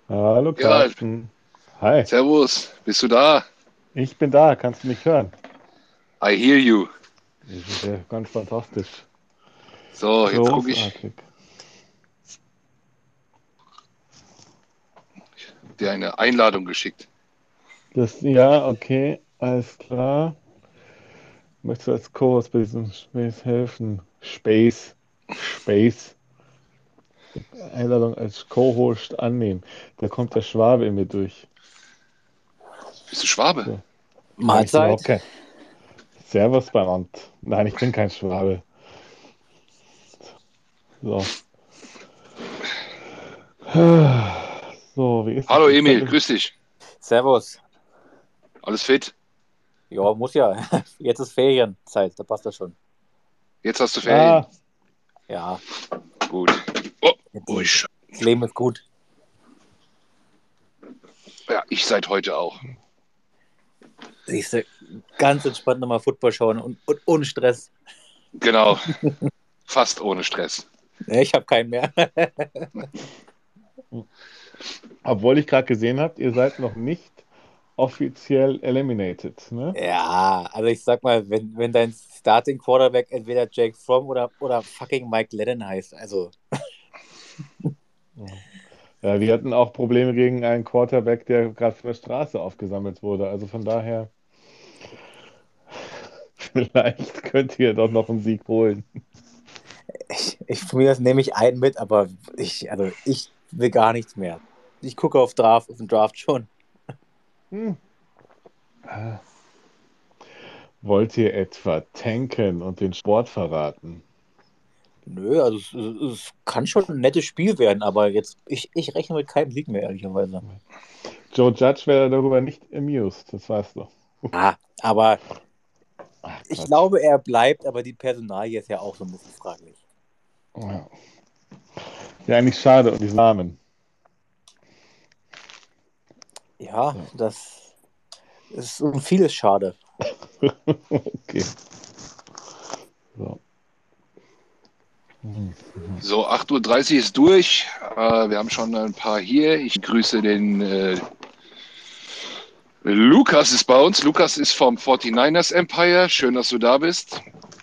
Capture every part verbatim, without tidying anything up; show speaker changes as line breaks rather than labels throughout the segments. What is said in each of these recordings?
Hallo
Gerald,
Carsten. Hi,
Servus, bist du da?
ich bin da. Kannst du mich hören?
I hear you.
Das ist ja ganz fantastisch.
So, jetzt gucke ich
Großartig.
dir eine Einladung geschickt.
Das, ja, okay, alles klar. Möchtest du als Co-Host bei diesem Space helfen? Space. Space. Einladung als Co-Host annehmen. Da kommt der Schwabe in mir durch.
Bist du Schwabe?
So. Nein, ich bin überhaupt
Mahlzeit.
kein. Servus beim Amt. Nein, ich bin kein Schwabe. So. So, wie ist es?
Hallo
Ich
Emil,
könnte.
grüß dich.
Servus.
Alles fit?
Ja, muss ja. Jetzt ist Ferienzeit, da passt das schon.
Jetzt hast du Ferien.
Ah,
Ja,
Gut. Oh, ui,
die,
Sch-
das Leben ist gut.
ja, ich seit heute auch.
Siehst du, ganz entspannt nochmal Football schauen und, und ohne Stress.
Genau, fast ohne Stress.
Nee, ich habe keinen mehr.
obwohl ich gerade gesehen habe, ihr seid noch nicht offiziell eliminated, ne?
Ja, also ich sag mal, wenn, wenn dein Starting Quarterback entweder Jake Fromm oder, oder fucking Mike Glennon heißt, also
Ja. Ja, wir hatten auch Probleme gegen einen Quarterback, der gerade von der Straße aufgesammelt wurde. Also von daher, vielleicht könnt ihr doch noch einen Sieg holen.
ich, ich von mir aus nehme ich einen mit, aber ich, also ich will gar nichts mehr. Ich gucke auf Draft, auf den Draft schon.
Hm. Ah. Wollt ihr etwa tanken und den Sport verraten?
Nö, also es, es, es kann schon ein nettes Spiel werden, aber jetzt, ich, ich rechne mit keinem Sieg mehr, ehrlicherweise.
Joe Judge wäre darüber nicht amused, das weißt du.
Ah, aber
Ach
ich
Quatsch.
glaube, er bleibt, aber die Personalie ist ja auch so ein bisschen fraglich.
Ja, ja eigentlich schade um diesen Namen.
Ja,
So.
das ist um vieles schade.
Okay. So. Mhm. Mhm.
So, acht Uhr dreißig ist durch. Äh, wir haben schon ein paar hier. Ich grüße den äh, Lukas ist bei uns. Lukas ist vom forty-niners Empire. Schön, dass du da bist.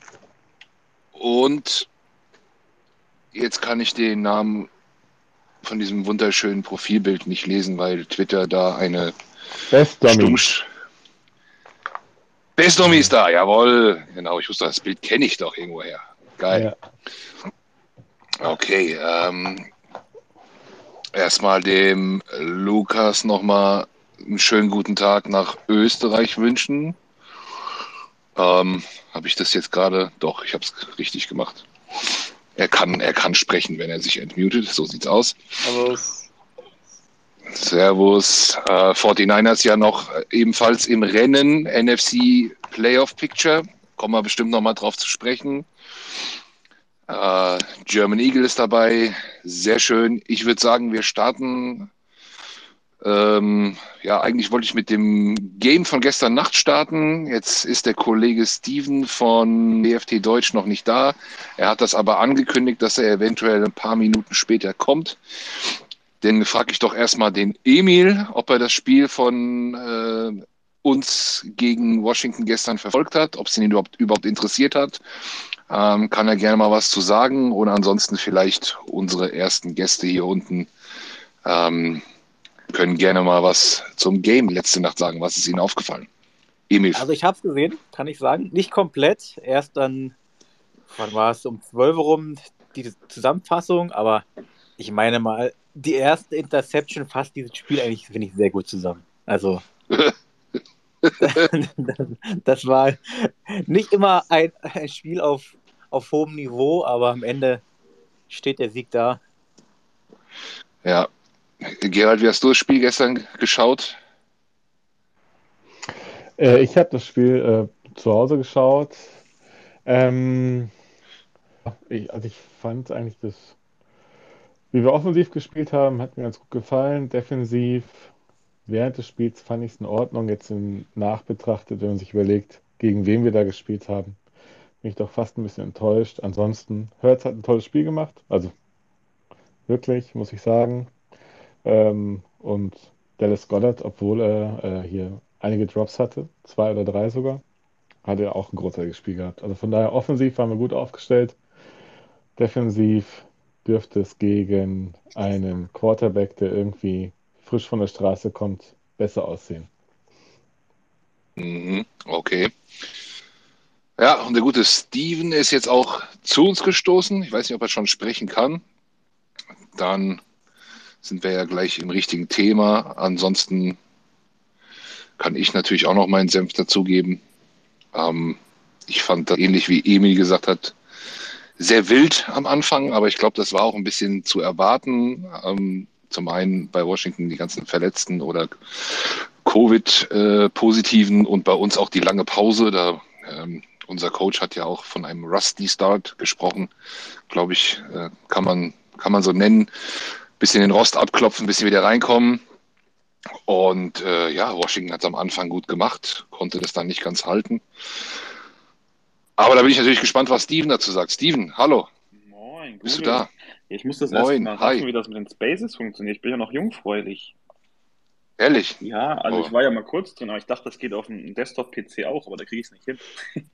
Und jetzt kann ich den Namen von diesem wunderschönen Profilbild nicht lesen, weil Twitter da eine
Best
Stumm...
Dummy.
Bestomi ist
Ja.
da, jawohl. Genau, ich wusste, das Bild kenne ich doch irgendwoher. Geil.
Ja.
Okay, ähm, erstmal dem Lukas nochmal einen schönen guten Tag nach Österreich wünschen. Ähm, Habe ich das jetzt gerade? Doch, ich habe es richtig gemacht. Er kann, er kann sprechen, wenn er sich entmutet. So sieht's aus.
Servus.
Servus. Äh, forty-niners ja noch ebenfalls im Rennen. N F C Playoff Picture. Kommen wir bestimmt nochmal drauf zu sprechen. Äh, German Eagle ist dabei. Sehr schön. Ich würde sagen, wir starten. Ähm, ja, eigentlich wollte ich mit dem Game von gestern Nacht starten. Jetzt ist der Kollege Steven von B F T Deutsch noch nicht da. Er hat das aber angekündigt, dass er eventuell ein paar Minuten später kommt. Dann frage ich doch erstmal den Emil, ob er das Spiel von äh, uns gegen Washington gestern verfolgt hat, ob es ihn überhaupt, überhaupt interessiert hat. Ähm, kann er gerne mal was zu sagen oder ansonsten vielleicht unsere ersten Gäste hier unten ähm, können gerne mal was zum Game letzte Nacht sagen. Was ist Ihnen aufgefallen? Emil.
Also ich habe es gesehen, kann ich sagen. Nicht komplett. Erst dann, wann war es, um zwölf Uhr rum die Zusammenfassung, aber ich meine mal, die erste Interception fasst dieses Spiel eigentlich, finde ich, sehr gut zusammen. Also, das war nicht immer ein, ein Spiel auf, auf hohem Niveau, aber am Ende steht der Sieg da.
Ja, Gerald, wie hast du das Spiel gestern geschaut?
Äh, ich habe das Spiel äh, zu Hause geschaut. Ähm, ich, also ich fand eigentlich das, wie wir offensiv gespielt haben, hat mir ganz gut gefallen. Defensiv, während des Spiels fand ich es in Ordnung. Jetzt im Nachbetrachtet, wenn man sich überlegt, gegen wen wir da gespielt haben, bin ich doch fast ein bisschen enttäuscht. Ansonsten, Hurts hat ein tolles Spiel gemacht. Also wirklich, muss ich sagen. Ähm, Und Dallas Goedert, obwohl er äh, hier einige Drops hatte, zwei oder drei sogar, hat er auch ein großartiges Spiel gehabt. Also von daher offensiv waren wir gut aufgestellt. Defensiv dürfte es gegen einen Quarterback, der irgendwie frisch von der Straße kommt, besser aussehen.
Mhm, okay. Ja, und der gute Steven ist jetzt auch zu uns gestoßen. Ich weiß nicht, ob er schon sprechen kann. Dann sind wir ja gleich im richtigen Thema. Ansonsten kann ich natürlich auch noch meinen Senf dazugeben. Ähm, ich fand das ähnlich wie Emil gesagt hat, sehr wild am Anfang, aber ich glaube, das war auch ein bisschen zu erwarten. Ähm, zum einen bei Washington die ganzen Verletzten oder Covid-Positiven und bei uns auch die lange Pause. Da ähm, unser Coach hat ja auch von einem Rusty Start gesprochen, glaube ich, äh, kann man kann man so nennen. Bisschen den Rost abklopfen, bisschen wieder reinkommen. Und äh, ja, Washington hat es am Anfang gut gemacht, konnte das dann nicht ganz halten. Aber da bin ich natürlich gespannt, was Steven dazu sagt. Steven, hallo.
Moin,
Bist du
Google.
da?
Ich muss das
Moin,
erst mal
hi.
raffen, wie das mit den Spaces funktioniert. Ich bin ja noch jungfräulich.
Ehrlich?
Ja, also
Oh.
ich war ja mal kurz drin, aber ich dachte, das geht auf dem Desktop-P C auch, aber da kriege ich es nicht hin.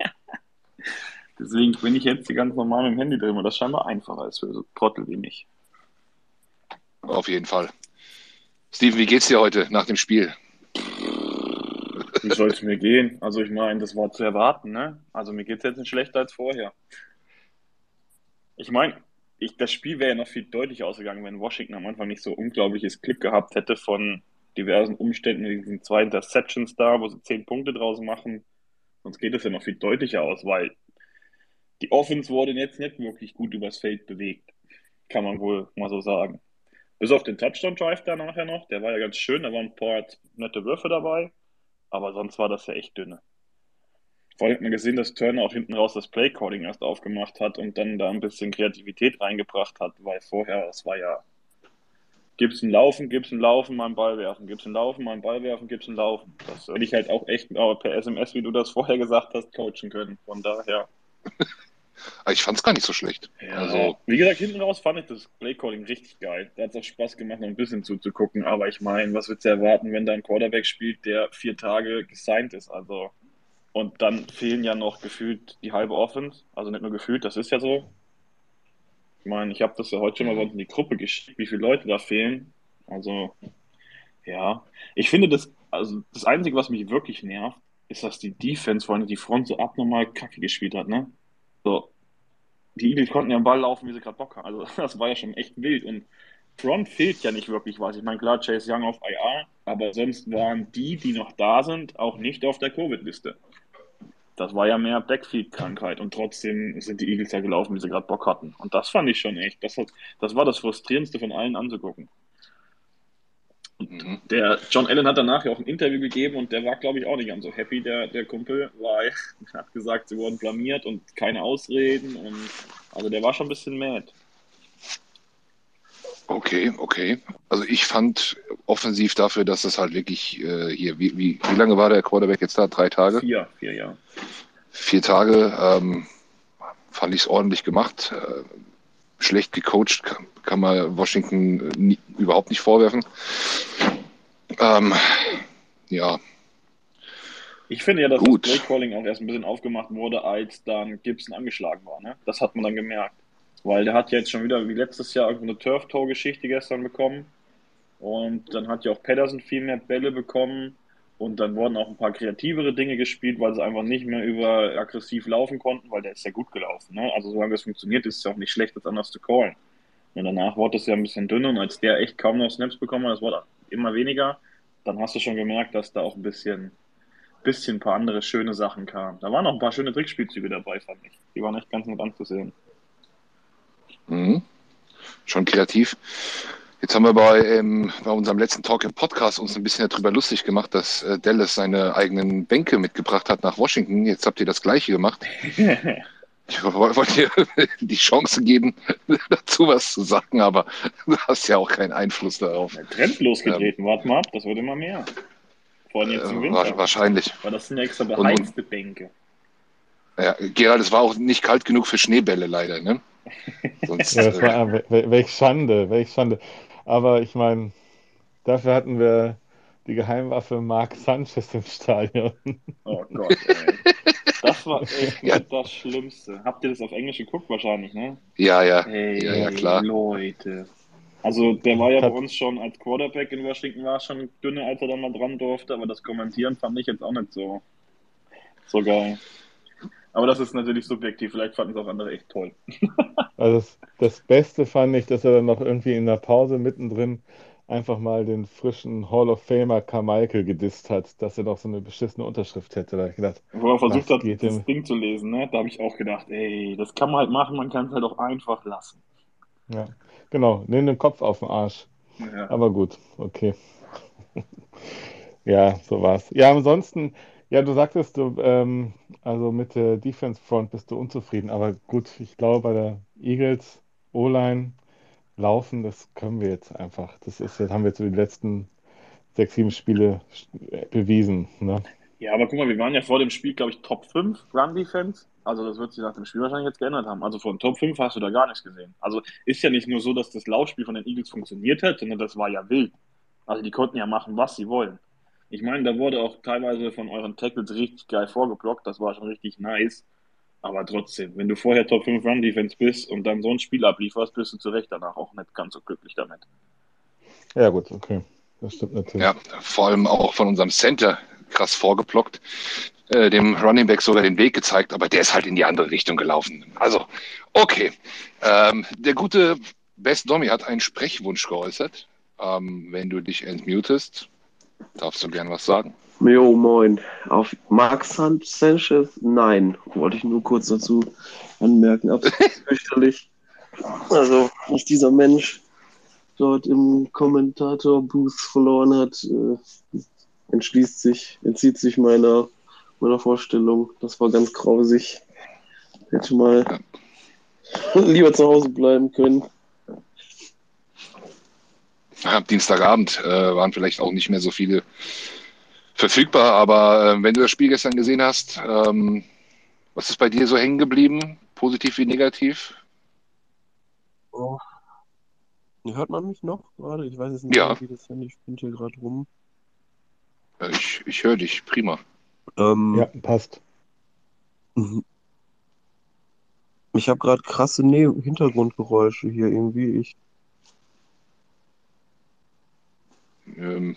Deswegen bin ich jetzt hier ganz normal mit dem Handy drin, und das scheinbar einfacher ist für so Trottel wie mich.
Auf jeden Fall. Steven, wie geht's dir heute nach dem Spiel?
Wie soll es mir gehen? Also ich meine, das war zu erwarten, ne? Also mir geht's jetzt nicht schlechter als vorher. Ich meine, ich, das Spiel wäre ja noch viel deutlicher ausgegangen, wenn Washington am Anfang nicht so unglaubliches Glück gehabt hätte von diversen Umständen, mit diesen zwei Interceptions da, wo sie zehn Punkte draus machen. Sonst geht es ja noch viel deutlicher aus, weil die Offense wurde jetzt nicht wirklich gut übers Feld bewegt. Kann man wohl mal so sagen. Bis auf den Touchdown-Drive da nachher noch, der war ja ganz schön, da waren ein paar nette Würfe dabei, aber sonst war das ja echt dünne. Vor allem hat man gesehen, dass Turner auch hinten raus das Playcalling erst aufgemacht hat und dann da ein bisschen Kreativität reingebracht hat, weil vorher, das war ja Gibson laufen, Gibson laufen, mal einen Ball werfen, Gibson laufen, mal einen Ball werfen, Gibson laufen. Das hätte ich halt auch echt per S M S, wie du das vorher gesagt hast, coachen können. Von daher.
Ich fand's gar nicht so schlecht.
Ja,
Also,
wie gesagt, hinten raus fand ich das Playcalling richtig geil. Da hat es auch Spaß gemacht, noch ein bisschen zuzugucken. Aber ich meine, was willst du erwarten, wenn da ein Quarterback spielt, der vier Tage gesigned ist? Also, und dann fehlen ja noch gefühlt die halbe Offense. Also nicht nur gefühlt, das ist ja so. Ich meine, ich habe das ja heute schon mal bei uns in die Gruppe geschickt, wie viele Leute da fehlen. Also, ja. Ich finde das, also das Einzige, was mich wirklich nervt, ist, dass die Defense, vor allem die Front, so abnormal kacke gespielt hat, ne? So, die Eagles konnten ja am Ball laufen, wie sie gerade Bock haben. Also, das war ja schon echt wild. Und Front fehlt ja nicht wirklich was. Ich meine, klar, Chase Young auf I R, aber sonst waren die, die noch da sind, auch nicht auf der Covid-Liste. Das war ja mehr Backfield-Krankheit und trotzdem sind die Eagles ja gelaufen, wie sie gerade Bock hatten. Und das fand ich schon echt. Das, hat, das war das Frustrierendste von allen anzugucken. Und
mhm.
der John Allen hat danach ja auch ein Interview gegeben und der war, glaube ich, auch nicht ganz so happy, der, der Kumpel, weil er hat gesagt, sie wurden blamiert und keine Ausreden. Und also der war schon ein bisschen mad.
Okay, okay. Also ich fand offensiv dafür, dass es halt wirklich äh, hier, wie, wie, wie lange war der Quarterback jetzt da? Drei Tage?
Vier, vier, ja.
Vier Tage, ähm, fand ich es ordentlich gemacht. Äh, schlecht gecoacht, kann, kann man Washington nie, überhaupt nicht vorwerfen. Ähm, ja.
Ich finde ja, dass
Gut.
das Playcalling auch erst ein bisschen aufgemacht wurde, als dann Gibson angeschlagen war. Ne? Das hat man dann gemerkt. Weil der hat jetzt schon wieder, wie letztes Jahr, eine Turf-Toe-Geschichte gestern bekommen. Und dann hat ja auch Patterson viel mehr Bälle bekommen. Und dann wurden auch ein paar kreativere Dinge gespielt, weil sie einfach nicht mehr über aggressiv laufen konnten, weil der ist ja gut gelaufen. Ne? Also solange das funktioniert, ist es ja auch nicht schlecht, das anders zu callen. Und danach wurde es ja ein bisschen dünner. Und als der echt kaum noch Snaps bekommen hat, das wurde immer weniger, dann hast du schon gemerkt, dass da auch ein bisschen, bisschen ein paar andere schöne Sachen kamen. Da waren auch ein paar schöne Trickspielzüge dabei, fand ich. Die waren echt ganz nett anzusehen.
Mhm. Schon kreativ. Jetzt haben wir bei, ähm, bei unserem letzten Talk im Podcast uns ein bisschen darüber lustig gemacht, dass äh, Dallas seine eigenen Bänke mitgebracht hat nach Washington. Jetzt habt ihr das Gleiche gemacht. Ich wollte dir die Chance geben, dazu was zu sagen, aber du hast ja auch keinen Einfluss darauf.
Der Trend losgetreten, ähm, warte mal ab, das wird immer mehr. Vor allem jetzt im Winter.
Äh, wahrscheinlich.
Weil das sind ja extra beheizte und, und, Bänke.
Ja, Gerald, es war auch nicht kalt genug für Schneebälle leider, ne?
Sonst, ja, das war, äh, welch Schande, welch Schande. Aber ich meine, Dafür hatten wir die Geheimwaffe Mark Sanchez im Stadion.
Oh Gott, ey. Das war echt
Ja,
mit das Schlimmste. Habt ihr das auf Englisch geguckt wahrscheinlich, ne?
ja, ja, ja, ja,
Ey,
klar.
Leute. Also der war ja bei
Hat,
uns schon als Quarterback in Washington, war schon dünner, als er dann mal dran durfte, aber das Kommentieren fand ich jetzt auch nicht so, so geil. Aber das ist natürlich subjektiv, vielleicht fanden es auch andere echt toll.
also das, das Beste fand ich, dass er dann noch irgendwie in der Pause mittendrin einfach mal den frischen Hall of Famer Carmichael gedisst hat, dass er doch so eine beschissene Unterschrift hätte. Da hab ich gedacht,
Wo er versucht
was
hat,
geht
das
dem?
Ding zu lesen, ne? Da habe ich auch gedacht, ey, das kann man halt machen, man kann es halt auch einfach lassen.
Ja, genau, nimm den Kopf auf den Arsch.
Ja.
Aber gut, okay. Ja, so war's. Ja, ansonsten, ja, du sagtest, du, ähm, also mit der Defense Front bist du unzufrieden. Aber gut, ich glaube, bei der Eagles O-Line laufen, das können wir jetzt einfach. Das ist, jetzt haben wir jetzt über die letzten sechs, sieben Spiele äh, bewiesen, ne?
Ja, aber guck mal, wir waren ja vor dem Spiel, glaube ich, Top fünf Run Defense. Also das wird sich nach dem Spiel wahrscheinlich jetzt geändert haben. Also von Top fünf hast du da gar nichts gesehen. Also ist ja nicht nur so, dass das Laufspiel von den Eagles funktioniert hat, sondern das war ja wild. Also die konnten ja machen, was sie wollen. Ich meine, da wurde auch teilweise von euren Tackles richtig geil vorgeblockt. Das war schon richtig nice. Aber trotzdem, wenn du vorher Top fünf Run Defense bist und dann so ein Spiel ablieferst, bist du zu Recht danach auch nicht ganz so glücklich damit.
Ja, gut, okay. Das stimmt
Ja,
natürlich.
vor allem auch von unserem Center krass vorgeblockt, äh, dem Running Back sogar den Weg gezeigt, aber der ist halt in die andere Richtung gelaufen. Also, okay. Ähm, der gute Best Domi hat einen Sprechwunsch geäußert. Ähm, wenn du dich entmutest, darfst du gern was sagen.
Jo, moin. Auf Mark San- Sanchez? Nein, wollte ich nur kurz dazu anmerken. Absolut fürchterlich. Also, was dieser Mensch dort im Kommentator-Booth verloren hat, äh, entschließt sich, entzieht sich meiner, meiner Vorstellung. Das war ganz grausig. Hätte mal lieber zu Hause bleiben können.
Am Dienstagabend äh, waren vielleicht auch nicht mehr so viele verfügbar, aber äh, wenn du das Spiel gestern gesehen hast, ähm, was ist bei dir so hängen geblieben? Positiv wie negativ?
Oh. Hört man mich noch gerade? Ich weiß jetzt nicht,
Ja,
irgendwie das Handy spinnt hier gerade rum.
ich, ich höre dich, prima.
Ähm,
Ja, passt.
Ich habe gerade krasse ne Hintergrundgeräusche hier irgendwie. Ich,
Ähm,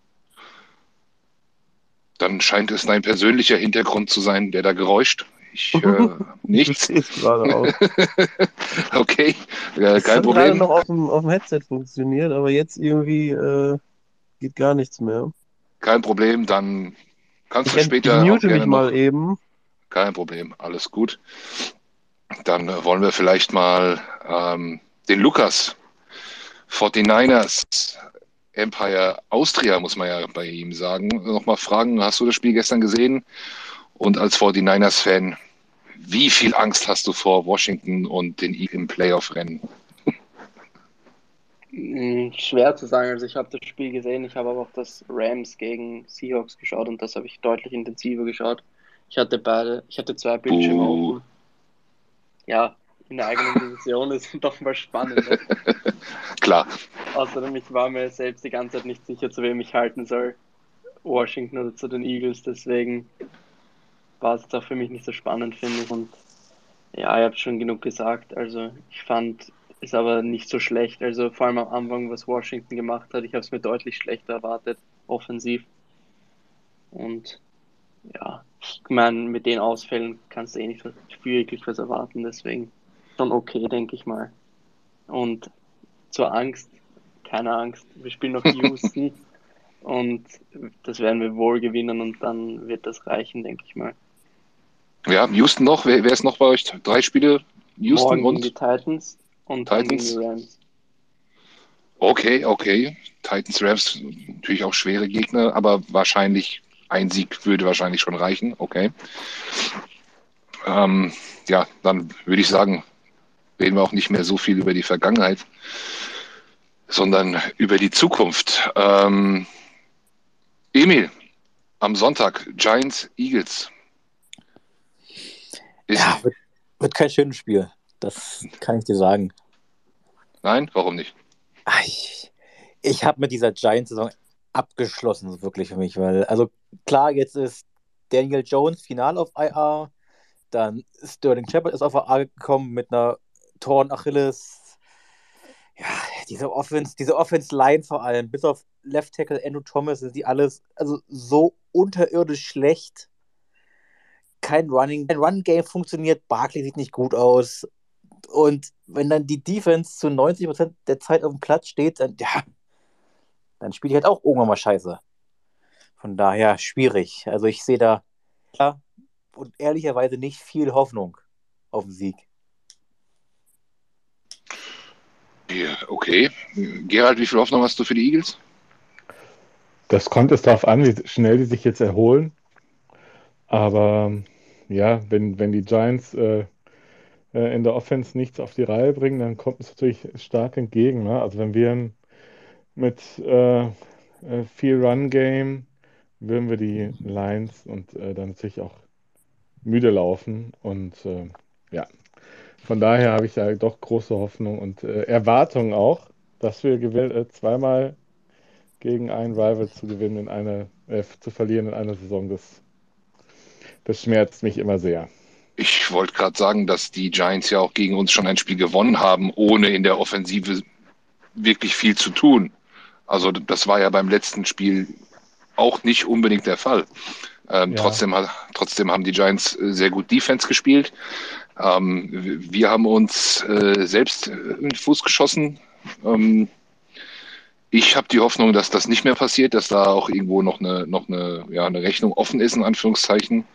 dann scheint es dein persönlicher Hintergrund zu sein, der da geräuscht. Ich höre
ich
nichts.
verstehe es gerade auch.
Okay, äh,
Es
kein
hat gerade
Problem.
noch auf dem, auf dem Headset funktioniert, aber jetzt irgendwie äh, geht gar nichts mehr.
Kein Problem, dann kannst
Ich,
du
ent, ich
später auch
mute mich
gerne
mal
noch.
eben.
Kein Problem, alles gut. Dann äh, wollen wir vielleicht mal ähm, den Lukas, forty-niners, Empire Austria, muss man ja bei ihm sagen, nochmal fragen. Hast du das Spiel gestern gesehen? Und als forty-niners-Fan, wie viel Angst hast du vor Washington und den Eagles im Playoff-Rennen?
Mm, Schwer zu sagen. Also ich habe das Spiel gesehen, ich habe aber auch das Rams gegen Seahawks geschaut und das habe ich deutlich intensiver geschaut. Ich hatte beide, ich hatte zwei Bildschirme
Buh.
offen. Ja, in der eigenen Division ist doch mal spannender.
Klar.
Außerdem, ich war mir selbst die ganze Zeit nicht sicher, zu wem ich halten soll. Washington oder zu den Eagles, deswegen war es jetzt auch für mich nicht so spannend, finde ich. Und ja, ich habe schon genug gesagt. Also ich fand es aber nicht so schlecht. Also vor allem am Anfang, was Washington gemacht hat, ich habe es mir deutlich schlechter erwartet, offensiv. Und ja, ich meine, mit den Ausfällen kannst du eh nicht wirklich was erwarten. Deswegen schon okay, denke ich mal. Und zur Angst, keine Angst. Wir spielen noch Houston und das werden wir wohl gewinnen und dann wird das reichen, denke ich mal.
Ja, Houston noch. Wer, wer ist noch bei euch? Drei Spiele? Houston
Morgen gegen die
und
Titans und dann gegen die
Titans?
Rams.
Okay, okay. Titans, Rams, natürlich auch schwere Gegner, aber wahrscheinlich ein Sieg würde wahrscheinlich schon reichen. Okay. Ähm, ja, dann würde ich sagen, reden wir auch nicht mehr so viel über die Vergangenheit, sondern über die Zukunft. Ähm, Emil, am Sonntag Giants, Eagles. Ist,
Ja, wird, wird kein schönes Spiel. Das kann ich dir sagen.
Nein, warum nicht?
Ach, ich, Ich habe mit dieser Giants-Saison abgeschlossen, so wirklich für mich, weil, also klar, jetzt ist Daniel Jones final auf I R, dann Sterling Shepard ist auf I R gekommen mit einer Torn Achilles. Ja, diese Offense, diese Offense-Line vor allem, bis auf Left Tackle Andrew Thomas, sind die alles also so unterirdisch schlecht. Kein Running, kein Run-Game funktioniert, Barkley sieht nicht gut aus. Und wenn dann die Defense zu neunzig Prozent der Zeit auf dem Platz steht, dann, ja, dann spiele ich halt auch irgendwann mal scheiße. Von daher schwierig. Also ich sehe da ja, und ehrlicherweise nicht viel Hoffnung auf den Sieg.
Ja, okay. Gerald, wie viel Hoffnung hast du für die Eagles?
Das kommt es darauf an, wie schnell die sich jetzt erholen. Aber ja, wenn, wenn die Giants äh, äh, in der Offense nichts auf die Reihe bringen, dann kommt es natürlich stark entgegen. Ne? Also wenn wir mit äh, äh, viel Run-Game würden wir die Lions und äh, dann natürlich auch müde laufen. Und äh, ja, von daher habe ich ja doch große Hoffnung und äh, Erwartungen auch, dass wir gewinn- äh, zweimal gegen einen Rival zu gewinnen in einer, äh, zu verlieren in einer Saison. Das, das schmerzt mich immer sehr.
Ich wollte gerade sagen, dass die Giants ja auch gegen uns schon ein Spiel gewonnen haben, ohne in der Offensive wirklich viel zu tun. Also das war ja beim letzten Spiel auch nicht unbedingt der Fall. Ähm,
Ja.
trotzdem, trotzdem haben die Giants sehr gut Defense gespielt. Ähm, wir haben uns äh, selbst in den Fuß geschossen. Ähm, ich habe die Hoffnung, dass das nicht mehr passiert, dass da auch irgendwo noch eine, noch eine, ja, eine Rechnung offen ist, in Anführungszeichen.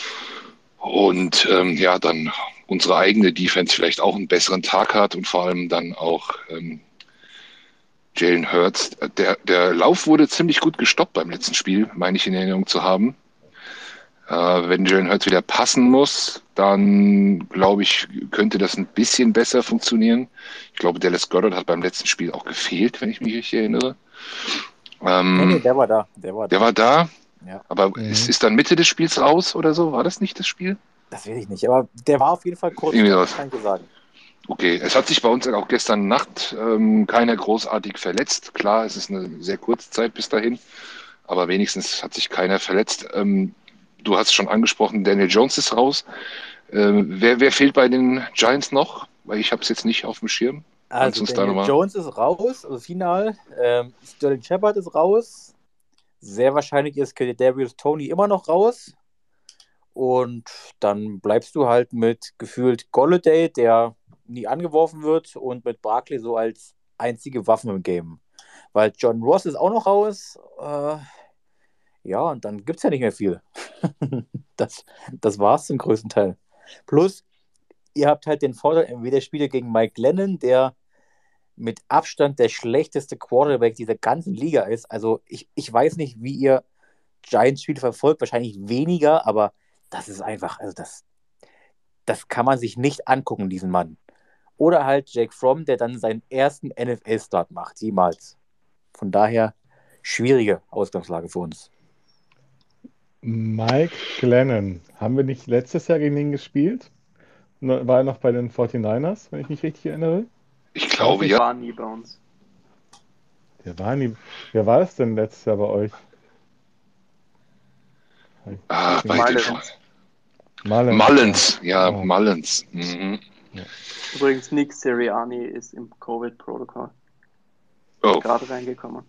Und ähm, ja, dann unsere eigene Defense vielleicht auch einen besseren Tag hat und vor allem dann auch ähm, Jalen Hurts. Der, der Lauf wurde ziemlich gut gestoppt beim letzten Spiel, meine ich in Erinnerung zu haben. Äh, wenn Jalen Hurts wieder passen muss, dann glaube ich, könnte das ein bisschen besser funktionieren. Ich glaube, Dallas Goedert hat beim letzten Spiel auch gefehlt, wenn ich mich richtig erinnere. Ähm,
Nee, nee, der war da. Der war
der
da.
war da,
Ja,
aber
Mhm.
ist, ist dann Mitte des Spiels raus oder so? War das nicht das Spiel?
das weiß ich nicht. Aber der war auf jeden Fall kurz
Irgendwie
da,
sowas.
das kann ich dir sagen.
Okay, es hat sich bei uns auch gestern Nacht ähm, keiner großartig verletzt. Klar, es ist eine sehr kurze Zeit bis dahin, aber wenigstens hat sich keiner verletzt. Ähm, du hast schon angesprochen, Daniel Jones ist raus. Ähm, wer, wer fehlt bei den Giants noch? Weil ich habe es jetzt nicht auf dem Schirm. Kannst
Also
du uns da
Daniel
nochmal...
Jones ist raus, also final. Ähm, Sterling Shepard ist raus. Sehr wahrscheinlich ist Kadarius Toney immer noch raus. Und dann bleibst du halt mit gefühlt Golladay, der nie angeworfen wird, und mit Barkley so als einzige Waffen im Game. Weil John Ross ist auch noch raus. Äh, ja, und dann gibt es ja nicht mehr viel. das, das war es zum größten Teil. Plus, ihr habt halt den Vorteil, entweder spielt ihr gegen Mike Glennon, der mit Abstand der schlechteste Quarterback dieser ganzen Liga ist. Also ich, ich weiß nicht, wie ihr Giants-Spiele verfolgt, wahrscheinlich weniger, aber das ist einfach, also das, das kann man sich nicht angucken, diesen Mann. Oder halt Jake Fromm, der dann seinen ersten N F L-Start macht, jemals. Von daher schwierige Ausgangslage für uns.
Mike Glennon. Haben wir nicht letztes Jahr gegen ihn gespielt? Ne- War er noch bei den forty-niners, wenn ich mich richtig erinnere?
Ich glaube, ja.
War nie bei uns.
Der war nie. Wer war es denn letztes Jahr bei euch?
Ah, bei den
Mullins.
Mullins.
Mullins, ja,
Ah.
Mullins. Mhm.
Übrigens, Nick Sirianni ist im Covid-Protokoll
Oh,
gerade reingekommen.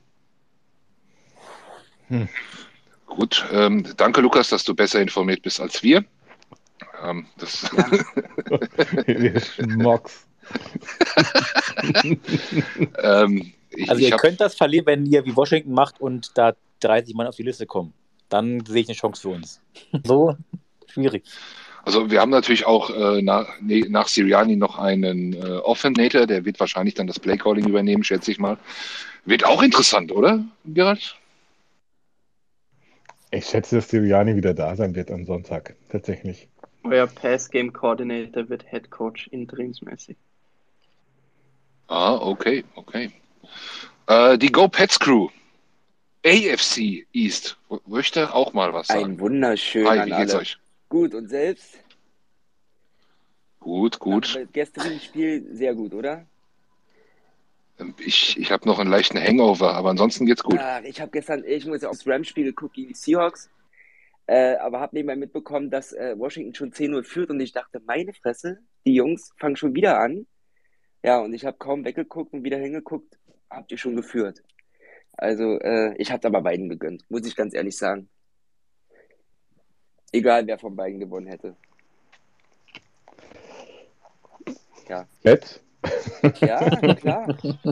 gut. Ähm, danke, Lukas, dass du besser informiert bist als wir. Ähm, das
Gerne.
Ihr Schmocks.
ähm, ich,
Also
ich
ihr
hab,
könnt das verlieren, wenn ihr wie Washington macht und da dreißig Mann auf die Liste kommen. Dann sehe ich eine Chance für uns. So schwierig.
Also wir haben natürlich auch äh, nach, nee, nach Sirianni noch einen äh, Offennator, der wird wahrscheinlich dann das Playcalling übernehmen, schätze ich mal. Wird auch interessant, oder, Gerald?
Ich schätze, dass Sirianni wieder da sein wird am Sonntag. Tatsächlich.
Euer Pass-Game-Coordinator wird Head Coach interimsmäßig.
Ah, okay, okay. Äh, die Go Pets Crew, A F C East, w- möchte auch mal was sagen.
Ein wunderschön
Hi,
an
wie geht's
alle.
euch?
Gut, und selbst?
Gut, gut.
Nach dem gestrigen Spiel sehr gut, oder?
Ich, ich habe noch einen leichten Hangover, aber ansonsten geht's gut.
Ach, ich habe gestern, ich muss ja aufs Rams-Spiel geguckt gegen die Seahawks, äh, aber habe nebenbei mitbekommen, dass äh, Washington schon zehn null führt und ich dachte, meine Fresse, die Jungs fangen schon wieder an. Ja, und ich habe kaum weggeguckt und wieder hingeguckt, habt ihr schon geführt. Also, äh, ich habe aber beiden gegönnt, muss ich ganz ehrlich sagen. Egal, wer von beiden gewonnen hätte. Ja,
Jetzt?
ja, klar.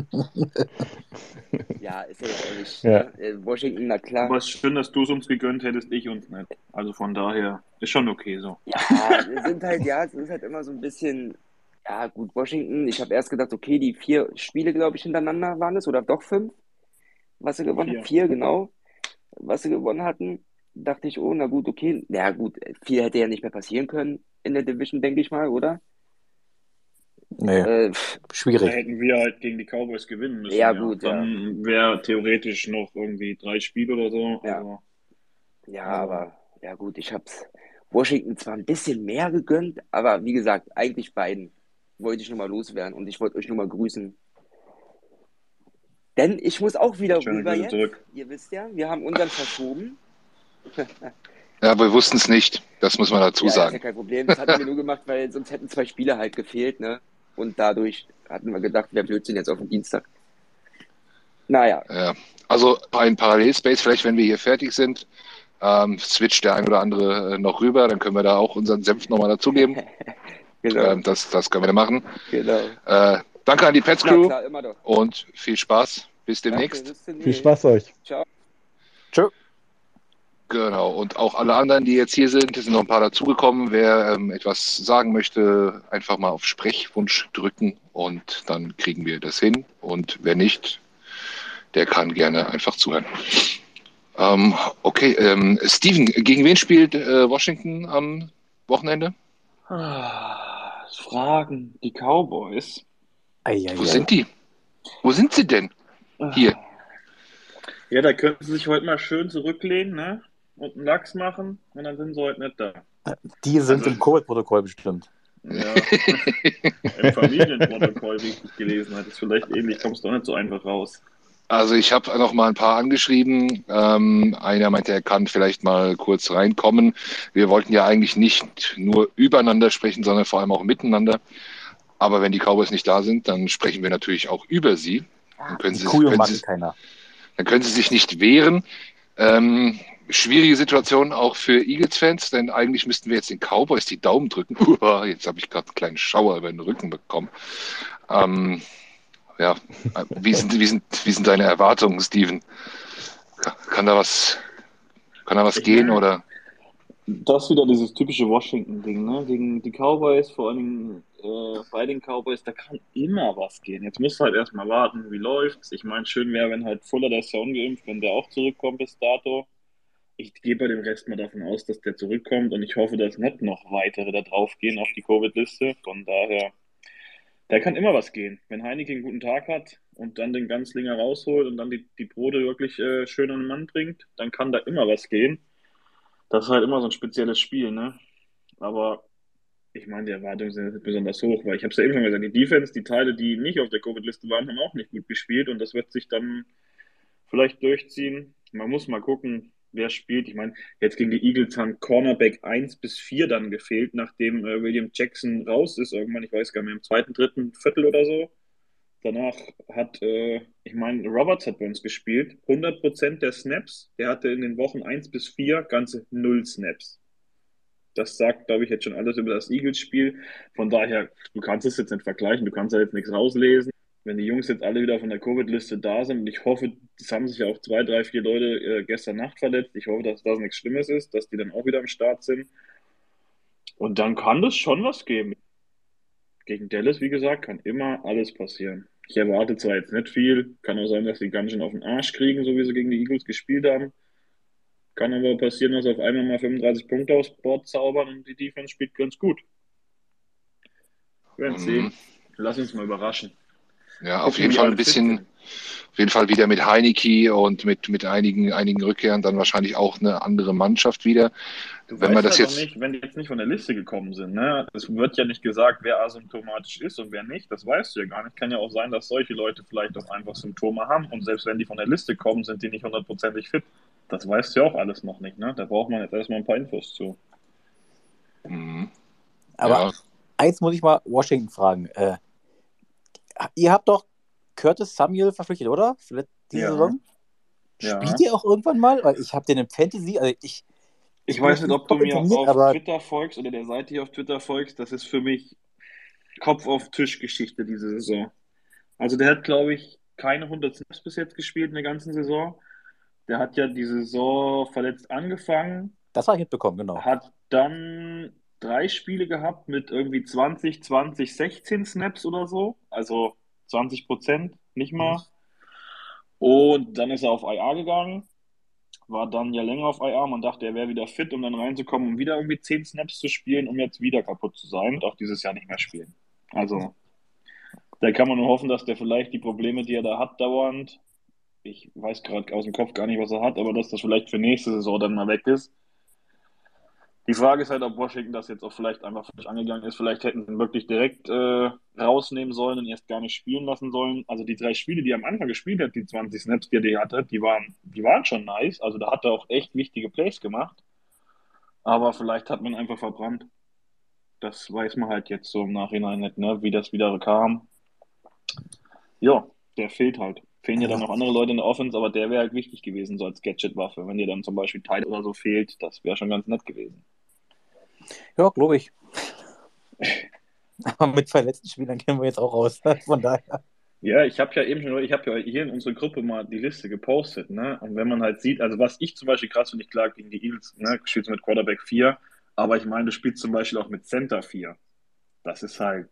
Ja, ist ja jetzt auch nicht.
Ja.
Ne? Äh, Washington, na klar.
Aber es ist schön, dass du es uns gegönnt hättest, ich uns nicht. Also von daher ist schon okay so.
Ja, wir sind halt, ja, es ist halt immer so ein bisschen, ja gut, Washington, ich habe erst gedacht, okay, die vier Spiele, glaube ich, hintereinander waren es, oder doch fünf, was sie gewonnen
Vier.
haben, vier, genau, was sie gewonnen hatten, dachte ich, oh, na gut, okay, ja gut, viel hätte ja nicht mehr passieren können in der Division, denke ich mal, oder?
Nee,
Äh, pff,
Da
schwierig.
hätten wir halt gegen die Cowboys gewinnen müssen.
Ja, gut, ja.
Dann wäre theoretisch noch irgendwie drei Spiele oder so.
Ja.
Aber
ja,
Aber-
aber, ja gut, ich hab's Washington zwar ein bisschen mehr gegönnt, aber wie gesagt, eigentlich beiden wollte ich nur mal loswerden und ich wollte euch nur mal grüßen. Denn ich muss auch wieder
Schöne
rüber
Grüße
jetzt.
zurück.
Ihr wisst ja, wir haben unseren verschoben.
Ja, aber wir wussten es nicht. Das muss man dazu
Ja, ist ja
sagen.
kein Problem. Das hatten wir nur gemacht, weil sonst hätten zwei Spiele halt gefehlt, ne? Und dadurch hatten wir gedacht, wer Blödsinn jetzt auf den Dienstag. Naja,
Ja. Also ein Parallelspace, vielleicht wenn wir hier fertig sind, ähm, switcht der ein oder andere äh, noch rüber, dann können wir da auch unseren Senf nochmal dazugeben.
genau,
ähm, das, das können wir machen.
genau.
Äh, danke an die Pets
Na
Crew
klar, immer doch.
und viel Spaß. Bis
Danke,
demnächst.
bis demnächst.
Viel Spaß euch.
Ciao.
Tschö.
Genau, und auch alle anderen, die jetzt hier sind, es sind noch ein paar dazugekommen. Wer ähm, etwas sagen möchte, einfach mal auf Sprechwunsch drücken und dann kriegen wir das hin. Und wer nicht, der kann gerne einfach zuhören. Ähm, okay, ähm, Steven, gegen wen spielt äh, Washington am Wochenende?
Ah, Fragen, die Cowboys.
Eieiei.
Wo sind die? Wo sind sie denn? Hier.
Ja, da könnten sie sich heute mal schön zurücklehnen, ne? Und einen Lachs machen und dann sind sie heute nicht da.
Die sind
Also-
im Covid-Protokoll bestimmt.
Ja, im Familienprotokoll, wie ich gelesen hatte, ist vielleicht ähnlich, kommst du auch nicht so einfach raus.
Also ich habe noch mal ein paar angeschrieben. Ähm, einer meinte, er kann vielleicht mal kurz reinkommen. Wir wollten ja eigentlich nicht nur übereinander sprechen, sondern vor allem auch miteinander. Aber wenn die Cowboys nicht da sind, dann sprechen wir natürlich auch über sie. Dann können
Die
sie,
Kuh
können
mag
sie,
keiner.
dann können sie sich nicht wehren. Ähm, schwierige Situation auch für Eagles-Fans, denn eigentlich müssten wir jetzt den Cowboys die Daumen drücken. Uah, jetzt habe ich gerade einen kleinen Schauer über den Rücken bekommen. Ähm, ja, wie sind, wie, sind, wie sind deine Erwartungen, Steven? Kann da was, kann da was
Ich
gehen
meine-
oder?
Das ist wieder dieses typische Washington-Ding, ne? Gegen die Cowboys, vor allen Dingen äh, bei den Cowboys, da kann immer was gehen. Jetzt musst du halt erstmal warten, wie läuft's. Ich meine, schön wäre, wenn halt Fuller, der ist ja ungeimpft, wenn der auch zurückkommt bis dato. Ich gehe bei dem Rest mal davon aus, dass der zurückkommt und ich hoffe, dass nicht noch weitere da draufgehen auf die Covid-Liste. Von daher, da kann immer was gehen. Wenn Heineken einen guten Tag hat und dann den Ganzlinger rausholt und dann die, die Brote wirklich äh, schön an den Mann bringt, dann kann da immer was gehen. Das ist halt immer so ein spezielles Spiel, ne? Aber ich meine, die Erwartungen sind jetzt nicht besonders hoch, weil ich habe es ja eben schon gesagt, die Defense, die Teile, die nicht auf der Covid-Liste waren, haben auch nicht gut gespielt und das wird sich dann vielleicht durchziehen. Man muss mal gucken, wer spielt. Ich meine, jetzt gegen die Eagles haben Cornerback eins bis vier dann gefehlt, nachdem äh, William Jackson raus ist, irgendwann, ich weiß gar nicht mehr, im zweiten, dritten Viertel oder so. Danach hat, äh, ich meine, Roberts hat bei uns gespielt, hundert Prozent der Snaps. Der hatte in den Wochen eins bis vier ganze null Snaps. Das sagt, glaube ich, jetzt schon alles über das Eagles-Spiel. Von daher, du kannst es jetzt nicht vergleichen, du kannst da jetzt nichts rauslesen. Wenn die Jungs jetzt alle wieder von der Covid-Liste da sind, und ich hoffe, es haben sich ja auch zwei, drei, vier Leute äh, gestern Nacht verletzt. Ich hoffe, dass das nichts Schlimmes ist, dass die dann auch wieder am Start sind. Und dann kann das schon was geben. Gegen Dallas, wie gesagt, kann immer alles passieren. Ich erwarte zwar jetzt nicht viel, kann auch sein, dass die ganz schön auf den Arsch kriegen, so wie sie gegen die Eagles gespielt haben. Kann aber passieren, dass auf einmal mal fünfunddreißig Punkte aufs Board zaubern und die Defense spielt ganz gut. Wir werden
Mhm.
sehen. Lass uns mal überraschen.
Ja, auf
Gucken,
jeden
wie
Fall
alle
ein
fit
bisschen,
sind.
Auf jeden Fall wieder mit Heineke und mit, mit einigen, einigen Rückkehren dann wahrscheinlich auch eine andere Mannschaft wieder.
Du
Wenn man
weißt
das
halt auch
jetzt,
nicht, wenn die jetzt nicht von der Liste gekommen sind, ne? Es wird ja nicht gesagt, wer asymptomatisch ist und wer nicht. Das weißt du ja gar nicht. Kann ja auch sein, dass solche Leute vielleicht auch einfach Symptome haben und selbst wenn die von der Liste kommen, sind die nicht hundertprozentig fit. Das weißt du ja auch alles noch nicht, ne? Da braucht man jetzt erstmal ein paar Infos zu.
Mhm.
Aber
Ja.
eins muss ich mal Washington fragen. Äh, ihr habt doch Curtis Samuel verpflichtet, oder? Für diese
Ja.
Saison?
Ja.
Spielt ihr auch irgendwann mal? Weil ich habe den im Fantasy, also ich,
Ich
bin
weiß
jetzt
nicht, ob du
top
mir
informiert,
auf
aber
Twitter folgst oder der Seite hier auf Twitter folgst. Das ist für mich Kopf-auf-Tisch-Geschichte diese Saison. Also der hat, glaube ich, keine hundert Snaps bis jetzt gespielt in der ganzen Saison. Der hat ja die Saison verletzt angefangen,
das habe ich mitbekommen, genau.
hat dann drei Spiele gehabt mit irgendwie zwanzig, zwanzig, sechzehn Snaps oder so. Also zwanzig Prozent, nicht mal. Und dann ist er auf I R gegangen. War dann ja länger auf I R. Man dachte, er wäre wieder fit, um dann reinzukommen, um wieder irgendwie zehn Snaps zu spielen, um jetzt wieder kaputt zu sein und auch dieses Jahr nicht mehr spielen. Also, da kann man nur hoffen, dass der vielleicht die Probleme, die er da hat, dauernd, ich weiß gerade aus dem Kopf gar nicht, was er hat, aber dass das vielleicht für nächste Saison dann mal weg ist. Die Frage ist halt, ob Washington das jetzt auch vielleicht einfach falsch angegangen ist. Vielleicht hätten sie ihn wirklich direkt äh, rausnehmen sollen und erst gar nicht spielen lassen sollen. Also die drei Spiele, die er am Anfang gespielt hat, die zwanzig Snaps, die er die hatte, die waren, die waren schon nice. Also da hat er auch echt wichtige Plays gemacht. Aber vielleicht hat man einfach verbrannt. Das weiß man halt jetzt so im Nachhinein nicht, ne? Wie das wieder kam. Ja, der fehlt halt. Fehlen ja dann noch andere Leute in der Offense, aber der wäre halt wichtig gewesen, so als Gadget-Waffe. Wenn dir dann zum Beispiel Tide oder so fehlt, das wäre schon ganz nett gewesen.
Ja, glaube ich. Aber mit verletzten Spielern kennen wir jetzt auch raus. Von daher.
Ja, ich habe ja eben schon, ich habe ja hier in unserer Gruppe mal die Liste gepostet, ne? Und wenn man halt sieht, also was ich zum Beispiel krass finde, ich klar gegen die Eagles, ne, spielst du mit Quarterback vier, aber ich meine, du spielst zum Beispiel auch mit Center vier. Das ist halt,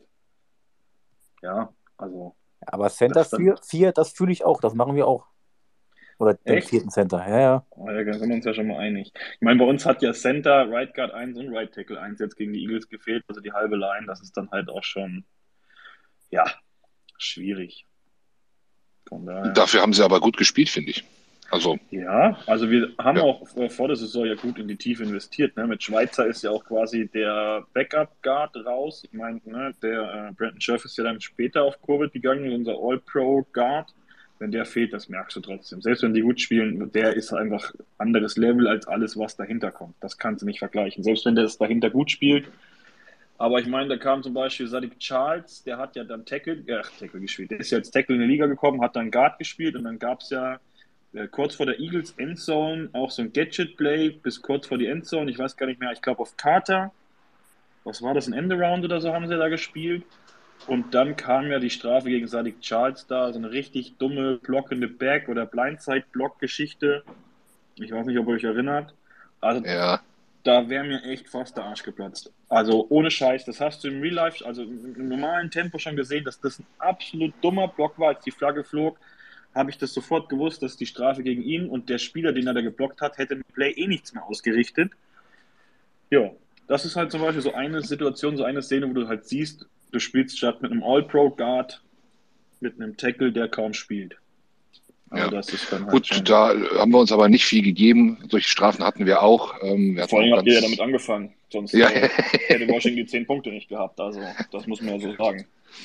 ja, also.
Aber Center
Das dann-
vier, das fühle ich auch. Das machen wir auch. Oder den
Echt?
vierten Center. Ja, ja.
Oh, ja, da sind wir uns ja schon mal einig. Ich meine, bei uns hat ja Center, Right Guard eins und Right Tackle eins jetzt gegen die Eagles gefehlt, also die halbe Line, das ist dann halt auch schon, ja, schwierig. Von daher.
Dafür haben sie aber gut gespielt, finde ich. Also,
Ja, also wir haben
Ja.
auch äh, vor der Saison ja gut in die Tiefe investiert. Ne? Mit Schweizer ist ja auch quasi der Backup-Guard raus. Ich meine, ne, der äh, Brandon Scherf ist ja dann später auf Covid gegangen, unser All-Pro-Guard. Wenn der fehlt, das merkst du trotzdem. Selbst wenn die gut spielen, der ist einfach anderes Level als alles, was dahinter kommt. Das kannst du nicht vergleichen. Selbst wenn der es dahinter gut spielt. Aber ich meine, da kam zum Beispiel Sadiq Charles, der hat ja dann Tackle, äh, Tackle gespielt. Der ist ja als Tackle in die Liga gekommen, hat dann Guard gespielt und dann gab es ja äh, kurz vor der Eagles Endzone auch so ein Gadget-Play bis kurz vor die Endzone. Ich weiß gar nicht mehr, ich glaube auf Carter. Was war das, ein Endaround oder so haben sie da gespielt. Und dann kam ja die Strafe gegen Sadiq Charles da, so eine richtig dumme blockende Back- oder Blindside-Block-Geschichte. Ich weiß nicht, ob ihr euch erinnert. Also
ja.
da wäre mir echt fast der Arsch geplatzt. Also ohne Scheiß, das hast du im Real Life, also im normalen Tempo schon gesehen, dass das ein absolut dummer Block war, als die Flagge flog. Habe ich das sofort gewusst, dass die Strafe gegen ihn und der Spieler, den er da geblockt hat, hätte im Play eh nichts mehr ausgerichtet. Ja, das ist halt zum Beispiel so eine Situation, so eine Szene, wo du halt siehst, du spielst statt mit einem All-Pro-Guard mit einem Tackle, der kaum spielt. Also
Ja.
das ist dann halt
Gut,
schon...
da haben wir uns aber nicht viel gegeben. Solche Strafen hatten wir auch. Ähm, wir hatten
Vor allem
auch
habt ihr ja
ganz-
damit angefangen. Sonst
Ja.
äh, hätte Washington die zehn Punkte nicht gehabt. Also, das muss man ja so sagen.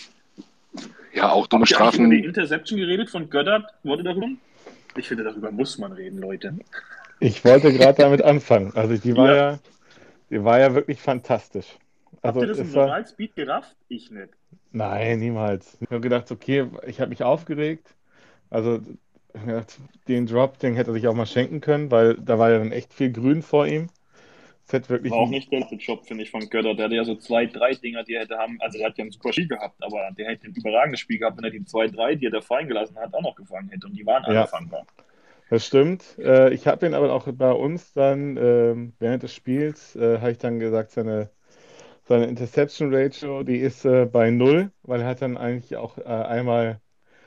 Ja, auch dumme
Habt ihr eigentlich über die
Strafen.
Interception geredet von Goddard? Wurde darüber? Ich finde, darüber muss man reden, Leute.
Ich wollte gerade damit anfangen. Also die war
Ja.
ja, die war ja wirklich fantastisch.
Habt
Also
ihr das im
es war,
Normalspeed gerafft? Ich nicht.
nein, niemals. Ich habe gedacht, okay, ich habe mich aufgeregt. Also ich hab gedacht, den Drop, den hätte er sich auch mal schenken können, weil da war ja dann echt viel Grün vor ihm. Es hätte wirklich
War auch
ein-
nicht der letzte Job, finde ich, von Goddard. Der hatte ja so zwei, drei Dinger, die er hätte haben. Also, der hat ja ein super Spiel gehabt, aber der hätte ein überragendes Spiel gehabt, wenn er die zwei, drei, die er da fallen gelassen hat, auch noch gefangen hätte. Und die waren alle
Ja.
fangbar.
Das stimmt. Äh, ich habe ihn aber auch bei uns dann ähm, während des Spiels, äh, habe ich dann gesagt, seine, seine Interception Ratio, die ist äh, bei null, weil er hat dann eigentlich auch äh, einmal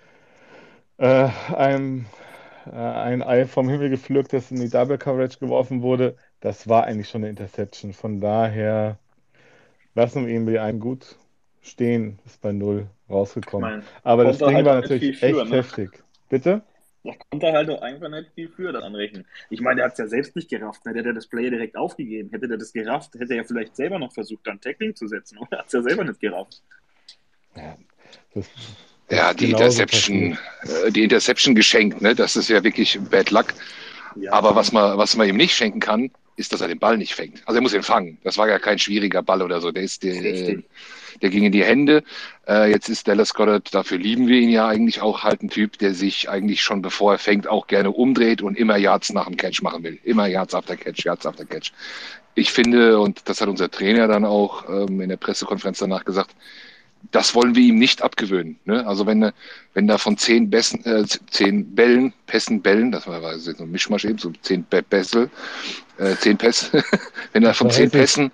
äh, einem, äh, ein Ei vom Himmel gepflückt, das in die Double Coverage geworfen wurde. Das war eigentlich schon eine Interception. Von daher lassen wir ihn bei einem gut stehen, ist bei null
Ich
rausgekommen.
meine,
Aber das
konnte
Ding
halt
war
auch nicht
natürlich
viel für,
echt
ne?
heftig. Bitte?
Da konnte er halt auch einfach nicht viel für das anrechnen. Ich meine, der hat es ja selbst nicht gerafft. Ne? Der hätte das Play direkt aufgegeben. Hätte der das gerafft, hätte er vielleicht selber noch versucht, dann Tackling zu setzen. Oder hat es ja selber nicht gerafft.
Ja, das, das
Ja,
ist
die
genauso passiert.
Interception, äh, die Interception geschenkt, ne? Das ist ja wirklich Bad Luck.
Ja,
Aber was man, was man ihm nicht schenken kann, ist, dass er den Ball nicht fängt. Also er muss ihn fangen. Das war ja kein schwieriger Ball oder so. Der ist, der,
richtig.
der ging in die Hände. Äh, jetzt ist Dallas Goedert, dafür lieben wir ihn ja eigentlich auch, halt ein Typ, der sich eigentlich schon bevor er fängt auch gerne umdreht und immer Yards nach dem Catch machen will. Immer Yards after Catch, Yards after Catch. Ich finde, und das hat unser Trainer dann auch ähm, in der Pressekonferenz danach gesagt, das wollen wir ihm nicht abgewöhnen. Ne? Also wenn, wenn da von zehn, Bessen, äh, zehn Bällen, Pässen, Bällen, das war, war so ein Mischmasch eben, so zehn Bessel, äh, zehn Pässe, wenn er von zehn Pässen,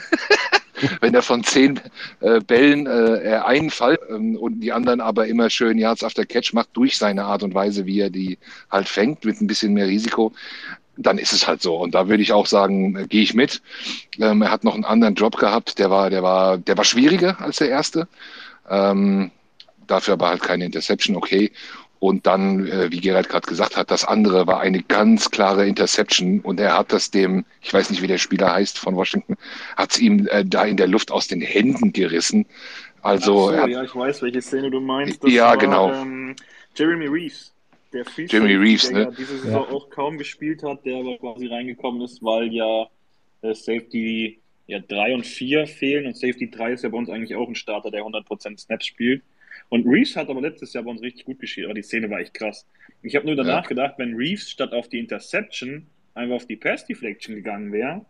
wenn er von zehn äh, Bällen äh, er einen Fall ähm, und die anderen aber immer schön Yards after Catch macht durch seine Art und Weise, wie er die halt fängt, mit ein bisschen mehr Risiko, dann ist es halt so. Und da würde ich auch sagen, äh, gehe ich mit. Ähm, er hat noch einen anderen Job gehabt, der war, der war, der war schwieriger als der erste. Ähm, dafür aber halt keine Interception, okay. Und dann, äh, wie Gerald gerade gesagt hat, das andere war eine ganz klare Interception und er hat das dem, ich weiß nicht, wie der Spieler heißt von Washington, hat es ihm äh, da in der Luft aus den Händen gerissen. Also,
Ach
er
so,
hat,
ja, ich weiß, welche Szene du meinst. Das
ja,
war
genau,
ähm, Jeremy Reeves, der Free
Jeremy
Safety,
Reeves,
der
ne?
ja diese
Ja.
Saison auch kaum gespielt hat, der aber quasi reingekommen ist, weil ja äh, Safety ja, drei und vier fehlen und Safety drei ist ja bei uns eigentlich auch ein Starter, der hundert Prozent Snaps spielt. Und Reeves hat aber letztes Jahr bei uns richtig gut gespielt, aber die Szene war echt krass. Ich habe nur danach
Ja.
gedacht, wenn Reeves statt auf die Interception einfach auf die Pass Deflection gegangen wäre,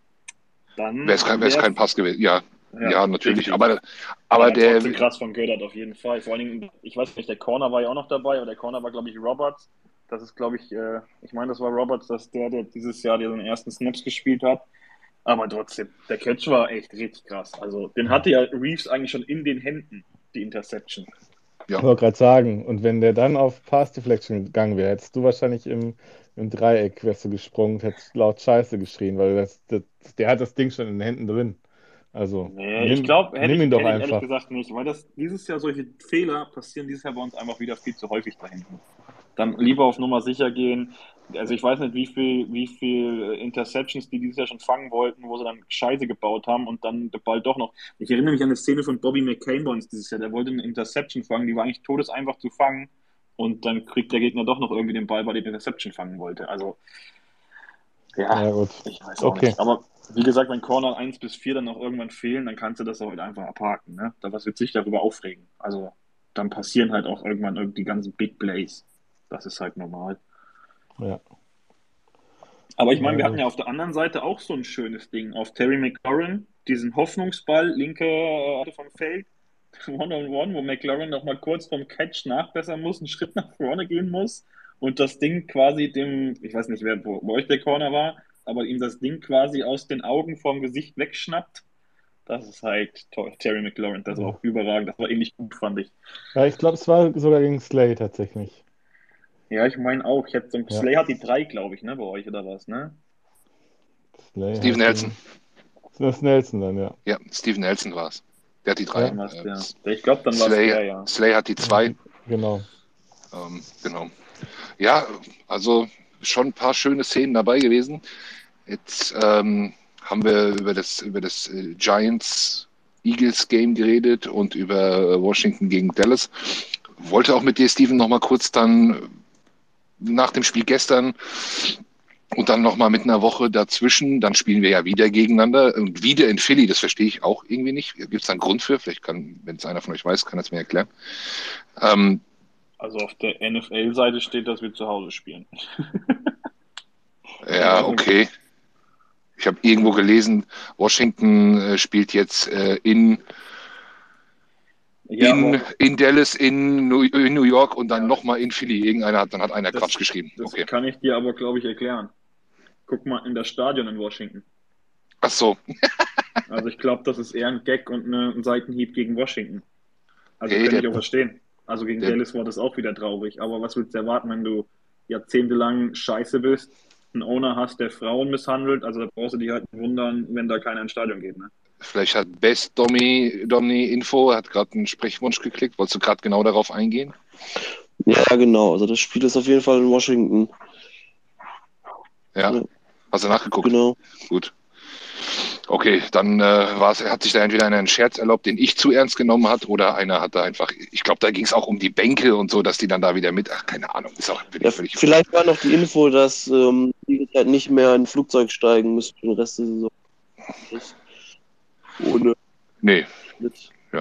dann
Wäre es kein, wär's
wäre
kein Pass gewesen. Ja,
ja,
ja, natürlich.
richtig.
Aber, aber
Aber
der,
trotzdem krass von Gödert auf jeden Fall. Vor allen Dingen, ich weiß nicht, der Corner war ja auch noch dabei, aber der Corner war, glaube ich, Roberts. Das ist, glaube ich, äh, ich meine, das war Roberts, dass der, der dieses Jahr den ersten Snaps gespielt hat. Aber trotzdem, der Catch war echt richtig krass. Also, den hatte ja Reeves eigentlich schon in den Händen, die Interception.
Ich wollte gerade sagen, und wenn der dann auf Pass Deflection gegangen wäre, hättest du wahrscheinlich im, im Dreieck wärst du gesprungen, hättest laut Scheiße geschrien, weil das, das, der hat das Ding schon in den Händen drin. Also
Nee, ich
nimm,
glaube, hätte
nimm
ich,
ihn doch
hätte ich ehrlich
einfach.
gesagt nicht, weil das dieses Jahr solche Fehler passieren dieses Jahr bei uns einfach wieder viel zu häufig da hinten. Dann lieber auf Nummer sicher gehen. Also ich weiß nicht, wie viel, wie viel Interceptions die dieses Jahr schon fangen wollten, wo sie dann Scheiße gebaut haben und dann der Ball doch noch. Ich erinnere mich an eine Szene von Bobby McCain bei uns dieses Jahr. Der wollte eine Interception fangen, die war eigentlich todeseinfach zu fangen und dann kriegt der Gegner doch noch irgendwie den Ball, weil er die Interception fangen wollte. Also ja,
Ja, gut.
ich weiß auch
Okay.
nicht. Aber wie gesagt, wenn Corner eins bis vier dann noch irgendwann fehlen, dann kannst du das auch halt einfach abhaken. Ne? Da was wird sich darüber aufregen. Also dann passieren halt auch irgendwann irgendwie die ganzen Big Plays. Das ist halt normal.
Ja.
Aber ich meine,
Ja,
wir hatten
gut.
ja auf der anderen Seite auch so ein schönes Ding. Auf Terry McLaurin, diesen Hoffnungsball, linke äh, Seite vom Feld, One-on-One, wo McLaurin noch mal kurz vom Catch nachbessern muss, einen Schritt nach vorne gehen muss und das Ding quasi dem, ich weiß nicht, wer wo, wo euch der Corner war, aber ihm das Ding quasi aus den Augen vom Gesicht wegschnappt. Das ist halt toll. Terry McLaurin, das war
Ja.
auch überragend. Das war ähnlich gut, fand ich.
Ja, ich glaube, es war sogar gegen Slay tatsächlich.
Ja, ich meine auch. Ich hätte so,
Ja.
Slay hat die drei, glaube ich, ne, bei euch oder was, ne?
Slay
Steven
hat
Nelson.
den. Das ist Nelson dann, ja.
Ja, Steven Nelson war es. Der hat die drei.
Ja.
Dann war's
Äh,
der. Ich glaube, dann war es
Slay,
der, ja.
Slay hat die zwei.
Genau.
Ähm, genau. Ja, also schon ein paar schöne Szenen dabei gewesen. Jetzt ähm, haben wir über das, über das äh, Giants-Eagles-Game geredet und über äh, Washington gegen Dallas. Wollte auch mit dir, Steven, noch mal kurz dann nach dem Spiel gestern und dann noch mal mit einer Woche dazwischen, dann spielen wir ja wieder gegeneinander und wieder in Philly, das verstehe ich auch irgendwie nicht. Gibt es da einen Grund für? Vielleicht kann, wenn es einer von euch weiß, kann er es mir erklären. Ähm,
Also auf der N F L-Seite steht, dass wir zu Hause spielen.
ja, okay. Ich habe irgendwo gelesen, Washington äh, spielt jetzt äh, in,
Ja,
in,
aber
in Dallas, in New, in New York und dann
Ja.
nochmal in Philly. Irgendeiner hat, dann hat einer
Das-
Quatsch geschrieben.
das
Okay.
kann ich dir aber, glaube ich, erklären. Guck mal in das Stadion in Washington.
Ach so.
Also ich glaube, das ist eher ein Gag und eine, ein Seitenhieb gegen Washington. Also
Hey,
könnte
der-
ich auch verstehen. Also gegen
der-
Dallas war das auch wieder traurig. Aber was willst du erwarten, wenn du jahrzehntelang scheiße bist, einen Owner hast, der Frauen misshandelt? Also da brauchst du dich halt wundern, wenn da keiner ins Stadion geht. Ne?
Vielleicht hat Best Domi, Domni Info, hat gerade einen Sprechwunsch geklickt. Wolltest du gerade genau darauf eingehen?
Ja, genau. Also das Spiel ist auf jeden Fall in Washington.
Ja,
Ja,
hast du nachgeguckt?
genau.
Gut. Okay, dann äh, war's, hat sich da entweder einer einen Scherz erlaubt, den ich zu ernst genommen hat, oder einer hat da einfach, ich glaube, da ging es auch um die Bänke und so, dass die dann da wieder mit, ach, keine Ahnung, ist auch bin
Ja,
ich völlig wurscht.
vielleicht war noch die Info, dass ähm, die halt nicht mehr in ein Flugzeug steigen müssen für den Rest der Saison. Das ohne
Nee,
Schnitt.
ja.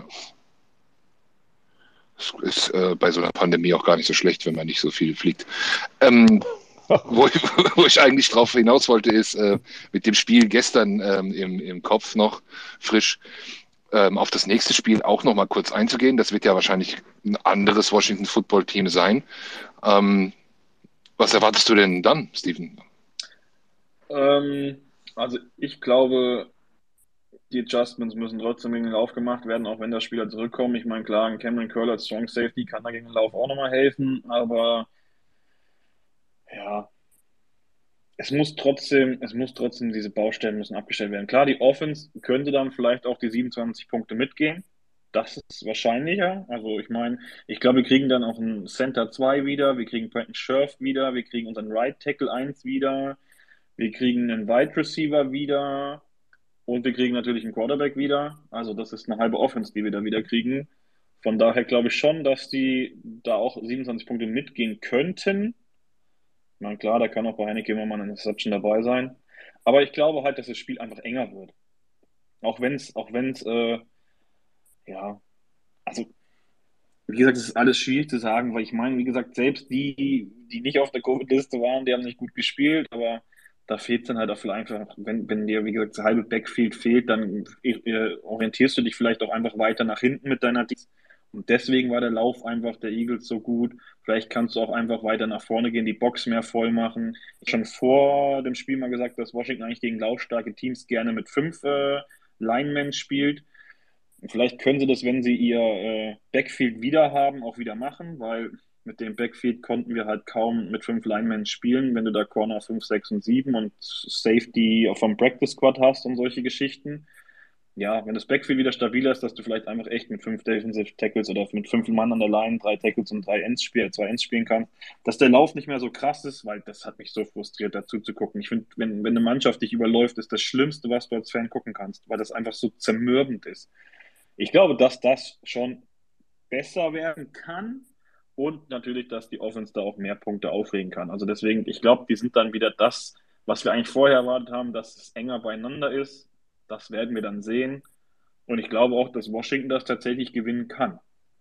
Es ist äh, bei so einer Pandemie auch gar nicht so schlecht, wenn man nicht so viel fliegt. Ähm, wo, ich, wo ich eigentlich drauf hinaus wollte, ist äh, mit dem Spiel gestern ähm, im, im Kopf noch frisch ähm, auf das nächste Spiel auch noch mal kurz einzugehen. Das wird ja wahrscheinlich ein anderes Washington Football Team sein. Ähm, was erwartest du denn dann, Steven?
Ähm, also ich glaube, die Adjustments müssen trotzdem gegen den Lauf gemacht werden, auch wenn der Spieler zurückkommt. Ich meine, klar, ein Cameron Curl als Strong Safety kann da gegen den Lauf auch nochmal helfen, aber ja, es muss trotzdem, es muss trotzdem, diese Baustellen müssen abgestellt werden. Klar, die Offense könnte dann vielleicht auch die siebenundzwanzig Punkte mitgehen. Das ist wahrscheinlicher. Also ich meine, ich glaube, wir kriegen dann auch einen Center zwei wieder, wir kriegen Brandon Scherf wieder, wir kriegen unseren Right Tackle eins wieder, wir kriegen einen Wide Receiver wieder und wir kriegen natürlich einen Quarterback wieder. Also das ist eine halbe Offense, die wir da wieder kriegen. Von daher glaube ich schon, dass die da auch siebenundzwanzig Punkte mitgehen könnten. Na klar, da kann auch bei Heineke immer mal eine Interception dabei sein. Aber ich glaube halt, dass das Spiel einfach enger wird. Auch wenn es, auch wenn es, äh, ja, also wie gesagt, es ist alles schwierig zu sagen, weil ich meine, wie gesagt, selbst die, die nicht auf der Covid-Liste waren, die haben nicht gut gespielt, aber da fehlt es dann halt auch vielleicht einfach, wenn, wenn dir, wie gesagt, das halbe Backfield fehlt, dann äh, orientierst du dich vielleicht auch einfach weiter nach hinten mit deiner Team. Und deswegen war der Lauf einfach der Eagles so gut. Vielleicht kannst du auch einfach weiter nach vorne gehen, die Box mehr voll machen. Ich habe schon vor dem Spiel mal gesagt, dass Washington eigentlich gegen laufstarke Teams gerne mit fünf äh, Linemen spielt. Vielleicht können sie das, wenn sie ihr äh, Backfield wieder haben, auch wieder machen, weil mit dem Backfield konnten wir halt kaum mit fünf Linemen spielen, wenn du da Corner fünf, sechs und sieben und Safety vom Practice Squad hast und solche Geschichten. Ja, wenn das Backfield wieder stabiler ist, dass du vielleicht einfach echt mit fünf Defensive Tackles oder mit fünf Mann an der Line, drei Tackles und drei Ends spiel, zwei Ends spielen kannst, dass der Lauf nicht mehr so krass ist, weil das hat mich so frustriert, dazu zu gucken. Ich finde, wenn, wenn eine Mannschaft dich überläuft, ist das Schlimmste, was du als Fan gucken kannst, weil das einfach so zermürbend ist. Ich glaube, dass das schon besser werden kann und natürlich, dass die Offense da auch mehr Punkte aufregen kann. Also deswegen, ich glaube, die sind dann wieder das, was wir eigentlich vorher erwartet haben, dass es enger beieinander ist. Das werden wir dann sehen. Und ich glaube auch, dass Washington das tatsächlich gewinnen kann.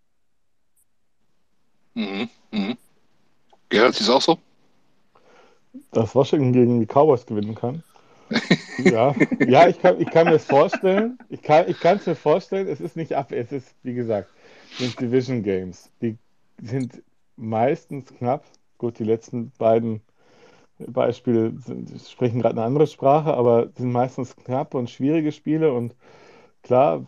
Mhm. Mhm. Gerhard, ist es auch so?
Dass Washington gegen die Cowboys gewinnen kann. Ja, ja, ich kann, ich kann mir das vorstellen. Ich kann, ich kann es mir vorstellen. Es ist nicht ab, es ist, wie gesagt, sind Division Games. Die sind meistens knapp. Gut, die letzten beiden Beispiele sind, sprechen gerade eine andere Sprache, aber sind meistens knapp und schwierige Spiele. Und klar,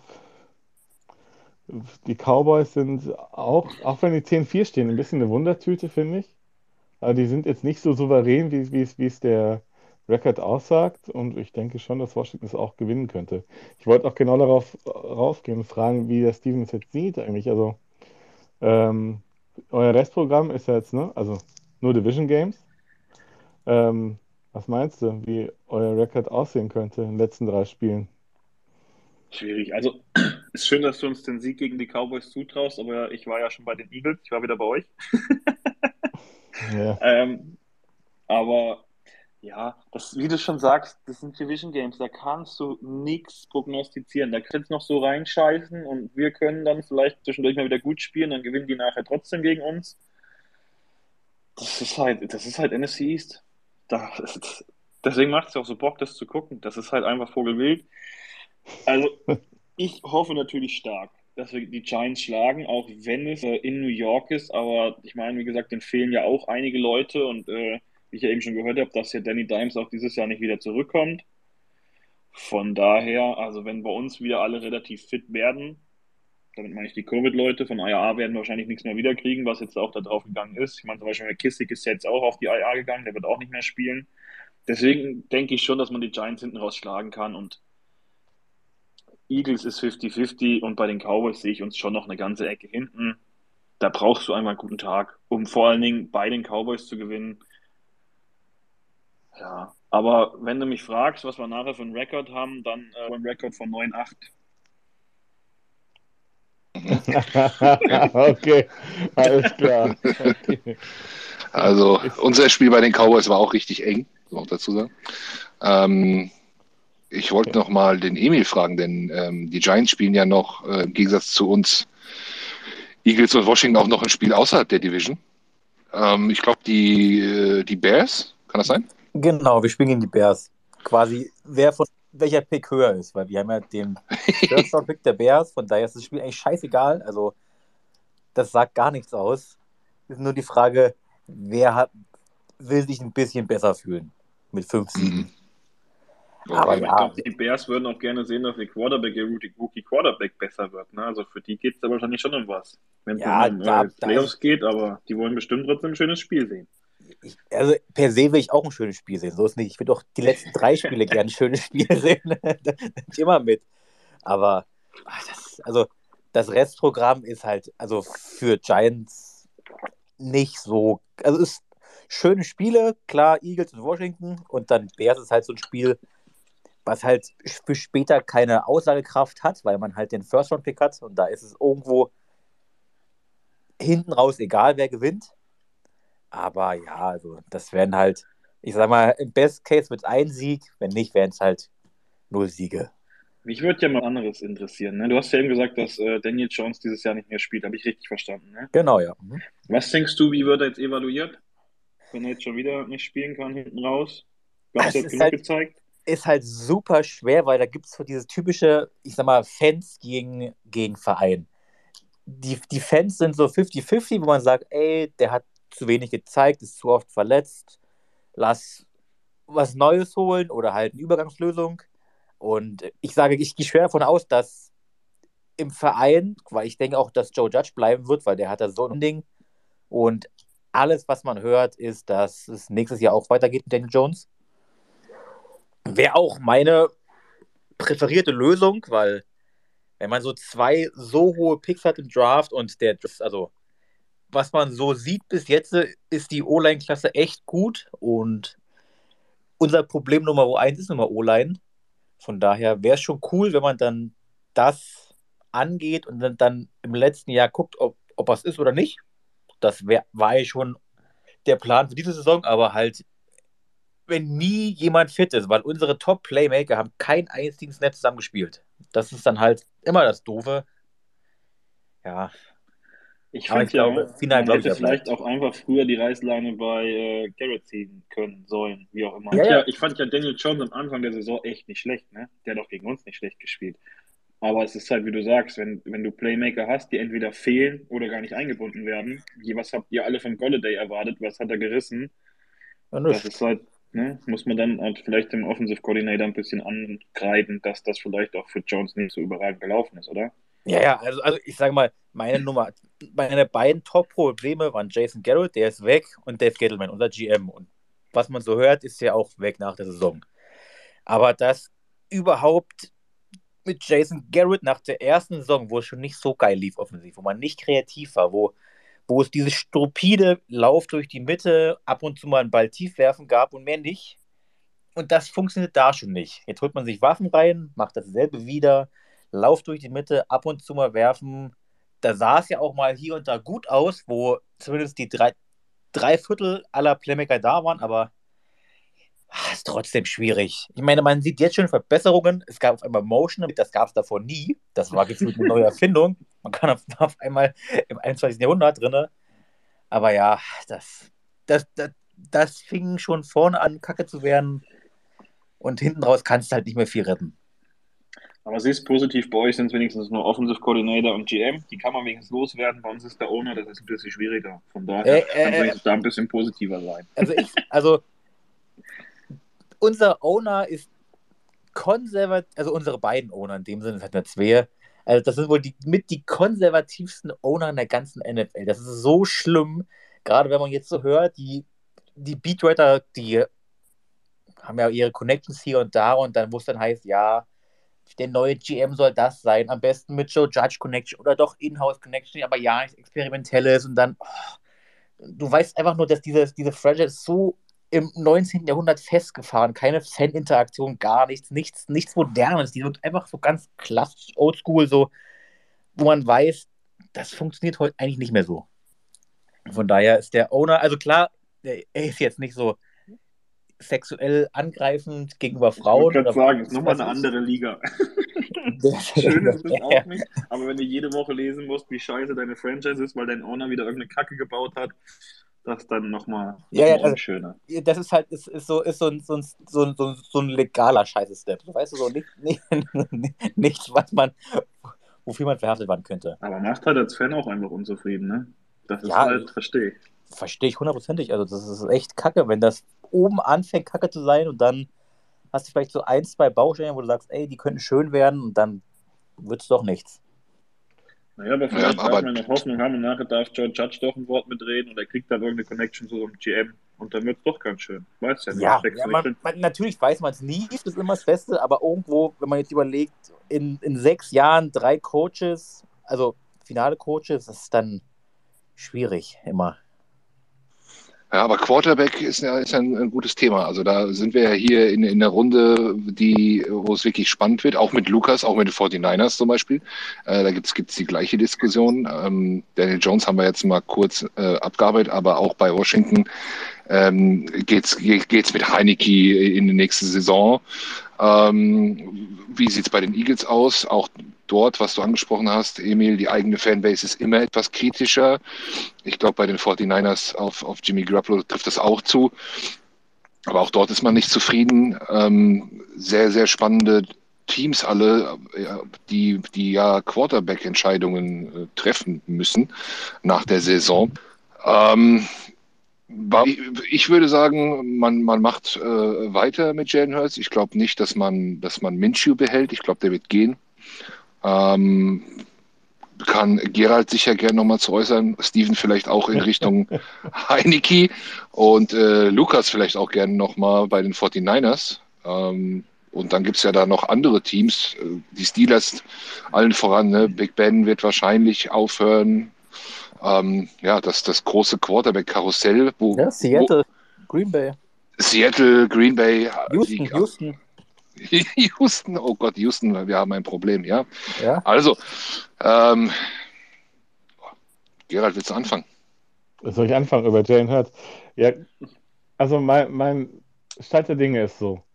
die Cowboys sind auch, auch wenn die zehn vier stehen, ein bisschen eine Wundertüte, finde ich. Aber die sind jetzt nicht so souverän, wie, wie es, wie es der Record aussagt. Und ich denke schon, dass Washington es auch gewinnen könnte. Ich wollte auch genau darauf raufgehen und fragen, wie der Stevens jetzt sieht eigentlich. Also, ähm, euer Restprogramm ist ja jetzt, ne? Also nur Division Games. Ähm, was meinst du, wie euer Record aussehen könnte in den letzten drei Spielen?
Schwierig. Also, ist schön, dass du uns den Sieg gegen die Cowboys zutraust, aber ich war ja schon bei den Eagles. Ich war wieder bei euch.
Ja,
Ähm, aber ja, das, wie du schon sagst, das sind Division Games, da kannst du nichts prognostizieren. Da kannst du jetzt noch so reinscheißen und wir können dann vielleicht zwischendurch mal wieder gut spielen, dann gewinnen die nachher trotzdem gegen uns. Das ist halt, das ist halt N F C East. Da, das, deswegen macht es ja auch so Bock, das zu gucken. Das ist halt einfach Vogelwild. Also, ich hoffe natürlich stark, dass wir die Giants schlagen, auch wenn es äh, in New York ist. Aber ich meine, wie gesagt, denen fehlen ja auch einige Leute und äh, wie ich ja eben schon gehört habe, dass ja Danny Dimes auch dieses Jahr nicht wieder zurückkommt. Von daher, also wenn bei uns wieder alle relativ fit werden, damit meine ich die Covid-Leute von I R A werden wahrscheinlich nichts mehr wiederkriegen, was jetzt auch da drauf gegangen ist. Ich meine zum Beispiel, McKissick ist jetzt auch auf die I R A gegangen, der wird auch nicht mehr spielen. Deswegen denke ich schon, dass man die Giants hinten raus schlagen kann und Eagles ist fünfzig fünfzig und bei den Cowboys sehe ich uns schon noch eine ganze Ecke hinten. da brauchst du einmal einen guten Tag, um vor allen Dingen bei den Cowboys zu gewinnen. Ja, aber wenn du mich fragst, was wir nachher für einen Rekord haben, dann äh, einen Rekord von neun acht.
Okay, alles klar. Okay.
Also
Ich,
unser Spiel bei den Cowboys war auch richtig eng, muss man auch dazu sagen. Ähm, ich wollte noch mal den Emil fragen, denn ähm, die Giants spielen ja noch äh, im Gegensatz zu uns Eagles und Washington auch noch ein Spiel außerhalb der Division. Ähm, ich glaube, die, äh, die Bears, kann das sein?
Genau, wir spielen gegen die Bears. Quasi, wer von welcher Pick höher ist, weil wir haben ja den First-Round-Pick der Bears, von daher ist das Spiel eigentlich scheißegal. Also, das sagt gar nichts aus. Ist nur die Frage, wer hat, will sich ein bisschen besser fühlen mit fünf Siegen.
Mhm.
Aber
Okay.
Ich
ja,
glaube, die Bears würden auch gerne sehen, dass ihr Quarterback, ihr Rookie Rookie Quarterback besser wird. Ne? Also für die geht es da wahrscheinlich schon um was. Wenn es
ja,
um
da,
äh,
da ist,
Playoffs geht, aber die wollen bestimmt trotzdem ein schönes Spiel sehen.
ich, also per se will ich auch ein schönes Spiel sehen. So ist nicht. Ich will doch die letzten drei Spiele gerne ein schönes Spiel sehen. Da bin ich immer mit. Aber ach, das, also das Restprogramm ist halt, also für Giants nicht so. Also es ist schöne Spiele, klar, Eagles und Washington und dann Bears ist halt so ein Spiel, was halt für später keine Aussagekraft hat, weil man halt den First-Round-Pick hat und da ist es irgendwo hinten raus egal, wer gewinnt. Aber ja, also das werden halt, ich sag mal, im Best Case wird es ein Sieg, wenn nicht, wären es halt null Siege.
Mich würde ja mal anderes interessieren. Ne? Du hast ja eben gesagt, dass äh, Daniel Jones dieses Jahr nicht mehr spielt. Habe ich richtig verstanden. Ne?
Genau, ja. Mhm.
Was denkst du, wie wird er jetzt evaluiert, wenn er jetzt schon wieder nicht spielen kann hinten raus? Glaubst du,
Es
er hat
ist
genug
halt,
gezeigt?
ist halt super schwer, weil da gibt es so dieses typische, ich sag mal, Fans gegen, gegen Verein. Die, die Fans sind so fünfzig fünfzig, wo man sagt, ey, der hat zu wenig gezeigt, ist zu oft verletzt, lass was Neues holen oder halt eine Übergangslösung. Und ich sage, ich gehe schwer davon aus, dass im Verein, weil ich denke auch, dass Joe Judge bleiben wird, weil der hat da so ein Ding. Und alles, was man hört, ist, dass es nächstes Jahr auch weitergeht mit Daniel Jones. Wäre auch meine präferierte Lösung, weil wenn man so zwei so hohe Picks hat im Draft und der, also was man so sieht bis jetzt, ist die O-Line-Klasse echt gut und unser Problem Nummer eins ist Nummer O-Line. Von daher wäre es schon cool, wenn man dann das angeht und dann, dann im letzten Jahr guckt, ob, ob was ist oder nicht. Das wär, war ja schon der Plan für diese Saison, aber halt, wenn nie jemand fit ist, weil unsere Top-Playmaker haben keinen einzigen Snap zusammen gespielt. Das ist dann halt immer das Doofe. Ja,
Ich
aber
finde
ich
ja,
glaube, final
man
glaube ich,
hätte
er
vielleicht
bleibt.
auch einfach früher die Reißleine bei äh, Garrett ziehen können, sollen, wie auch immer.
Ja,
Ja,
ja,
ich fand ja Daniel Jones am Anfang der Saison echt nicht schlecht, ne? Der hat auch gegen uns nicht schlecht gespielt. Aber es ist halt, wie du sagst, wenn, wenn du Playmaker hast, die entweder fehlen oder gar nicht eingebunden werden. Wie, was habt ihr alle von Golladay erwartet? Was hat er gerissen?
ja
Das
nicht.
ist halt, ne, muss man dann halt vielleicht dem Offensive Coordinator ein bisschen angreifen, dass das vielleicht auch für Jones nicht so überragend gelaufen ist, oder?
Ja, ja, also, also ich sage mal, meine Nummer, meine beiden Top-Probleme waren Jason Garrett, der ist weg, und Dave Gettleman, unser G M. Und was man so hört, ist ja auch weg nach der Saison. Aber das überhaupt mit Jason Garrett nach der ersten Saison, wo es schon nicht so geil lief offensiv, wo man nicht kreativ war, wo, wo es dieses stupide Lauf durch die Mitte, ab und zu mal einen Ball tief werfen gab und mehr nicht. Und das funktioniert da schon nicht. Jetzt holt man sich Waffen rein, macht dasselbe wieder, Lauf durch die Mitte, ab und zu mal werfen. Da sah es ja auch mal hier und da gut aus, wo zumindest die drei, drei Viertel aller Playmaker da waren, aber ah, ist trotzdem schwierig. Ich meine, man sieht jetzt schon Verbesserungen. Es gab auf einmal Motion, das gab es davor nie. Das war gefühlt eine neue Erfindung. Man kann auf, auf einmal im einundzwanzigsten. Jahrhundert drin. Aber ja, das, das, das, das fing schon vorne an, kacke zu werden. Und hinten raus kannst du halt nicht mehr viel retten.
Aber sie ist positiv, bei euch sind es wenigstens nur Offensive Coordinator und G M. Die kann man wenigstens loswerden. Bei uns ist der Owner, das ist ein bisschen schwieriger. Von
Äh,
daher kann es
äh,
wenigstens da ein bisschen positiver sein.
also ich, also unser Owner ist konservativ, also unsere beiden Owner in dem Sinne, es hat eine zwei. Also das sind wohl die mit die konservativsten Owner in der ganzen N F L. Das ist so schlimm, gerade wenn man jetzt so hört, die, die Beatwriter, die haben ja ihre Connections hier und da und dann, wo es dann heißt, ja, der neue G M soll das sein, am besten mit Joe Judge Connection oder doch Inhouse Connection, aber ja, nichts Experimentelles und dann, oh, du weißt einfach nur, dass diese, diese Franchise so im neunzehnten. Jahrhundert festgefahren, keine Fan-Interaktion, gar nichts, nichts, nichts Modernes, die wird einfach so ganz klassisch, oldschool, so, wo man weiß, das funktioniert heute eigentlich nicht mehr so. Von daher ist der Owner, also klar, er ist jetzt nicht so sexuell angreifend gegenüber
Ich wollte
Frauen.
gerade
Oder
sagen, ist nochmal
was
eine
ist.
andere Liga.
Das-
Schön ist das auch
Ja.
nicht, aber wenn du jede Woche lesen musst, wie scheiße deine Franchise ist, weil dein Owner wieder irgendeine Kacke gebaut hat, das ist dann nochmal noch
Ja, ja,
mal
also,
unschöner.
das ist halt, ist, ist so, ist so ein, so ein, so ein, so ein, so ein legaler Scheiße-Step. So, weißt du, so nicht, nicht, nichts, was man, wofür man verhaftet werden könnte.
Aber macht halt als Fan auch einfach unzufrieden, ne? Das ist
Ja,
halt, verstehe ich.
Verstehe ich hundertprozentig. Also, das ist echt kacke, wenn das oben anfängt, kacke zu sein und dann hast du vielleicht so ein, zwei Baustellen, wo du sagst, ey, die könnten schön werden und dann wird es doch nichts.
Naja, aber
Ja,
vielleicht darf
aber
man noch Hoffnung haben und nachher darf Joe Judge doch ein Wort mitreden und er kriegt dann irgendeine Connection zu so einem G M und dann wird es doch ganz schön. Weiß ja nicht.
Ja,
Steckst
ja
du nicht
man,
drin.
man, natürlich weiß man es nie, das ist immer das Beste, aber irgendwo, wenn man jetzt überlegt, in, in sechs Jahren drei Coaches, also finale Coaches, das ist dann schwierig immer.
Ja, aber Quarterback ist, ja, ist ein, ein gutes Thema. Also da sind wir ja hier in, in der Runde, die, wo es wirklich spannend wird, auch mit Lukas, auch mit den forty-niners zum Beispiel. Äh, da gibt's gibt's die gleiche Diskussion. Ähm, Daniel Jones haben wir jetzt mal kurz äh, abgearbeitet, aber auch bei Washington ähm, geht's geht's mit Heineke in die nächste Saison. Ähm, wie sieht's bei den Eagles aus? Auch dort, was du angesprochen hast, Emil, die eigene Fanbase ist immer etwas kritischer. Ich glaube, bei den forty-niners auf, auf Jimmy Garoppolo trifft das auch zu. Aber auch dort ist man nicht zufrieden. Ähm, sehr, sehr spannende Teams alle, ja, die, die ja Quarterback-Entscheidungen äh, treffen müssen nach der Saison. Ähm, ich würde sagen, man, man macht äh, weiter mit Jalen Hurts. Ich glaube nicht, dass man, dass man Minshew behält. Ich glaube, der wird gehen. Ähm, kann Gerald sicher gerne nochmal zu äußern. Steven vielleicht auch in Richtung Heineke und äh, Lukas vielleicht auch gerne nochmal bei den forty-niners. Ähm, und dann gibt es ja da noch andere Teams. Die Steelers allen voran. Ne? Big Ben wird wahrscheinlich aufhören. Ähm, ja, das, das große Quarterback-Karussell, wo,
Ja, Seattle,
wo
Green Bay,
Seattle, Green Bay,
Houston,
die,
Houston.
Houston, oh Gott, Houston, wir haben ein Problem, ja.
Ja.
Also, ähm, Gerald, willst du anfangen?
Soll ich anfangen über Jalen Hurts? Ja, also mein, mein Stand der Dinge ist so.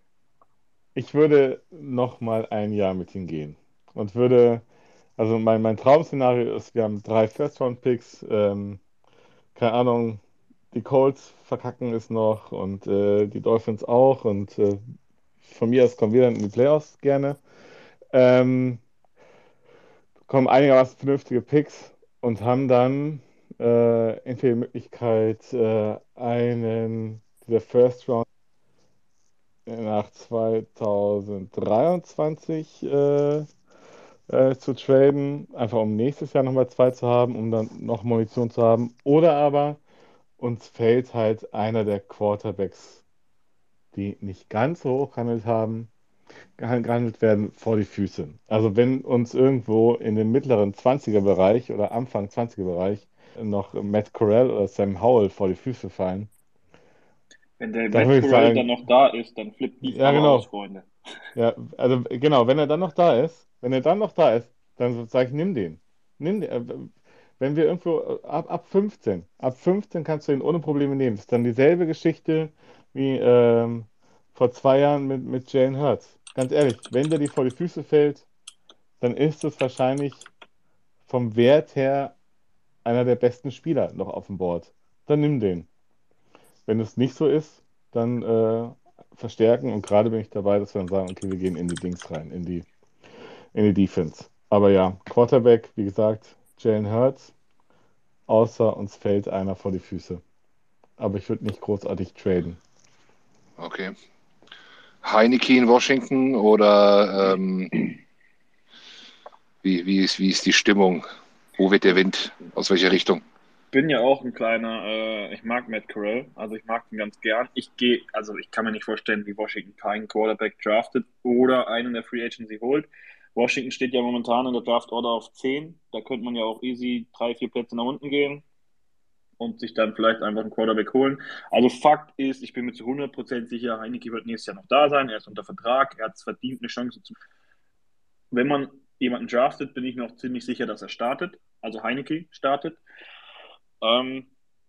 Ich würde noch mal ein Jahr mit ihm gehen und würde, also mein, mein Traum-Szenario ist, wir haben drei First-Round-Picks, ähm, keine Ahnung, die Colts verkacken es noch und äh, die Dolphins auch und äh, von mir aus kommen wir dann in die Playoffs gerne. Ähm, kommen einigermaßen vernünftige Picks und haben dann äh, entweder die Möglichkeit, äh, einen dieser First Round nach zwanzig dreiundzwanzig äh, äh, zu traden, einfach um nächstes Jahr nochmal zwei zu haben, um dann noch Munition zu haben. Oder aber uns fällt halt einer der Quarterbacks, die nicht ganz so hoch gehandelt haben, gehandelt werden, vor die Füße. Also wenn uns irgendwo in dem mittleren zwanziger-Bereich oder Anfang zwanziger-Bereich noch Matt Corral oder Sam Howell vor die Füße fallen,
Wenn der
dann
Matt
würde ich
Corral dann
sagen,
noch da ist, dann flippt die
ja
aber aus,
genau,
Freunde.
ja, also genau, wenn er dann noch da ist, wenn er dann noch da ist, dann sage ich, nimm den. Nimm den. Äh, Wenn wir irgendwo äh, ab, ab fünfzehn, ab fünfzehn kannst du ihn ohne Probleme nehmen. Das ist dann dieselbe Geschichte wie ähm, vor zwei Jahren mit, mit Jalen Hurts. Ganz ehrlich, wenn der dir vor die Füße fällt, dann ist es wahrscheinlich vom Wert her einer der besten Spieler noch auf dem Board. Dann nimm den. Wenn es nicht so ist, dann äh, verstärken und gerade bin ich dabei, dass wir dann sagen, okay, wir gehen in die Dings rein, in die, in die Defense. Aber ja, Quarterback, wie gesagt, Jalen Hurts, außer uns fällt einer vor die Füße. Aber ich würde nicht großartig traden.
Okay. Heineke in Washington oder ähm, wie, wie, ist, wie ist die Stimmung? Wo weht der Wind? Aus welcher Richtung?
bin ja auch ein kleiner, äh, ich mag Matt Corral, also ich mag ihn ganz gern. Ich gehe, also ich kann mir nicht vorstellen, wie Washington keinen Quarterback draftet oder einen der Free Agency holt. Washington steht ja momentan in der Draft Order auf zehn. Da könnte man ja auch easy drei, vier Plätze nach unten gehen und sich dann vielleicht einfach einen Quarterback holen. Also Fakt ist, ich bin mir zu hundert Prozent sicher, Heineke wird nächstes Jahr noch da sein. Er ist unter Vertrag, er hat es verdient, eine Chance zu. Wenn man jemanden draftet, bin ich noch ziemlich sicher, dass er startet. Also Heineke startet. Ähm,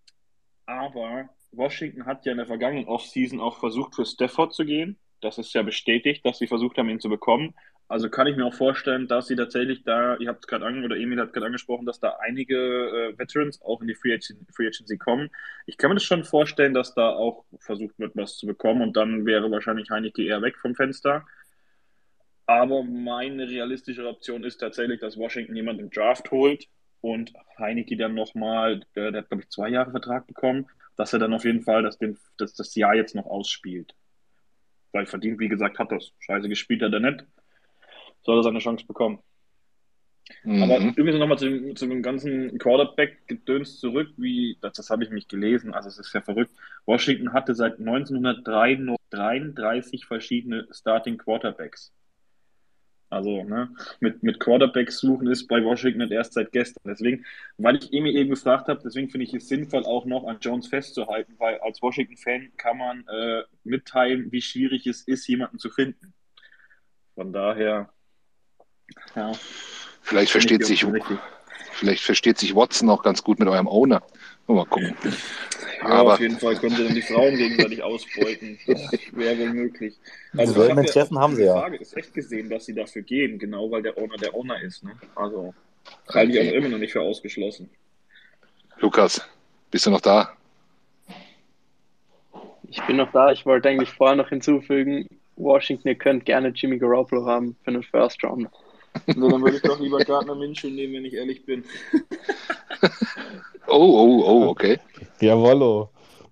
aber Washington hat ja in der vergangenen Offseason auch versucht, für Stafford zu gehen. Das ist ja bestätigt, dass sie versucht haben, ihn zu bekommen. Also kann ich mir auch vorstellen, dass sie tatsächlich da, ihr habt es gerade ange oder Emil hat gerade angesprochen, dass da einige äh, Veterans auch in die Free Agency, Free Agency kommen. Ich kann mir das schon vorstellen, dass da auch versucht wird, was zu bekommen und dann wäre wahrscheinlich Heineke eher weg vom Fenster. Aber meine realistische Option ist tatsächlich, dass Washington jemanden im Draft holt und Heineke dann nochmal, der, der hat, glaube ich, zwei Jahre Vertrag bekommen, dass er dann auf jeden Fall das, den, das, das Jahr jetzt noch ausspielt. Weil verdient, wie gesagt, hat das. Scheiße gespielt hat er nicht. Soll er seine Chance bekommen.
Mhm.
Aber übrigens nochmal zu, dem- zu dem ganzen Quarterback-Gedöns zurück, wie, das, das habe ich mich gelesen, also es ist ja verrückt. Washington hatte seit neunzehnhundertdreiunddreißig verschiedene Starting Quarterbacks. Also, ne, mit, mit Quarterbacks suchen ist bei Washington nicht erst seit gestern. Deswegen, weil ich Emi eben gefragt habe, deswegen finde ich es sinnvoll, auch noch an Jones festzuhalten, weil als Washington-Fan kann man äh, mitteilen, wie schwierig es ist, jemanden zu finden. Von daher, ja,
Vielleicht
finde ich
versteht
die
sich,
Option richtig.
vielleicht versteht sich Watson auch ganz gut mit eurem Owner. Mal gucken.
Ja,
Aber
auf jeden Fall können sie dann die Frauen gegenseitig ausbeuten. Das wäre wohl möglich. Also ich
Dieselben
habe ja
Interessen
auch
haben sie
die
ja.
Frage, ist echt gesehen, dass sie dafür gehen, genau weil der Owner der Owner ist. Ne? Also halte ich
okay.
auch immer noch nicht für ausgeschlossen.
Lukas, bist du noch da?
Ich bin noch da. Ich wollte eigentlich vorher noch hinzufügen, Washington, ihr könnt gerne Jimmy Garoppolo haben für einen First Round.
Nee, dann würde ich doch lieber Gardner Minshew nehmen, wenn ich ehrlich bin.
Oh, oh, oh, okay.
Jawollo.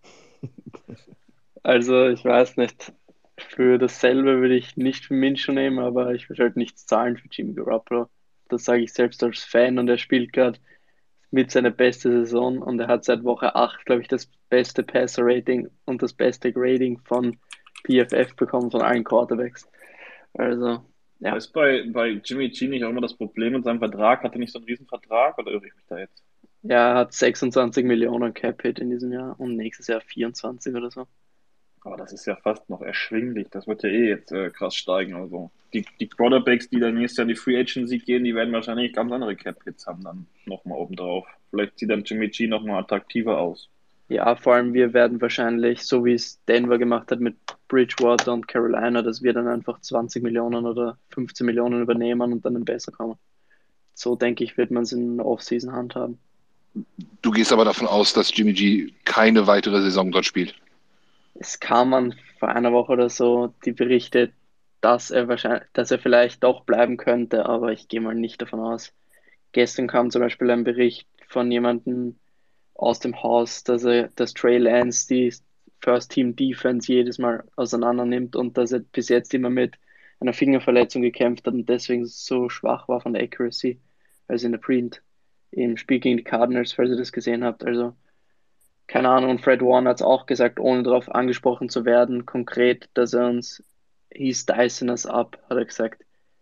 Also ich weiß nicht, für dasselbe würde ich nicht für Minshew nehmen, aber ich würde halt nichts zahlen für Jimmy Garoppolo. Das sage ich selbst als Fan und er spielt gerade mit seiner beste Saison und er hat seit Woche acht, glaube ich, das beste Passer-Rating und das beste Grading von P F F bekommen von allen Quarterbacks. Also, ja.
Ist bei, bei Jimmy G nicht auch immer das Problem mit seinem Vertrag? Hat er nicht so einen riesen Vertrag oder irre ich mich da jetzt?
Ja, er hat sechsundzwanzig Millionen Cap-Hit in diesem Jahr und nächstes Jahr vierundzwanzig oder so.
Aber das ist ja fast noch erschwinglich. Das wird ja eh jetzt äh, krass steigen. Also die, die Quarterbacks, die dann nächstes Jahr in die Free Agency gehen, die werden wahrscheinlich ganz andere Cap-Hits haben dann nochmal obendrauf. Vielleicht sieht dann Jimmy G nochmal attraktiver aus.
Ja, vor allem wir werden wahrscheinlich, so wie es Denver gemacht hat mit Bridgewater und Carolina, dass wir dann einfach zwanzig Millionen oder fünfzehn Millionen übernehmen und dann besser kommen. So denke ich, wird man es in der Offseason handhaben.
Du gehst aber davon aus, dass Jimmy G keine weitere Saison dort spielt.
Es kam man vor einer Woche oder so die Berichte, dass er wahrscheinlich, dass er vielleicht doch bleiben könnte, aber ich gehe mal nicht davon aus. Gestern kam zum Beispiel ein Bericht von jemandem aus dem Haus, dass er, dass Trey Lance die First Team Defense jedes Mal auseinander nimmt und dass er bis jetzt immer mit einer Fingerverletzung gekämpft hat und deswegen so schwach war von der Accuracy, also in der Print im Spiel gegen die Cardinals, falls ihr das gesehen habt. Also keine Ahnung, und Fred Warner hat es auch gesagt, ohne darauf angesprochen zu werden, konkret, dass er uns, he's dicing us up, hat er gesagt.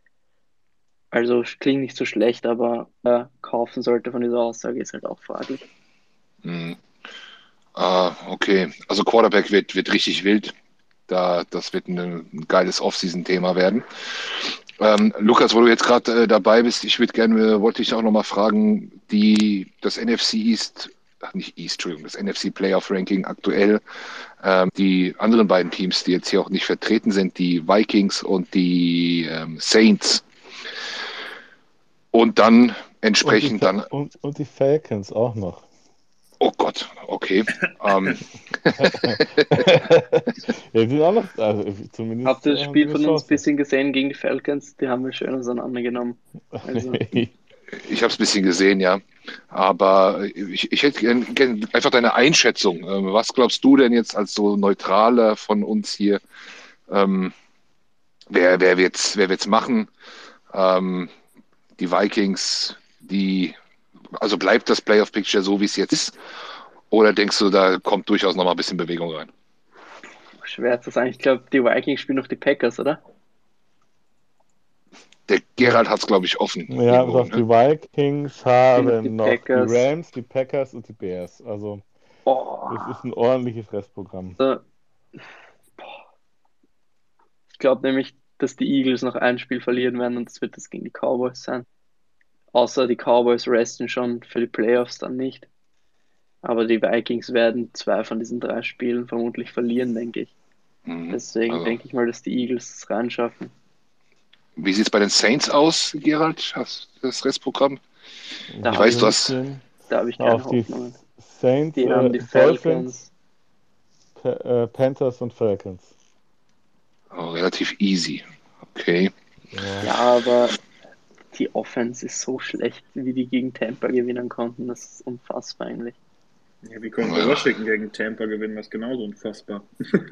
Also klingt nicht so schlecht, aber äh, kaufen sollte von dieser Aussage ist halt auch fraglich.
Hm. Ah, okay. Also Quarterback wird, wird richtig wild. Da, das wird ein, ein geiles Off-Season-Thema werden. Ähm, Lukas, wo du jetzt gerade äh, dabei bist, ich würde gerne, wollte ich auch nochmal fragen, die, das N F C East, ach nicht East, Entschuldigung, das N F C Playoff Ranking aktuell, ähm, die anderen beiden Teams, die jetzt hier auch nicht vertreten sind, die Vikings und die ähm, Saints. Und dann entsprechend
und die,
dann,
und, und die Falcons auch noch.
oh Gott, okay. ähm,
Ja, die sind auch noch, also zumindest.
Habt ihr das
äh, haben
Spiel
sie
von
eine
uns ein
Chance.
bisschen gesehen gegen die Falcons? Die haben wir schön auseinandergenommen. Also,
Ich habe es ein bisschen gesehen, ja. Aber ich, ich hätte gern, gern einfach deine Einschätzung. Ähm, Was glaubst du denn jetzt als so Neutraler von uns hier? Ähm, wer, wer wird's, wer wird's machen? Ähm, die Vikings, die Also bleibt das Playoff-Picture so, wie es jetzt ist? Oder denkst du, da kommt durchaus noch mal ein bisschen Bewegung rein?
Schwer zu sagen. Ich glaube, die Vikings spielen noch die Packers, oder?
Der Gerald hat es, glaube ich, offen.
Ja,
irgendwo,
also
ne?
die Vikings
Spielen
haben
noch die
noch die
Packers.
Rams, die Packers und die Bears. Also
Oh,
das ist ein ordentliches Restprogramm.
so. Boah. Ich glaube nämlich, dass die Eagles noch ein Spiel verlieren werden und das wird das gegen die Cowboys sein. Außer die Cowboys resten schon für die Playoffs dann nicht. Aber die Vikings werden zwei von diesen drei Spielen vermutlich verlieren, denke ich.
Mhm.
Deswegen
Also,
denke ich mal, dass die Eagles es reinschaffen.
wie sieht es bei den Saints aus, Gerald? Hast du das Restprogramm?
Da
Ich
habe
weiß,
ich,
du hast.
Fünfzehn
da hab ich keine
auf die
Hoffnungen.
Saints,
Die haben die
äh, Dolphins,
Falcons.
Pa- äh, Panthers und Falcons.
Oh, relativ easy. Okay.
Ja.
Ja, aber die Offense ist so schlecht, wie die gegen Tampa gewinnen konnten. Das ist unfassbar eigentlich.
Ja, wie konnte
Ja.
Washington gegen Tampa gewinnen? Das ist genauso unfassbar.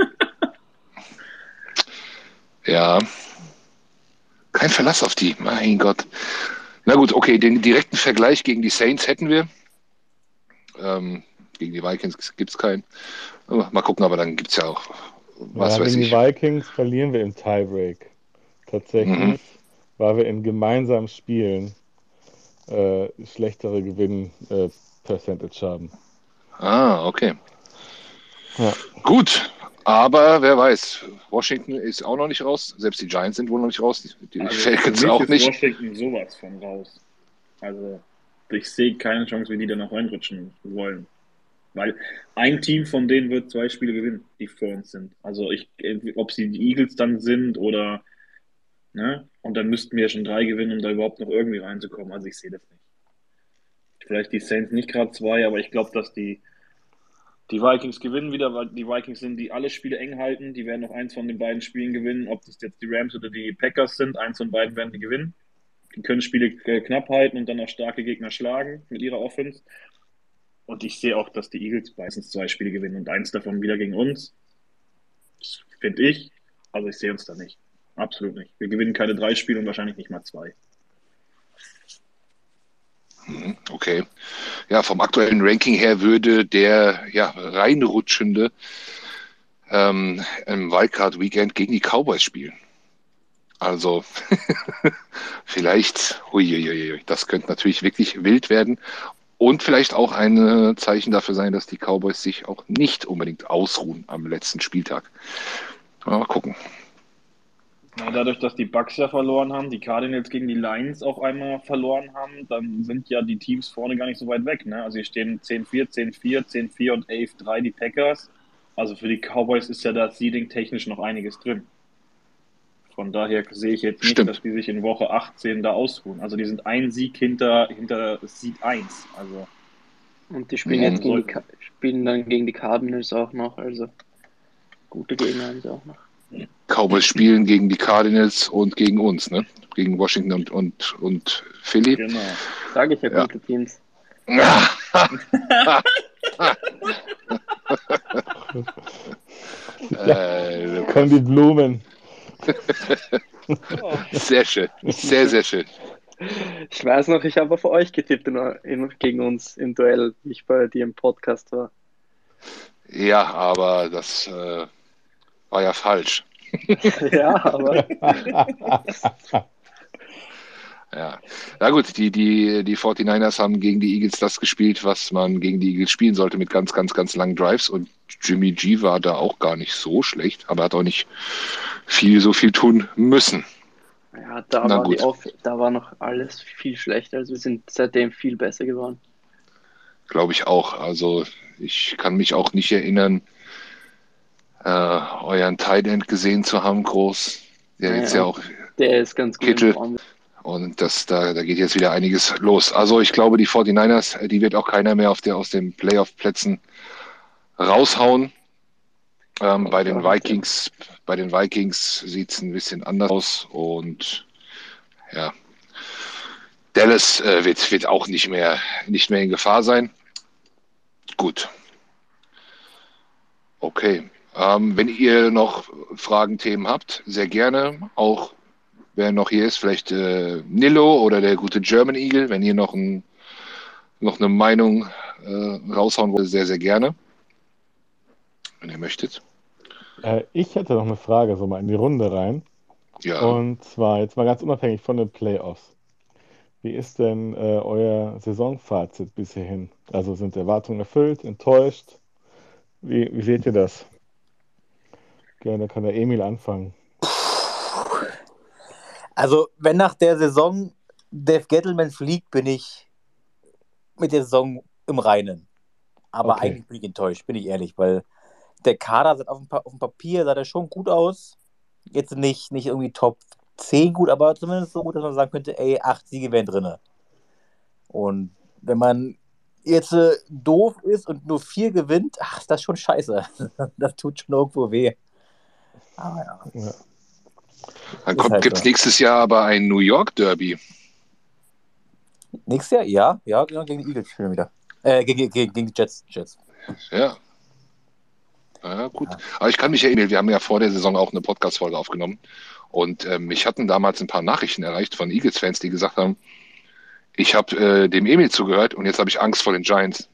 Ja. Kein Verlass auf die, mein Gott. Na gut, okay, den direkten Vergleich gegen die Saints hätten wir. Ähm, gegen die Vikings gibt es keinen. Oh, mal gucken, aber dann gibt es ja auch, was
Ja,
weiß
gegen die
ich.
Vikings verlieren wir im Tiebreak. Tatsächlich,
Mhm.
weil wir in gemeinsamen Spielen äh, schlechtere Gewinn-Percentage haben.
Ah, okay.
Ja.
Gut, aber wer weiß, Washington ist auch noch nicht raus. Selbst die Giants sind wohl noch nicht raus. Die, die
Also
Falcons
für mich
auch
ist
nicht.
Washington sowas von raus. Also ich sehe keine Chance, wie die da noch reinrutschen wollen. Weil ein Team von denen wird zwei Spiele gewinnen, die vor uns sind. Also ich, ob sie die Eagles dann sind oder, ne? Und dann müssten wir ja schon drei gewinnen, um da überhaupt noch irgendwie reinzukommen. Also ich sehe das nicht. Vielleicht die Saints nicht gerade zwei, aber ich glaube, dass die, die Vikings gewinnen wieder, weil die Vikings sind, die alle Spiele eng halten. Die werden noch eins von den beiden Spielen gewinnen. Ob das jetzt die Rams oder die Packers sind, eins von beiden werden die gewinnen. Die können Spiele äh, knapp halten und dann auch starke Gegner schlagen mit ihrer Offense. Und ich sehe auch, dass die Eagles meistens zwei Spiele gewinnen und eins davon wieder gegen uns. Das finde ich. Also ich sehe uns da nicht. Absolut nicht. Wir gewinnen keine drei Spiele und wahrscheinlich nicht mal zwei.
Mhm, okay. Ja, vom aktuellen Ranking her würde der ja, reinrutschende ähm, im Wildcard-Weekend gegen die Cowboys spielen. Also vielleicht, huiuiui, das könnte natürlich wirklich wild werden und vielleicht auch ein Zeichen dafür sein, dass die Cowboys sich auch nicht unbedingt ausruhen am letzten Spieltag. Mal gucken.
Ja, dadurch, dass die Bucks ja verloren haben, die Cardinals gegen die Lions auch einmal verloren haben, dann sind ja die Teams vorne gar nicht so weit weg. Ne? Also hier stehen zehn vier, zehn vier, zehn vier und elf drei die Packers. Also für die Cowboys ist ja da Seeding technisch noch einiges drin. Von daher sehe ich jetzt nicht,
Stimmt.
dass die sich in Woche achtzehn da ausruhen. Also die sind ein Sieg hinter, hinter Seed eins. Also
Und die spielen
Mhm.
jetzt gegen die, Ka- spielen dann gegen die Cardinals auch noch. Also gute Gegner haben sie auch noch.
Cowboys spielen gegen die Cardinals und gegen uns, ne? Gegen Washington und, und, und Philly.
genau.
Sage ich ja,
Ja.
gute Teams.
äh,
Kommen die Blumen.
Oh.
sehr schön. Sehr, sehr schön.
Ich weiß noch, ich habe auf euch getippt in, in, gegen uns im Duell, wie ich bei dir im Podcast war.
Ja, aber das äh, war ja falsch.
Ja, aber
Ja, na gut, die, die, die forty-niners haben gegen die Eagles das gespielt, was man gegen die Eagles spielen sollte, mit ganz, ganz, ganz langen Drives. Und Jimmy G war da auch gar nicht so schlecht, aber hat auch nicht viel, so viel tun müssen.
ja, da,
Na
war die
gut.
Off da war noch alles viel schlechter. Also wir sind seitdem viel besser geworden.
Glaube ich auch. Also ich kann mich auch nicht erinnern, äh, euren Tight End gesehen zu haben, groß. Der jetzt ja
Ja,
auch
der ist ganz gut
Kittel.
in Form.
Und das, da, da geht jetzt wieder einiges los. Also ich glaube, die forty-niners, die wird auch keiner mehr auf der, aus den Playoff-Plätzen raushauen. Ähm, bei den Vikings, bei den Vikings sieht es ein bisschen anders aus. Und ja, Dallas äh, wird, wird auch nicht mehr, nicht mehr in Gefahr sein. Gut. Okay. Ähm, wenn ihr noch Fragen, Themen habt, sehr gerne. Auch wer noch hier ist, vielleicht äh, Nilo oder der gute German Eagle, wenn ihr noch ein, noch eine Meinung äh, raushauen wollt, sehr, sehr gerne, wenn ihr möchtet.
Äh, ich hätte noch eine Frage so mal in die Runde rein.
Ja,
Und zwar jetzt mal ganz unabhängig von den Playoffs. Wie ist denn äh, euer Saisonfazit bis hierhin? Also sind Erwartungen erfüllt, enttäuscht? Wie, wie seht ihr das? Gerne kann der Emil anfangen.
Also, wenn nach der Saison Dave Gettleman fliegt, bin ich mit der Saison im Reinen. Aber
Okay.
eigentlich bin ich enttäuscht, bin ich ehrlich, weil der Kader sah auf dem, Pa- auf dem Papier sah der schon gut aus. Jetzt nicht, nicht irgendwie Top zehn gut, aber zumindest so gut, dass man sagen könnte, ey, acht Siege wären drin. Und wenn man jetzt äh, doof ist und nur vier gewinnt, ach, ist das schon scheiße. Das tut schon irgendwo weh. Aber ja,
Ja.
dann
ist
kommt,
halt
gibt es
so.
nächstes Jahr aber ein New York Derby.
Nächstes Jahr? Ja, ja, genau, gegen die Eagles spielen wir wieder. Äh, gegen, gegen, gegen die Jets. Jets.
Ja, ja gut.
Ja.
Aber ich kann mich erinnern, wir haben ja vor der Saison auch eine Podcast-Folge aufgenommen. Und ähm, mich hatten damals ein paar Nachrichten erreicht von Eagles-Fans, die gesagt haben, ich habe äh, dem Emil zugehört und jetzt habe ich Angst vor den Giants.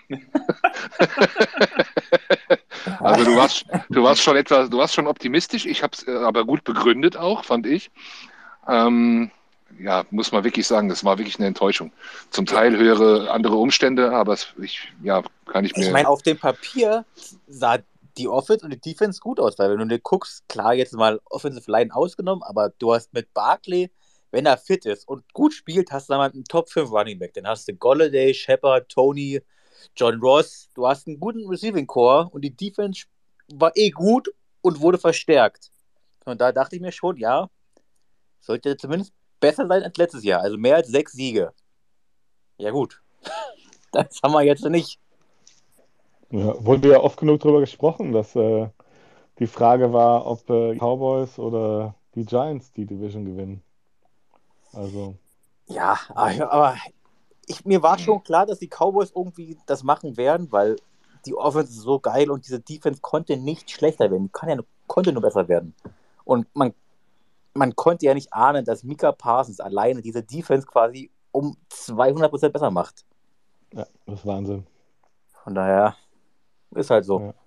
Also du warst, du warst schon etwas, du warst schon optimistisch. Ich habe es äh, aber gut begründet auch, fand ich. Ähm, ja, muss man wirklich sagen, das war wirklich eine Enttäuschung. Zum Teil höhere andere Umstände, aber es, ich, ja, kann ich
Ich
mir.
meine, auf dem Papier sah die Offense und die Defense gut aus, weil wenn du dir guckst, klar, jetzt mal Offensive Line ausgenommen, aber du hast mit Barkley, wenn er fit ist und gut spielt, hast du dann mal einen Top fünf Running Back. Dann hast du Golladay, Shepard, Tony, John Ross. Du hast einen guten Receiving Core und die Defense war eh gut und wurde verstärkt. Und da dachte ich mir schon, ja, sollte zumindest besser sein als letztes Jahr. Also mehr als sechs Siege. Ja, gut. Das haben wir jetzt nicht.
Ja, wurde ja oft genug darüber gesprochen, dass äh, die Frage war, ob äh, die Cowboys oder die Giants die Division gewinnen. Also,
Ja, aber ich, mir war schon klar, dass die Cowboys irgendwie das machen werden, weil die Offense ist so geil und diese Defense konnte nicht schlechter werden. Die kann ja, nur- konnte nur besser werden. Und man, man konnte ja nicht ahnen, dass Micah Parsons alleine diese Defense quasi um zweihundert Prozent besser macht.
ja, das ist Wahnsinn.
Von daher ist halt so.
Ja.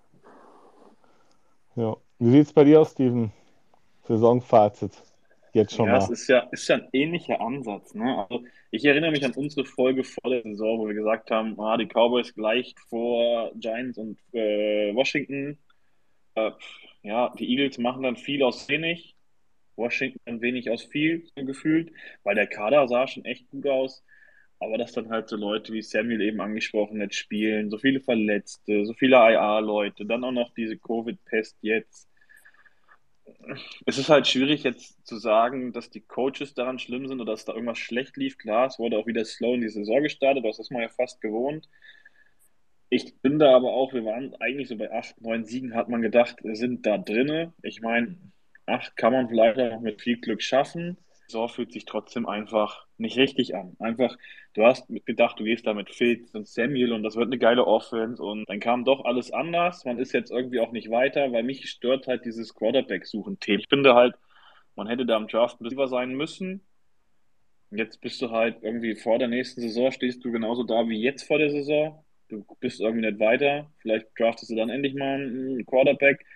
Ja. Wie sieht es bei dir aus, Steven? Saisonfazit. Jetzt schon
Ja, es
mal.
ist ja, ist ja ein ähnlicher Ansatz, ne? Also ich erinnere mich an unsere Folge vor der Saison, wo wir gesagt haben, ah, die Cowboys gleich vor Giants und äh, Washington. Äh, ja, die Eagles machen dann viel aus wenig, Washington dann wenig aus viel, so gefühlt, weil der Kader sah schon echt gut aus. Aber dass dann halt so Leute wie Samuel eben angesprochen hat, spielen, so viele Verletzte, so viele I R-Leute, dann auch noch diese Covid-Pest jetzt. Es ist halt schwierig jetzt zu sagen, dass die Coaches daran schlimm sind oder dass da irgendwas schlecht lief. Klar, es wurde auch wieder slow in die Saison gestartet, das ist man ja fast gewohnt. Ich bin da aber auch, wir waren eigentlich so bei acht, neun Siegen, hat man gedacht, wir sind da drinne. Ich meine, acht kann man vielleicht auch noch mit viel Glück schaffen. Die Saison fühlt sich trotzdem einfach nicht richtig an. Einfach, du hast gedacht, du gehst da mit Fitz und Samuel und das wird eine geile Offense und dann kam doch alles anders. Man ist jetzt irgendwie auch nicht weiter, weil mich stört halt dieses Quarterback-Suchen-Thema. Ich finde halt, man hätte da am Draft ein bisschen sein müssen. Jetzt bist du halt irgendwie vor der nächsten Saison, stehst du genauso da wie jetzt vor der Saison. Du bist irgendwie nicht weiter. Vielleicht draftest du dann endlich mal einen Quarterback.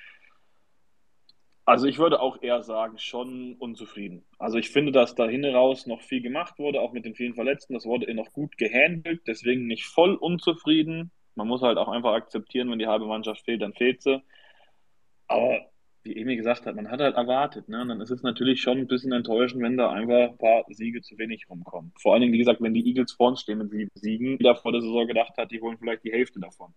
Also ich würde auch eher sagen, schon unzufrieden. Also ich finde, dass da hinten raus noch viel gemacht wurde, auch mit den vielen Verletzten. Das wurde noch gut gehandelt, deswegen nicht voll unzufrieden. Man muss halt auch einfach akzeptieren, wenn die halbe Mannschaft fehlt, dann fehlt sie. Aber wie Emil gesagt hat, man hat halt erwartet, ne? Und dann ist es natürlich schon ein bisschen enttäuschend, wenn da einfach ein paar Siege zu wenig rumkommen. Vor allen Dingen, wie gesagt, wenn die Eagles vorn stehen mit sieben Siegen, der vor der Saison gedacht hat, die holen vielleicht die Hälfte davon.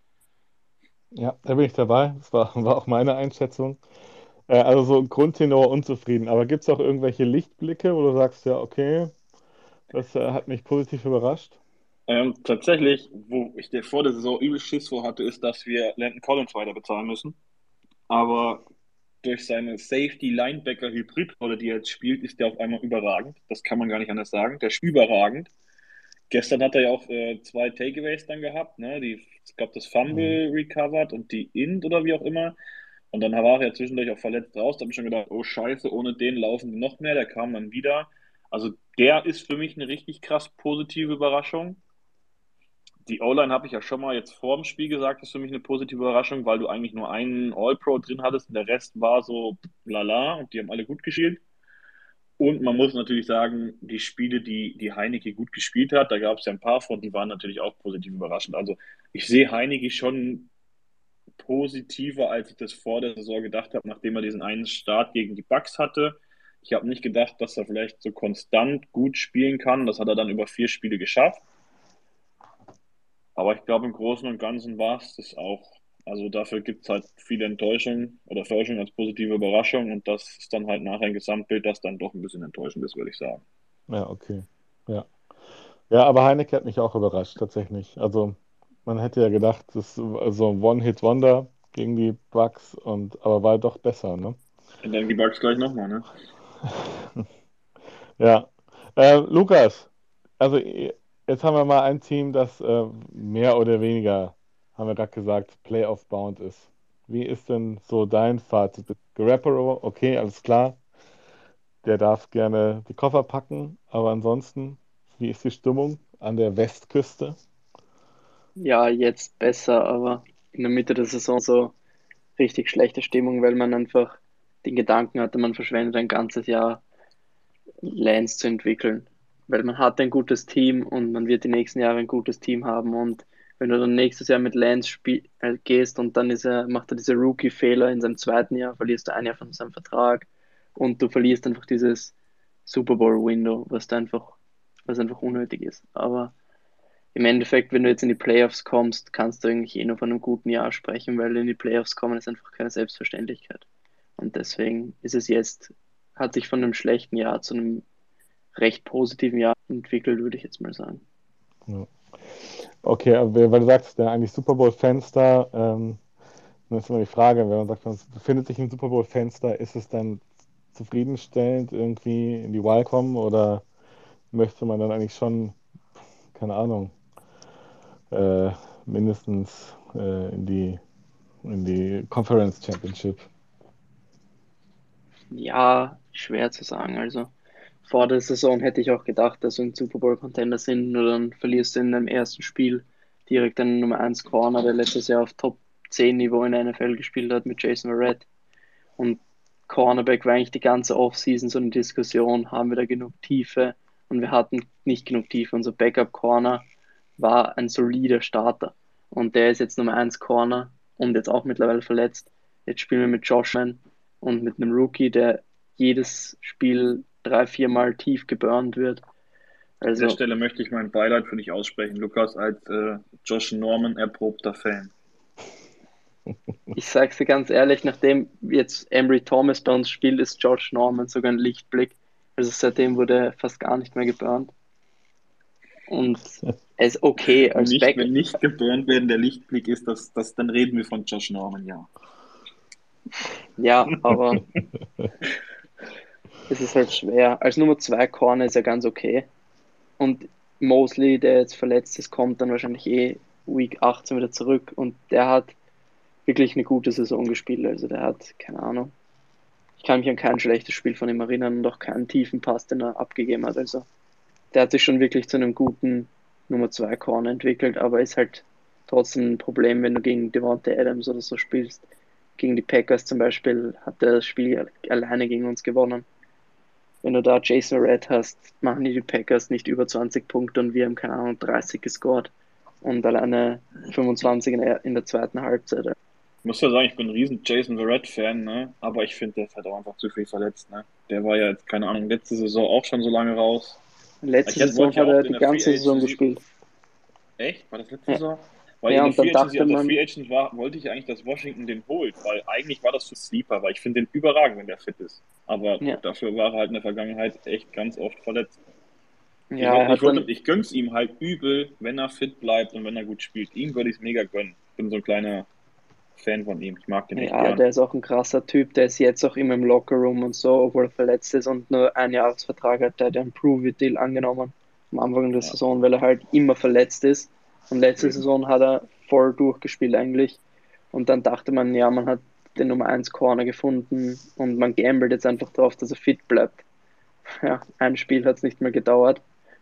Ja, da bin ich dabei. Das war, war auch meine Einschätzung. Äh, also so Grundtenor unzufrieden. Aber gibt es auch irgendwelche Lichtblicke, wo du sagst, ja, okay, das äh, hat mich positiv überrascht?
Ähm, tatsächlich, wo ich der vor der Saison übel Schiss vor hatte, ist, dass wir Landon Collins weiter bezahlen müssen. Aber durch seine Safety-Linebacker-Hybrid-Rolle, die er jetzt spielt, ist der auf einmal überragend. Das kann man gar nicht anders sagen. Der ist überragend. Gestern hat er ja auch äh, zwei Takeaways dann gehabt, ne? Die, ich glaube, das
Mhm.
Fumble recovered und die Int oder wie auch immer. Und dann war er ja zwischendurch auch verletzt raus. Da habe ich schon gedacht, oh Scheiße, ohne den laufen die noch mehr. Der kam dann wieder. Also der ist für mich eine richtig krass positive Überraschung. Die O-Line habe ich ja schon mal jetzt vor dem Spiel gesagt, ist für mich eine positive Überraschung, weil du eigentlich nur einen All-Pro drin hattest und der Rest war so lala und die haben alle gut gespielt. Und man muss natürlich sagen, die Spiele, die, die Heineke gut gespielt hat, da gab es ja ein paar von, die waren natürlich auch positiv überraschend. Also ich sehe Heineke schon positiver, als ich das vor der Saison gedacht habe, nachdem er diesen einen Start gegen die Bucks hatte. Ich habe nicht gedacht, dass er vielleicht so konstant gut spielen kann. Das hat er dann über vier Spiele geschafft. Aber ich glaube, im Großen und Ganzen war es das auch. Also dafür gibt es halt viele Enttäuschungen oder Enttäuschung als positive Überraschung und das ist dann halt nachher ein Gesamtbild, das dann doch ein bisschen enttäuschend ist, würde ich sagen.
Ja, okay. Ja. Ja, aber Heineke hat mich auch überrascht, tatsächlich. Also, man hätte ja gedacht, das ist so ein One-Hit-Wonder gegen die Bucks, und aber war doch besser, ne?
Und dann die Bugs gleich nochmal, ne?
Ja. Äh, Lukas, also äh, jetzt haben wir mal ein Team, das äh, mehr oder weniger, haben wir gerade gesagt, Playoff-bound ist. Wie ist denn so dein Fazit? Garoppolo, okay, alles klar. Der darf gerne die Koffer packen, aber ansonsten, wie ist die Stimmung an der Westküste?
Ja, jetzt besser, aber in der Mitte der Saison so richtig schlechte Stimmung, weil man einfach den Gedanken hatte, man verschwendet ein ganzes Jahr, Lance zu entwickeln. Weil man hat ein gutes Team und man wird die nächsten Jahre ein gutes Team haben. Und wenn du dann nächstes Jahr mit Lance spiel äh, gehst und dann ist er, macht er diese Rookie-Fehler in seinem zweiten Jahr, verlierst du ein Jahr von seinem Vertrag und du verlierst einfach dieses Super Bowl-Window, was da einfach, was einfach unnötig ist. Aber im Endeffekt, wenn du jetzt in die Playoffs kommst, kannst du eigentlich eh nur von einem guten Jahr sprechen, weil in die Playoffs kommen ist einfach keine Selbstverständlichkeit. Und deswegen ist es jetzt, hat sich von einem schlechten Jahr zu einem recht positiven Jahr entwickelt, würde ich jetzt mal sagen.
Ja. Okay, aber weil du sagst, der eigentlich Super Bowl-Fenster, ähm, dann ist immer die Frage, wenn man sagt, man befindet sich im Super Bowl-Fenster, ist es dann zufriedenstellend irgendwie in die Wild kommen oder möchte man dann eigentlich schon, keine Ahnung, äh, mindestens äh, in die, in die Conference Championship?
Ja, schwer zu sagen. Also vor der Saison hätte ich auch gedacht, dass wir ein Super Bowl-Contender sind, nur dann verlierst du in deinem ersten Spiel direkt einen Nummer eins Corner, der letztes Jahr auf Top zehn Niveau in der N F L gespielt hat mit Jason Verrett. Und Cornerback war eigentlich die ganze Offseason so eine Diskussion, haben wir da genug Tiefe? Und wir hatten nicht genug Tiefe. Unser Backup-Corner war ein solider Starter. Und der ist jetzt Nummer eins Corner und jetzt auch mittlerweile verletzt. Jetzt spielen wir mit Josh Mann und mit einem Rookie, der jedes Spiel drei, viermal tief geburnt wird.
An
Also
der Stelle möchte ich mein Beileid für dich aussprechen, Lukas, als äh, Josh Norman erprobter Fan.
ich sage es dir ganz ehrlich, nachdem jetzt Embry Thomas bei uns spielt, ist Josh Norman sogar ein Lichtblick. Also seitdem wurde er fast gar nicht mehr geburnt. Und er ist okay als
Nicht,
Backup.
wenn nicht geburnt werden, der Lichtblick ist, das, das, dann reden wir von Josh Norman, ja.
Ja, aber es ist halt schwer. Als Nummer zwei Corner ist er ganz okay. Und Mosley, der jetzt verletzt ist, kommt dann wahrscheinlich eh Week achtzehn wieder zurück. Und der hat wirklich eine gute Saison gespielt. Also der hat, keine Ahnung. Ich kann mich an kein schlechtes Spiel von ihm erinnern und auch keinen tiefen Pass, den er abgegeben hat. Also der hat sich schon wirklich zu einem guten Nummer zwei Corner entwickelt, aber ist halt trotzdem ein Problem, wenn du gegen Devontae Adams oder so spielst. Gegen die Packers zum Beispiel hat er das Spiel alleine gegen uns gewonnen. Wenn du da Jason Red hast, machen die, die Packers nicht über zwanzig Punkte und wir haben, keine Ahnung, dreißig gescored und alleine fünfundzwanzig in der, in der zweiten Halbzeit.
Ich muss ja sagen, ich bin ein riesen Jason Verrett-Fan, ne? Aber ich finde, der ist halt auch einfach zu viel verletzt, ne? Der war ja jetzt, keine Ahnung, letzte Saison auch schon so lange raus.
Letzte
Ich hätte-
Saison
wollte ja
hat
auch
er
in
die
der
ganze
Free
Saison
Agency-
gespielt.
Echt? War das letzte
Ja.
Saison? Weil
Ja,
in
und
der
dann
Free Agency,
dachte
als er
man-
Free Agent war, wollte ich eigentlich, dass Washington den holt, weil eigentlich war das für Sleeper, weil ich finde den überragend, wenn der fit ist. Aber
Ja.
dafür war er halt in der Vergangenheit echt ganz oft verletzt. Ich,
Ja, er
ich,
hat
würde,
dann,
ich gönn's ihm halt übel, wenn er fit bleibt und wenn er gut spielt. Ihm würde ich es mega gönnen. Ich bin so ein kleiner Fan von ihm. Ich mag den echt
ja,
gern.
der ist auch ein krasser Typ, der ist jetzt auch immer im Lockerroom und so, obwohl er verletzt ist und nur ein Jahresvertrag hat, der hat einen Prove-It-Deal angenommen am Anfang der
Ja.
Saison, weil er halt immer verletzt ist. Und letzte
Eben.
Saison hat er voll durchgespielt eigentlich. Und dann dachte man, ja, man hat den Nummer eins Corner gefunden und man gambelt jetzt einfach drauf, dass er fit bleibt. Ja, ein Spiel hat es nicht mehr gedauert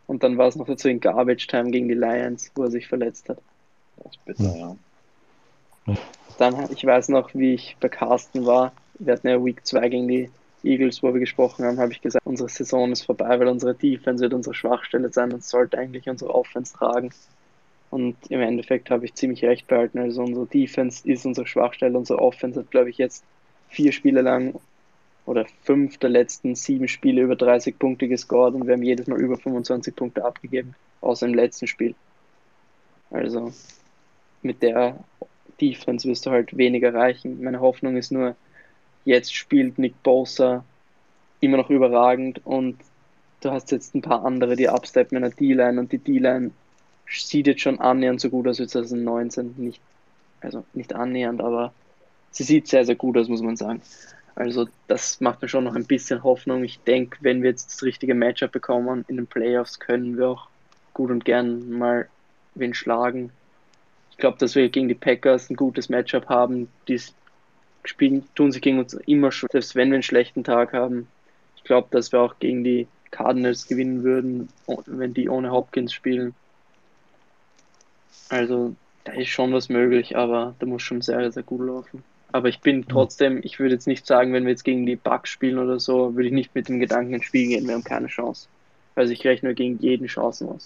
Und dann war es noch dazu in Garbage Time gegen die Lions, wo er sich verletzt hat.
Das ist bitter, ja.
Dann, ich weiß noch, wie ich bei Carsten war. Wir hatten ja Week zwei gegen die Eagles, wo wir gesprochen haben, habe ich gesagt, unsere Saison ist vorbei, weil unsere Defense wird unsere Schwachstelle sein und sollte eigentlich unsere Offense tragen. Und im Endeffekt habe ich ziemlich recht behalten. Also unsere Defense ist unsere Schwachstelle. Unsere Offense hat, glaube ich, jetzt vier Spiele lang oder fünf der letzten sieben Spiele über dreißig Punkte gescored und wir haben jedes Mal über fünfundzwanzig Punkte abgegeben, außer im letzten Spiel. Also mit der Defense wirst du halt weniger erreichen. Meine Hoffnung ist nur, jetzt spielt Nick Bosa immer noch überragend und du hast jetzt ein paar andere, die absteppen in der D-Line und die D-Line sieht jetzt schon annähernd so gut aus wie zwanzig neunzehn. Nicht, also nicht annähernd, aber sie sieht sehr, sehr gut aus, muss man sagen. Also das macht mir schon noch ein bisschen Hoffnung. Ich denke, wenn wir jetzt das richtige Matchup bekommen in den Playoffs, können wir auch gut und gern mal wen schlagen. Ich glaube, dass wir gegen die Packers ein gutes Matchup haben. Die spielen, tun sich gegen uns immer schon, selbst wenn wir einen schlechten Tag haben. Ich glaube, dass wir auch gegen die Cardinals gewinnen würden, wenn die ohne Hopkins spielen. Also da ist schon was möglich, aber da muss schon sehr, sehr gut laufen. Aber ich bin trotzdem, ich würde jetzt nicht sagen, wenn wir jetzt gegen die Bucks spielen oder so, würde ich nicht mit dem Gedanken ins Spiel gehen, wir haben keine Chance. Also ich rechne gegen jeden Chancen aus.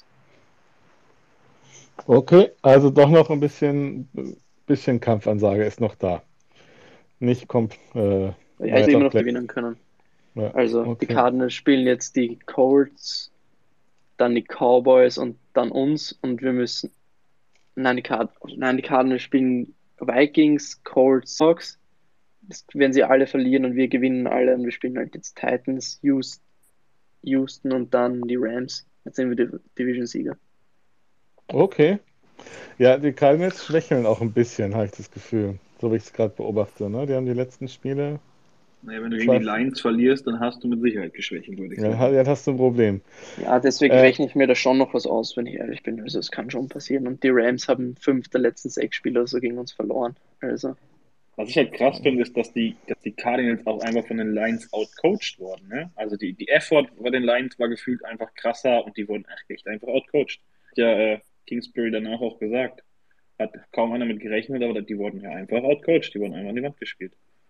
Okay, also doch noch ein bisschen, bisschen Kampfansage ist noch da. Nicht kommt. Äh,
Ja, ich immer noch
Play-
gewinnen können.
Ja,
Also
okay.
die Cardinals spielen jetzt die Colts, dann die Cowboys und dann uns und wir müssen. Nein, die, Card Nein, die Cardinals spielen Vikings, Colts, Sox. Das werden sie alle verlieren und wir gewinnen alle und wir spielen halt jetzt Titans, Houston und dann die Rams. Jetzt sind wir die Division-Sieger.
Okay. Ja, die Cardinals schwächeln auch ein bisschen, habe ich das Gefühl. So wie ich es gerade beobachte. Ne? Die haben die letzten Spiele.
Naja, wenn du gegen die Lions verlierst, dann hast du mit Sicherheit geschwächelt, würde ich
Ja,
sagen.
jetzt hast du ein Problem.
Ja, deswegen
Äh,
rechne ich mir da schon noch was aus, wenn ich ehrlich bin. Also es kann schon passieren. Und die Rams haben fünf der letzten sechs Spiele oder so gegen uns verloren. Also
Was ich halt krass finde, ist, dass die, dass die Cardinals auch einfach von den Lions outcoached wurden. Ne? Also die, die Effort bei den Lions war gefühlt einfach krasser und die wurden echt einfach outcoached. Hat ja äh, Kingsbury danach auch gesagt. Hat kaum einer mit gerechnet, aber die wurden ja einfach outcoached. Die wurden einfach an die Wand gespielt.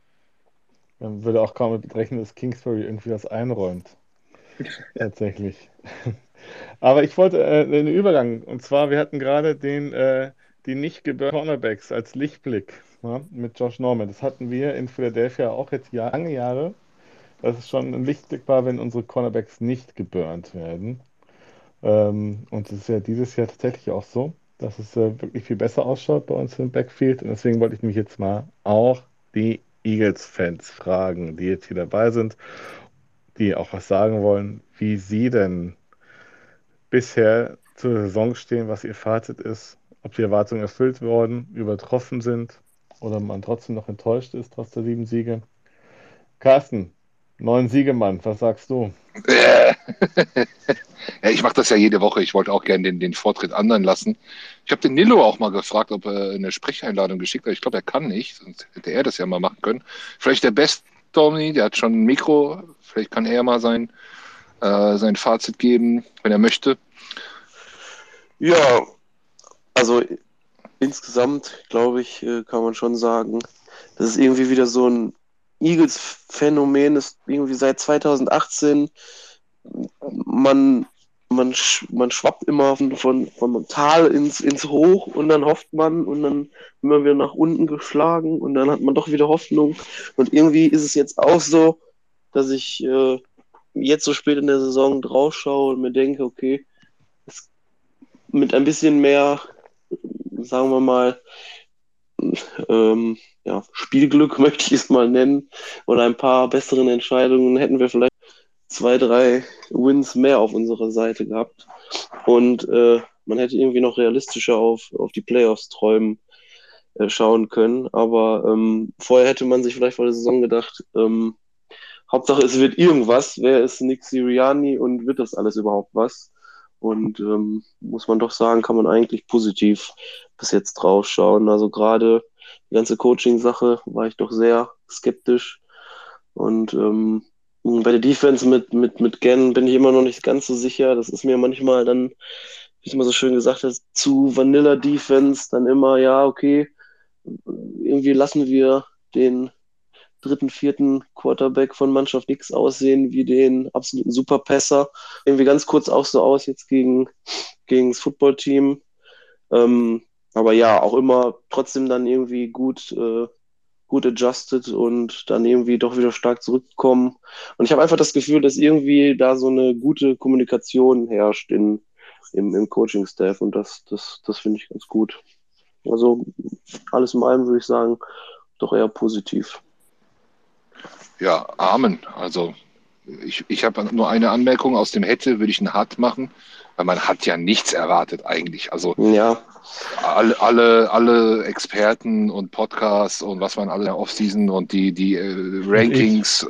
Man würde auch kaum mit rechnen, dass Kingsbury irgendwie was einräumt. Tatsächlich. Aber ich wollte äh, einen Übergang. Und zwar, wir hatten gerade den, äh, die nicht geburnten Cornerbacks als Lichtblick, ja, mit Josh Norman. Das hatten wir in Philadelphia auch jetzt Jahr, lange Jahre. Dass es schon ein Lichtblick war, wenn unsere Cornerbacks nicht geburnt werden. Ähm, und es ist ja dieses Jahr tatsächlich auch so, dass es äh, wirklich viel besser ausschaut bei uns im Backfield. Und deswegen wollte ich mich jetzt mal auch die Eagles-Fans fragen, die jetzt hier dabei sind, die auch was sagen wollen, wie sie denn bisher zur Saison stehen, was ihr Fazit ist, ob die Erwartungen erfüllt worden, übertroffen sind oder man trotzdem noch enttäuscht ist, trotz der sieben Siege. Carsten, neun Siegemann, was sagst du?
Äh. Ja, ich mache das ja jede Woche. Ich wollte auch gerne den, den Vortritt anderen lassen. Ich habe den Nilo auch mal gefragt, ob er eine Sprecheinladung geschickt hat. Ich glaube, er kann nicht, sonst hätte er das ja mal machen können. Vielleicht der Best, Domi, der hat schon ein Mikro. Vielleicht kann er mal sein, äh, sein Fazit geben, wenn er möchte.
Ja, also insgesamt, glaube ich, äh, kann man schon sagen, das ist irgendwie wieder so ein Eagles-Phänomen, ist irgendwie seit zwanzig achtzehn, man, man, sch- man schwappt immer von, von, vom Tal ins, ins Hoch und dann hofft man und dann immer wieder nach unten geschlagen und dann hat man doch wieder Hoffnung. Und irgendwie ist es jetzt auch so, dass ich äh, jetzt so spät in der Saison drauf schaue und mir denke, okay, es, mit ein bisschen mehr, sagen wir mal, ähm, ja, Spielglück möchte ich es mal nennen, oder ein paar besseren Entscheidungen hätten wir vielleicht zwei, drei Wins mehr auf unserer Seite gehabt. Und äh, man hätte irgendwie noch realistischer auf, auf die Playoffs träumen äh, schauen können. Aber ähm, vorher hätte man sich vielleicht vor der Saison gedacht, ähm, Hauptsache es wird irgendwas. Wer ist Nick Sirianni und wird das alles überhaupt was? Und ähm, muss man doch sagen, kann man eigentlich positiv bis jetzt drauf schauen. Also gerade die ganze Coaching-Sache war ich doch sehr skeptisch. Und ähm, Bei der Defense mit, mit, mit Gann bin ich immer noch nicht ganz so sicher. Das ist mir manchmal dann, wie du mal so schön gesagt hast, zu Vanilla-Defense, dann immer, ja, okay, irgendwie lassen wir den dritten, vierten Quarterback von Mannschaft X aussehen wie den absoluten Superpasser. Irgendwie ganz kurz auch so aus jetzt gegen, gegen das Footballteam. Ähm, aber ja, auch immer trotzdem dann irgendwie gut, äh, gut adjusted und dann irgendwie doch wieder stark zurückgekommen. Und ich habe einfach das Gefühl, dass irgendwie da so eine gute Kommunikation herrscht in, im, im Coaching-Staff und das, das, das finde ich ganz gut. Also alles in allem würde ich sagen, doch eher positiv.
Ja, Amen. Also ich, ich habe nur eine Anmerkung. Aus dem hätte würde ich ein Hat machen, weil man hat ja nichts erwartet eigentlich. Also
Ja,
alle, alle, alle Experten und Podcasts und was man alle in der Offseason und die, die äh, Rankings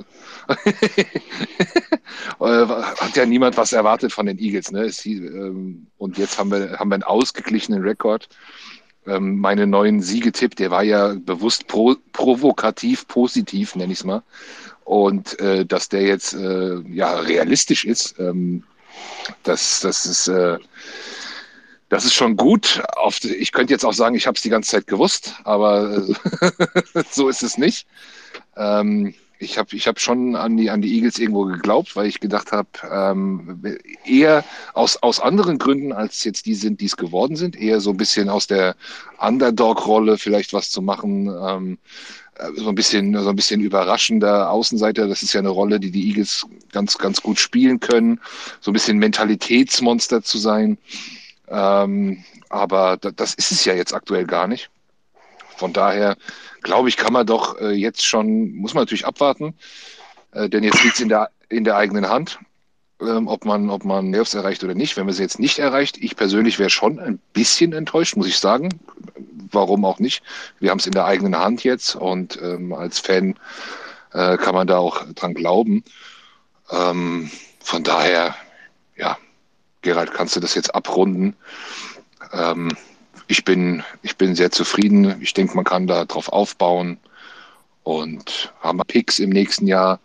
äh, hat ja niemand was erwartet von den Eagles. Ne? Es, hieß, ähm, und jetzt haben wir, haben wir einen ausgeglichenen Rekord. Ähm, meine neuen Siegetipp, der war ja bewusst pro, provokativ positiv, nenne ich es mal. Und äh, dass der jetzt äh, ja realistisch ist, ähm, das, das ist äh, das ist schon gut. Auf, ich könnte jetzt auch sagen, ich habe es die ganze Zeit gewusst, aber äh, so ist es nicht. Ähm, ich habe ich hab schon an die, an die Eagles irgendwo geglaubt, weil ich gedacht habe, ähm, eher aus, aus anderen Gründen, als jetzt die sind, die es geworden sind, eher so ein bisschen aus der Underdog-Rolle vielleicht was zu machen, ähm, so ein bisschen, so ein bisschen überraschender Außenseiter. Das ist ja eine Rolle, die die Eagles ganz, ganz gut spielen können. So ein bisschen Mentalitätsmonster zu sein. Ähm, aber da, das ist es ja jetzt aktuell gar nicht. Von daher glaube ich, kann man doch äh, jetzt schon, muss man natürlich abwarten, äh, denn jetzt liegt es in der, in der eigenen Hand, ähm, ob man, ob man Nerves erreicht oder nicht. Wenn man sie jetzt nicht erreicht, ich persönlich wäre schon ein bisschen enttäuscht, muss ich sagen. Warum auch nicht? Wir haben es in der eigenen Hand jetzt und ähm, als Fan äh, kann man da auch dran glauben. Ähm, von daher, ja, Gerald, kannst du das jetzt abrunden? Ähm, ich bin, ich bin sehr zufrieden. Ich denke, man kann da drauf aufbauen und haben Picks im nächsten Jahr.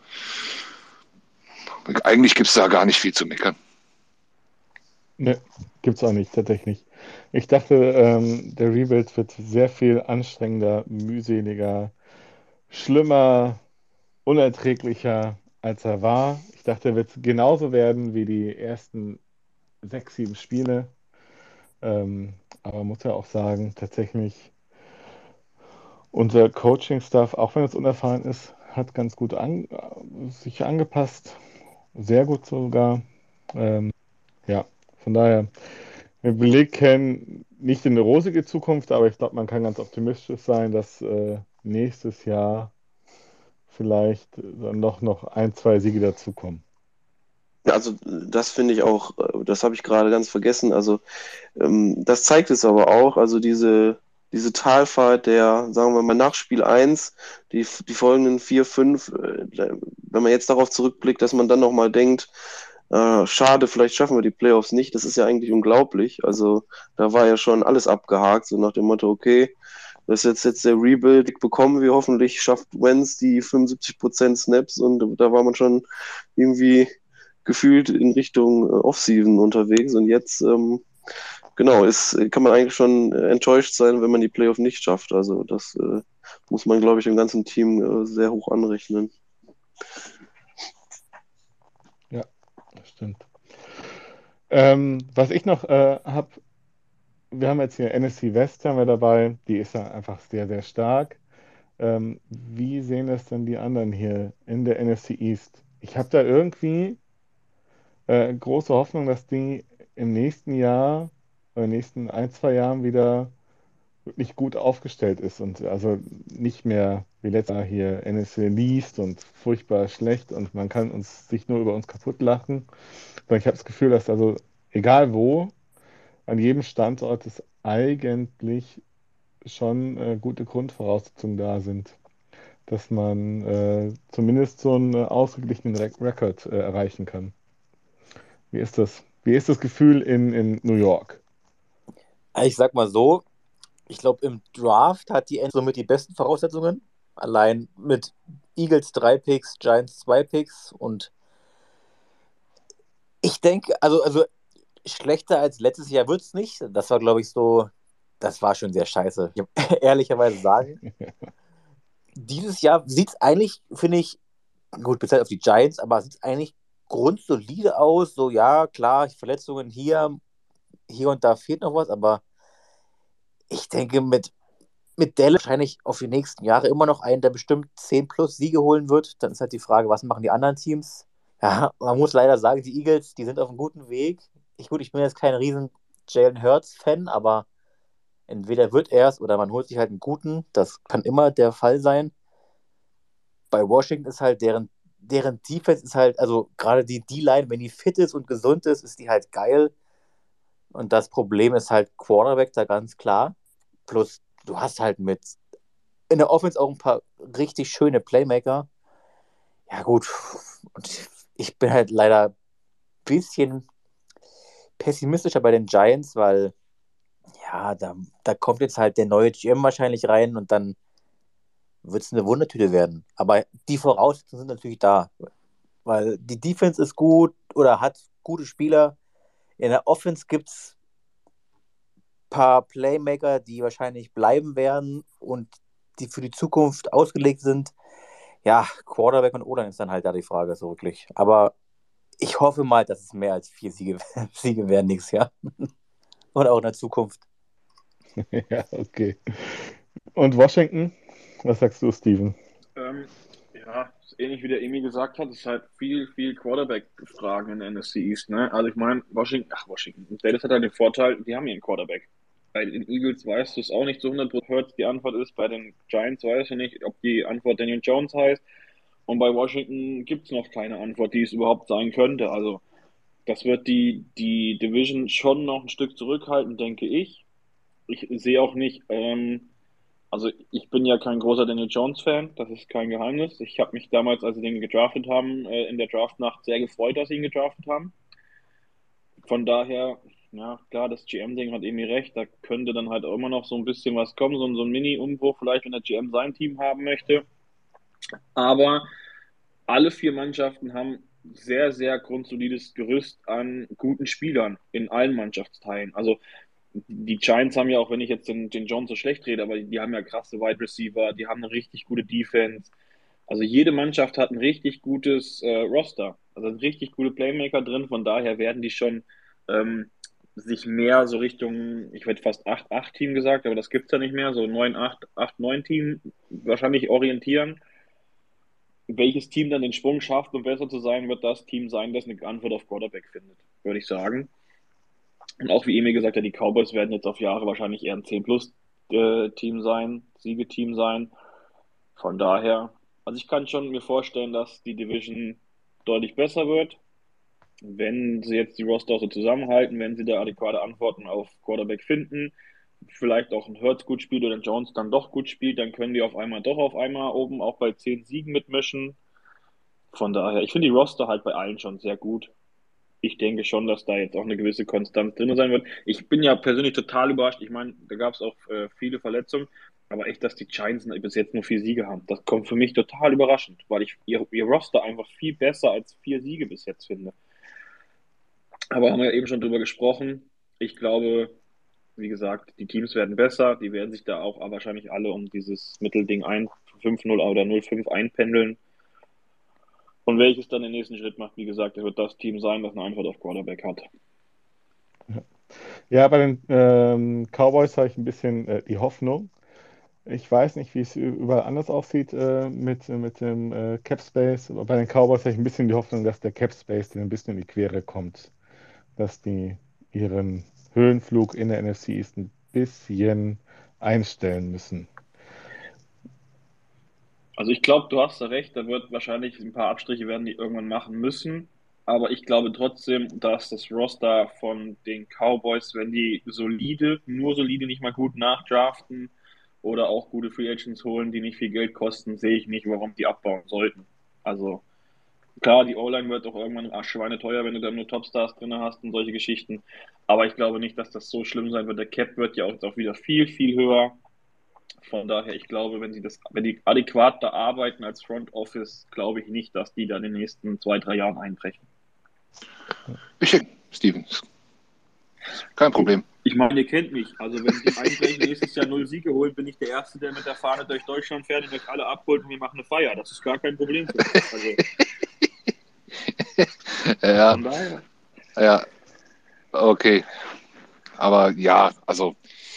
Eigentlich gibt es da gar nicht viel zu meckern.
Ne, gibt's auch nicht, tatsächlich. Ich dachte, ähm, der Rebuild wird sehr viel anstrengender, mühseliger, schlimmer, unerträglicher, als er war. Ich dachte, er wird genauso werden wie die ersten sechs, sieben Spiele. Ähm, aber muss ja auch sagen, tatsächlich, unser Coaching-Staff, auch wenn es unerfahren ist, hat ganz gut an, sich angepasst. Sehr gut sogar. Ähm, ja, von daher, wir blicken nicht in eine rosige Zukunft, aber ich glaube, man kann ganz optimistisch sein, dass äh, nächstes Jahr vielleicht dann noch, noch ein, zwei Siege dazukommen.
Ja, also das finde ich auch, äh, das habe ich gerade ganz vergessen. Also ähm, das zeigt es aber auch, also diese, diese Talfahrt der, sagen wir mal, nach Spiel eins, die, die folgenden vier, fünf, äh, wenn man jetzt darauf zurückblickt, dass man dann nochmal denkt, äh, schade, vielleicht schaffen wir die Playoffs nicht, das ist ja eigentlich unglaublich. Also da war ja schon alles abgehakt, so nach dem Motto, okay, das ist jetzt, jetzt der Rebuild, bekommen wir hoffentlich, schafft Wentz die fünfundsiebzig Prozent Snaps und da war man schon irgendwie gefühlt in Richtung äh, Offseason unterwegs und jetzt ähm, genau ist kann man eigentlich schon äh, enttäuscht sein, wenn man die Playoff nicht schafft. Also das äh, muss man, glaube ich, im ganzen Team äh, sehr hoch anrechnen.
Ja, das stimmt. Ähm, was ich noch äh, habe, wir haben jetzt hier N F C West haben wir dabei, die ist ja einfach sehr, sehr stark. Ähm, wie sehen das denn die anderen hier in der N F C East? Ich habe da irgendwie äh, große Hoffnung, dass die im nächsten Jahr oder nächsten ein, zwei Jahren wieder wirklich gut aufgestellt ist und also nicht mehr wie letztes Jahr hier N F C liest und furchtbar schlecht und man kann uns sich nur über uns kaputt lachen. Sondern ich habe das Gefühl, dass also egal wo, an jedem Standort es eigentlich schon äh, gute Grundvoraussetzungen da sind, dass man äh, zumindest so einen äh, ausgeglichenen Re Rekord äh, erreichen kann. Wie ist das? Wie ist das Gefühl in, in New York?
Ich sag mal so, ich glaube, im Draft hat die N somit die besten Voraussetzungen. Allein mit Eagles drei Picks, Giants zwei Picks und ich denke, also, also schlechter als letztes Jahr wird es nicht. Das war, glaube ich, so, das war schon sehr scheiße. Ich muss ehrlicherweise sagen. Dieses Jahr sieht es eigentlich, finde ich, gut, bis halt auf die Giants, aber sieht es eigentlich grundsolide aus. So, ja, klar, Verletzungen hier, hier und da fehlt noch was, aber ich denke, mit, mit Dallas wahrscheinlich auf die nächsten Jahre immer noch einen, der bestimmt zehn plus Siege holen wird. Dann ist halt die Frage, was machen die anderen Teams? Ja, man muss leider sagen, die Eagles, die sind auf einem guten Weg. Ich, gut, ich bin jetzt kein riesen Jalen Hurts-Fan, aber entweder wird er es oder man holt sich halt einen guten. Das kann immer der Fall sein. Bei Washington ist halt deren, deren Defense ist halt, also gerade die D-Line, wenn die fit ist und gesund ist, ist die halt geil. Und das Problem ist halt Quarterback da ganz klar. Plus, du hast halt mit in der Offense auch ein paar richtig schöne Playmaker. Ja, gut. Und ich bin halt leider ein bisschen pessimistischer bei den Giants, weil ja, da, da kommt jetzt halt der neue G M wahrscheinlich rein und dann wird es eine Wundertüte werden. Aber die Voraussetzungen sind natürlich da. Weil die Defense ist gut oder hat gute Spieler. In der Offense gibt es ein paar Playmaker, die wahrscheinlich bleiben werden und die für die Zukunft ausgelegt sind. Ja, Quarterback und O-Line ist dann halt da die Frage, so wirklich. Aber ich hoffe mal, dass es mehr als vier Siege, Siege werden nächstes Jahr. Und auch in der Zukunft.
Ja, okay. Und Washington? Was sagst du, Steven?
Ähm, ja, ist ähnlich wie der Emi gesagt hat, es ist halt viel, viel Quarterback-Fragen in der N F C East, ne? Also ich meine, Washington, ach Washington, Dallas hat halt den Vorteil, die haben ihren Quarterback. Bei den Eagles weißt du es auch nicht so hundert Prozent, Hurts die Antwort ist, bei den Giants weißt du nicht, ob die Antwort Daniel Jones heißt. Und bei Washington gibt es noch keine Antwort, die es überhaupt sein könnte. Also das wird die, die Division schon noch ein Stück zurückhalten, denke ich. Ich sehe auch nicht, ähm, also ich bin ja kein großer Daniel Jones-Fan, das ist kein Geheimnis. Ich habe mich damals, als sie den gedraftet haben, äh, in der Draftnacht sehr gefreut, dass sie ihn gedraftet haben. Von daher, ja klar, das G M-Ding hat irgendwie recht, da könnte dann halt auch immer noch so ein bisschen was kommen, so, ein- so ein Mini-Umbruch vielleicht, wenn der G M sein Team haben möchte. Aber alle vier Mannschaften haben sehr, sehr grundsolides Gerüst an guten Spielern in allen Mannschaftsteilen. Also die Giants haben ja auch, wenn ich jetzt den, den Jones so schlecht rede, aber die, die haben ja krasse Wide Receiver, die haben eine richtig gute Defense. Also jede Mannschaft hat ein richtig gutes äh, Roster, also sind richtig gute Playmaker drin. Von daher werden die schon ähm, sich mehr so Richtung, ich hätte fast acht acht Team gesagt, aber das gibt's ja nicht mehr, so neun acht acht neun Team wahrscheinlich orientieren. Welches Team dann den Sprung schafft, um besser zu sein, wird das Team sein, das eine Antwort auf Quarterback findet, würde ich sagen. Und auch wie Emil gesagt hat, die Cowboys werden jetzt auf Jahre wahrscheinlich eher ein zehn-Plus-Team sein, Siegeteam sein. Von daher, also ich kann schon mir vorstellen, dass die Division deutlich besser wird, wenn sie jetzt die Roster so zusammenhalten, wenn sie da adäquate Antworten auf Quarterback finden, vielleicht auch ein Hurts gut spielt oder ein Jones dann doch gut spielt, dann können die auf einmal doch auf einmal oben auch bei zehn Siegen mitmischen. Von daher, ich finde die Roster halt bei allen schon sehr gut. Ich denke schon, dass da jetzt auch eine gewisse Konstanz drin sein wird. Ich bin ja persönlich total überrascht. Ich meine, da gab es auch äh, viele Verletzungen, aber echt, dass die Giants bis jetzt nur vier Siege haben, das kommt für mich total überraschend, weil ich ihr, ihr Roster einfach viel besser als vier Siege bis jetzt finde. Aber haben wir ja eben schon drüber gesprochen. Ich glaube, wie gesagt, die Teams werden besser. Die werden sich da auch wahrscheinlich alle um dieses Mittelding ein, fünf null oder null fünf einpendeln. Und welches dann den nächsten Schritt macht, wie gesagt, wird das Team sein, das eine Antwort auf Quarterback hat.
Ja, bei den ähm, Cowboys habe ich ein bisschen äh, die Hoffnung. Ich weiß nicht, wie es ü- überall anders aussieht äh, mit, mit dem äh, Cap Space, aber bei den Cowboys habe ich ein bisschen die Hoffnung, dass der Cap Space denen ein bisschen in die Quere kommt, dass die ihren Höhenflug in der N F C East ein bisschen einstellen müssen.
Also ich glaube, du hast da recht, da wird wahrscheinlich ein paar Abstriche werden die irgendwann machen müssen. Aber ich glaube trotzdem, dass das Roster von den Cowboys, wenn die solide, nur solide, nicht mal gut nachdraften oder auch gute Free Agents holen, die nicht viel Geld kosten, sehe ich nicht, warum die abbauen sollten. Also klar, die O-Line wird auch irgendwann ach, schweineteuer, wenn du dann nur Topstars drin hast und solche Geschichten. Aber ich glaube nicht, dass das so schlimm sein wird. Der Cap wird ja auch jetzt auch wieder viel, viel höher. Von daher, ich glaube, wenn sie das, wenn die adäquat da arbeiten als Front Office, glaube ich nicht, dass die dann in den nächsten zwei, drei Jahren einbrechen.
Ich denke, Stevens. Kein Problem.
Ich meine, ihr kennt mich. Also wenn die einbrechen, nächstes Jahr null Siege holen, bin ich der Erste, der mit der Fahne durch Deutschland fährt und euch alle abholt und wir machen eine Feier. Das ist gar kein Problem für mich. Also,
Ja,
von daher.
ja, okay. Aber ja, also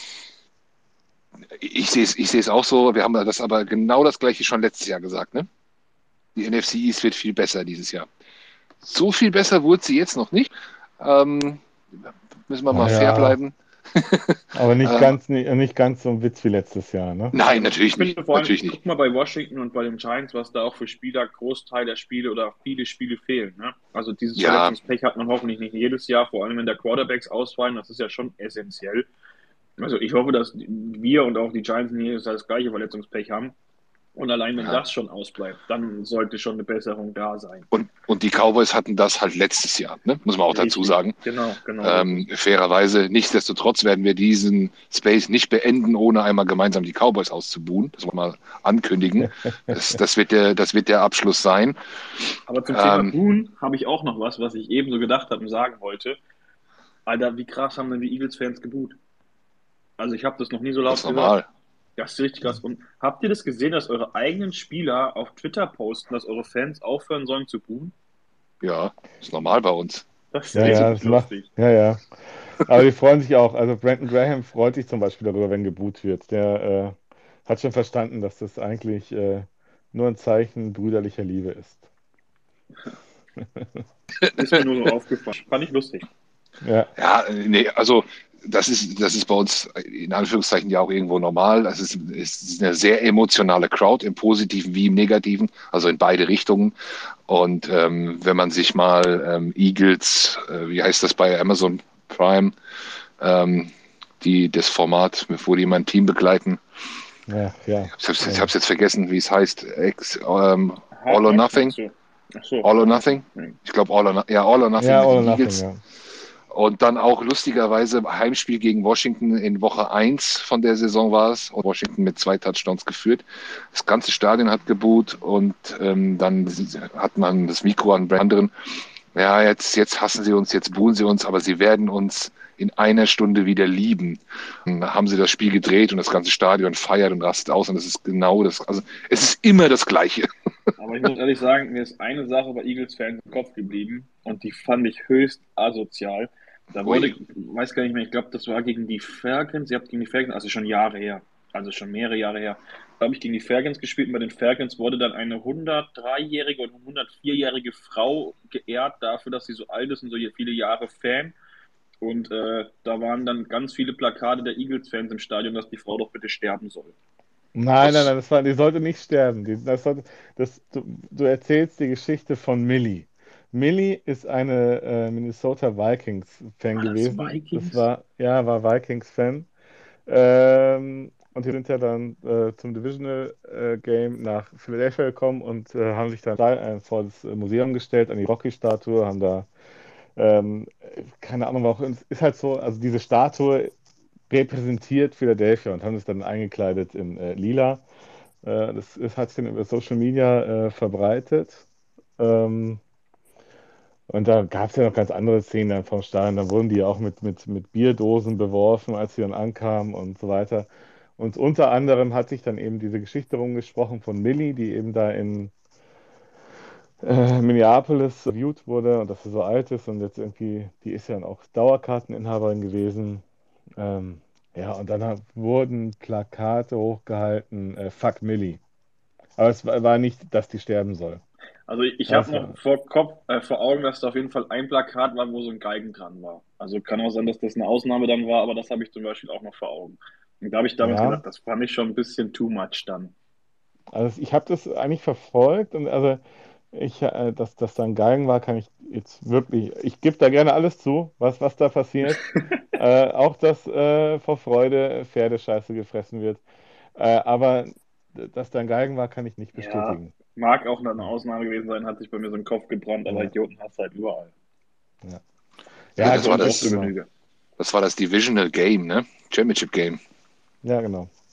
ich sehe es ich sehe es auch so. Wir haben das aber genau das Gleiche schon letztes Jahr gesagt, ne? Die N F C East wird viel besser dieses Jahr. So viel besser wurde sie jetzt noch nicht. Ähm, müssen wir mal fair
Naja,
bleiben.
aber nicht
Ähm,
ganz, nicht, nicht ganz so ein Witz wie letztes Jahr, ne?
nein, natürlich
Ich finde
nicht.
vor allem,
Natürlich nicht.
guck mal bei Washington und bei den Giants, was da auch für Spieler, Großteil der Spiele oder auch viele Spiele fehlen. Ne? Also dieses
Ja,
Verletzungspech hat man hoffentlich nicht jedes Jahr, vor allem wenn der Quarterbacks ausfallen, das ist ja schon essentiell. Also ich hoffe, dass wir und auch die Giants nie das gleiche Verletzungspech haben. Und allein wenn
ja.
das schon ausbleibt, dann sollte schon eine Besserung da sein.
Und, und die Cowboys hatten das halt letztes Jahr, ne? Muss man auch dazu
Richtig.
sagen.
Genau, genau.
Ähm, fairerweise, nichtsdestotrotz werden wir diesen Space nicht beenden, ohne einmal gemeinsam die Cowboys auszubuhen. Das wollen wir mal ankündigen. Das, das, wird, der, das wird der Abschluss sein.
Aber zum Thema
Ähm,
Boone habe ich auch noch was, was ich eben so gedacht habe und sagen wollte. Alter, wie krass haben denn die Eagles-Fans geboot? Also ich habe das noch nie so
das
laut
ist
gehört.
normal.
Das ist richtig krass. Und habt ihr das gesehen, dass eure eigenen Spieler auf Twitter posten, dass eure Fans aufhören sollen zu buhen?
Ja, ist normal bei uns.
Das ist
Ja, ja,
richtig
das macht,
lustig.
ja, ja. Aber die freuen sich auch. Also Brandon Graham freut sich zum Beispiel darüber, wenn geboot wird. Der äh, hat schon verstanden, dass das eigentlich äh, nur ein Zeichen brüderlicher Liebe ist.
Ist mir nur so aufgefallen. Fand ich lustig.
Ja,
Ja, nee, also das ist, das ist bei uns in Anführungszeichen ja auch irgendwo normal. Es ist, es ist eine sehr emotionale Crowd, im Positiven wie im Negativen, also in beide Richtungen. Und ähm, wenn man sich mal ähm, Eagles, äh, wie heißt das bei Amazon Prime, ähm, die das Format, wo die mein Team begleiten,
ja, ja.
ich hab's, ich
ja.
hab's jetzt vergessen, wie es heißt, Ex, ähm, All or
Hard
Nothing,
Knocks? Ach so.
All or Nothing. Ich glaube All or, No- ja, All or Nothing
Ja,
mit
all or
den
nothing,
Eagles.
ja.
Und dann auch lustigerweise Heimspiel gegen Washington in Woche eins von der Saison war es. Und Washington mit zwei Touchdowns geführt. Das ganze Stadion hat geboot und ähm, dann hat man das Mikro an anderen. Ja, jetzt, jetzt hassen sie uns, jetzt buhen sie uns, aber sie werden uns in einer Stunde wieder lieben. Dann haben sie das Spiel gedreht und das ganze Stadion feiert und rastet aus und das ist genau das. Also es ist immer das Gleiche.
Aber ich muss ehrlich sagen, mir ist eine Sache bei Eagles-Fans im Kopf geblieben und die fand ich höchst asozial. Da wurde, ich weiß gar nicht mehr, ich glaube, das war gegen die Falcons. Ihr habt gegen die Falcons, also schon Jahre her, also schon mehrere Jahre her, da habe ich gegen die Falcons gespielt und bei den Falcons wurde dann eine hundertdreijährige und hundertvierjährige Frau geehrt dafür, dass sie so alt ist und so viele Jahre Fan. Und äh, da waren dann ganz viele Plakate der Eagles-Fans im Stadion, dass die Frau doch bitte sterben soll.
Nein, nein, nein, das war, die sollte nicht sterben. Die, das sollte, das, du, du erzählst die Geschichte von Millie. Millie ist eine äh, Minnesota Vikings-Fan
War das
gewesen.
Vikings?
Das war, ja, war Vikings-Fan. Ähm, und die sind ja dann äh, zum Divisional äh, Game nach Philadelphia gekommen und äh, haben sich dann da, äh, vor das Museum gestellt, an die Rocky-Statue, haben da, ähm, keine Ahnung, warum, ist halt so, also diese Statue repräsentiert Philadelphia und haben es dann eingekleidet in äh, lila. Äh, das ist, hat sich dann über Social Media äh, verbreitet. Ähm, und da gab es ja noch ganz andere Szenen dann vom Stadion. Da wurden die auch mit, mit, mit Bierdosen beworfen, als sie dann ankamen und so weiter. Und unter anderem hat sich dann eben diese Geschichte rumgesprochen von Millie, die eben da in äh, Minneapolis reviewt wurde und dass sie so alt ist und jetzt irgendwie, die ist ja dann auch Dauerkarteninhaberin gewesen. Ähm, ja, und dann hat, wurden Plakate hochgehalten, äh, Fuck Millie. Aber es war, war nicht, dass die sterben soll.
Also ich
Das
habe
war,
noch vor Kopf, äh, vor Augen, dass da auf jeden Fall ein Plakat war, wo so ein Geigen dran war. Also kann auch sein, dass das eine Ausnahme dann war, aber das habe ich zum Beispiel auch noch vor Augen. Und da habe ich damals
ja,
gedacht, das fand ich schon ein bisschen too much dann.
also ich habe das eigentlich verfolgt und also ich, äh, dass das dann Geigen war, kann ich jetzt wirklich, ich gebe da gerne alles zu, was, was da passiert. Äh, auch, dass äh, vor Freude Pferdescheiße gefressen wird. Äh, aber d- dass da ein Geigen war, kann ich nicht
Ja,
bestätigen.
mag auch eine Ausnahme gewesen sein, hat sich bei mir so im Kopf gebrannt, aber
Ja,
Idioten hast du halt überall.
ja.
Ja,
Ja,
das war
gibt
Auch
es
zu
das,
immer.
Genüge.
das war das Divisional Game, ne? Championship Game.
Ja, genau.